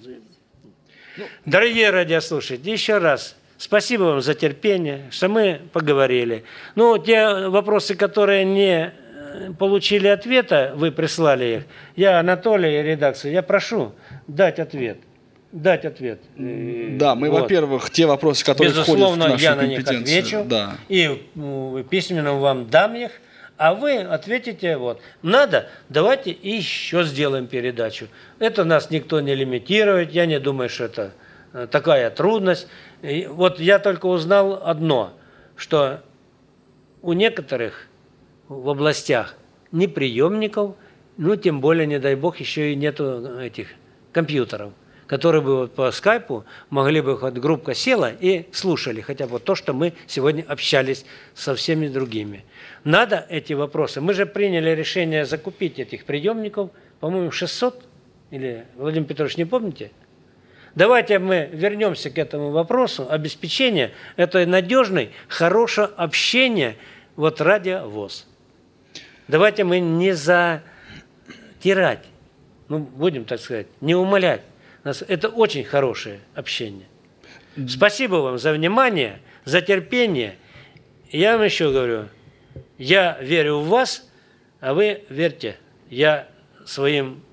Дорогие радиослушатели, еще раз спасибо вам за терпение, что мы поговорили. Ну, те вопросы, которые не получили ответа, вы прислали их, я, Анатолий, редакцию, я прошу дать ответ. Дать ответ. Да, мы, вот. Во-первых, те вопросы, которые Безусловно, входят в нашу я на них компетенцию, отвечу, да. и ну, письменно вам дам их, а вы ответите, вот, надо, давайте еще сделаем передачу. Это нас никто не лимитирует, я не думаю, что это такая трудность. И вот я только узнал одно, что у некоторых в областях ни приемников, ну, тем более, не дай бог, еще и нету этих компьютеров, которые бы вот по скайпу могли бы, хоть группа села и слушали хотя бы то, что мы сегодня общались со всеми другими. Надо эти вопросы. Мы же приняли решение закупить этих приемников, по-моему, шестьсот, или, Владимир Петрович, не помните? Давайте мы вернемся к этому вопросу обеспечения этой надежной, хорошего общения вот радиовоз. Давайте мы не затирать, ну, будем так сказать, не умалять. Это очень хорошее общение. Спасибо вам за внимание, за терпение. Я вам еще говорю, я верю в вас, а вы верьте. Я своим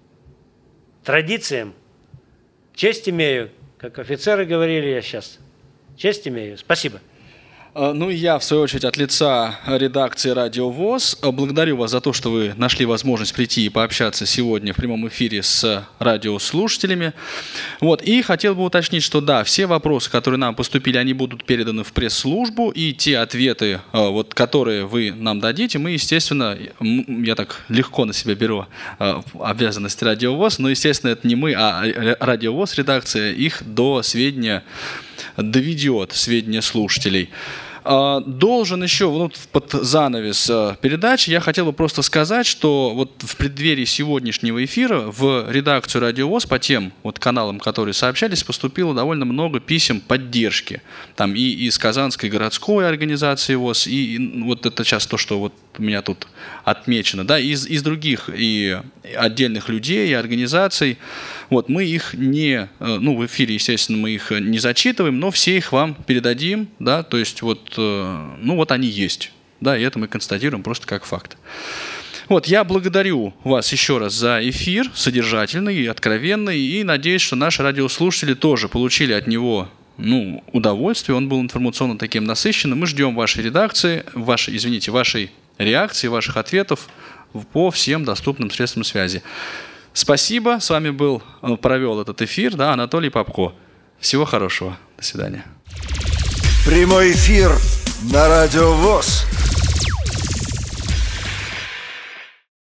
традициям честь имею, как офицеры говорили, я сейчас честь имею. Спасибо. Ну и я, в свою очередь, от лица редакции «Радио ВОС» благодарю вас за то, что вы нашли возможность прийти и пообщаться сегодня в прямом эфире с радиослушателями. Вот. И хотел бы уточнить, что да, все вопросы, которые нам поступили, они будут переданы в пресс-службу, и те ответы, вот, которые вы нам дадите, мы, естественно, я так легко на себя беру обязанности «Радио ВОС», но, естественно, это не мы, а «Радио ВОС», редакция, их до сведения доведет, сведения слушателей. Должен еще, ну, под занавес передачи, я хотел бы просто сказать, что вот в преддверии сегодняшнего эфира в редакцию «Радио ВОС» по тем вот каналам, которые сообщались, поступило довольно много писем поддержки. Там и из Казанской городской организации ВОС, и, и вот это сейчас то, что вот у меня тут отмечено, да, из, из других и отдельных людей, и организаций. Вот, мы их не, ну, в эфире, естественно, мы их не зачитываем, но все их вам передадим, да, то есть вот, ну, вот они есть, да, и это мы констатируем просто как факт. Вот, я благодарю вас еще раз за эфир, содержательный и откровенный, и надеюсь, что наши радиослушатели тоже получили от него, ну, удовольствие, он был информационно таким насыщенным. Мы ждем вашей редакции, вашей, извините, вашей реакции, ваших ответов по всем доступным средствам связи. Спасибо, с вами был, провел этот эфир, да, Анатолий Попко. Всего хорошего, до свидания. Прямой эфир на Радио ВОС.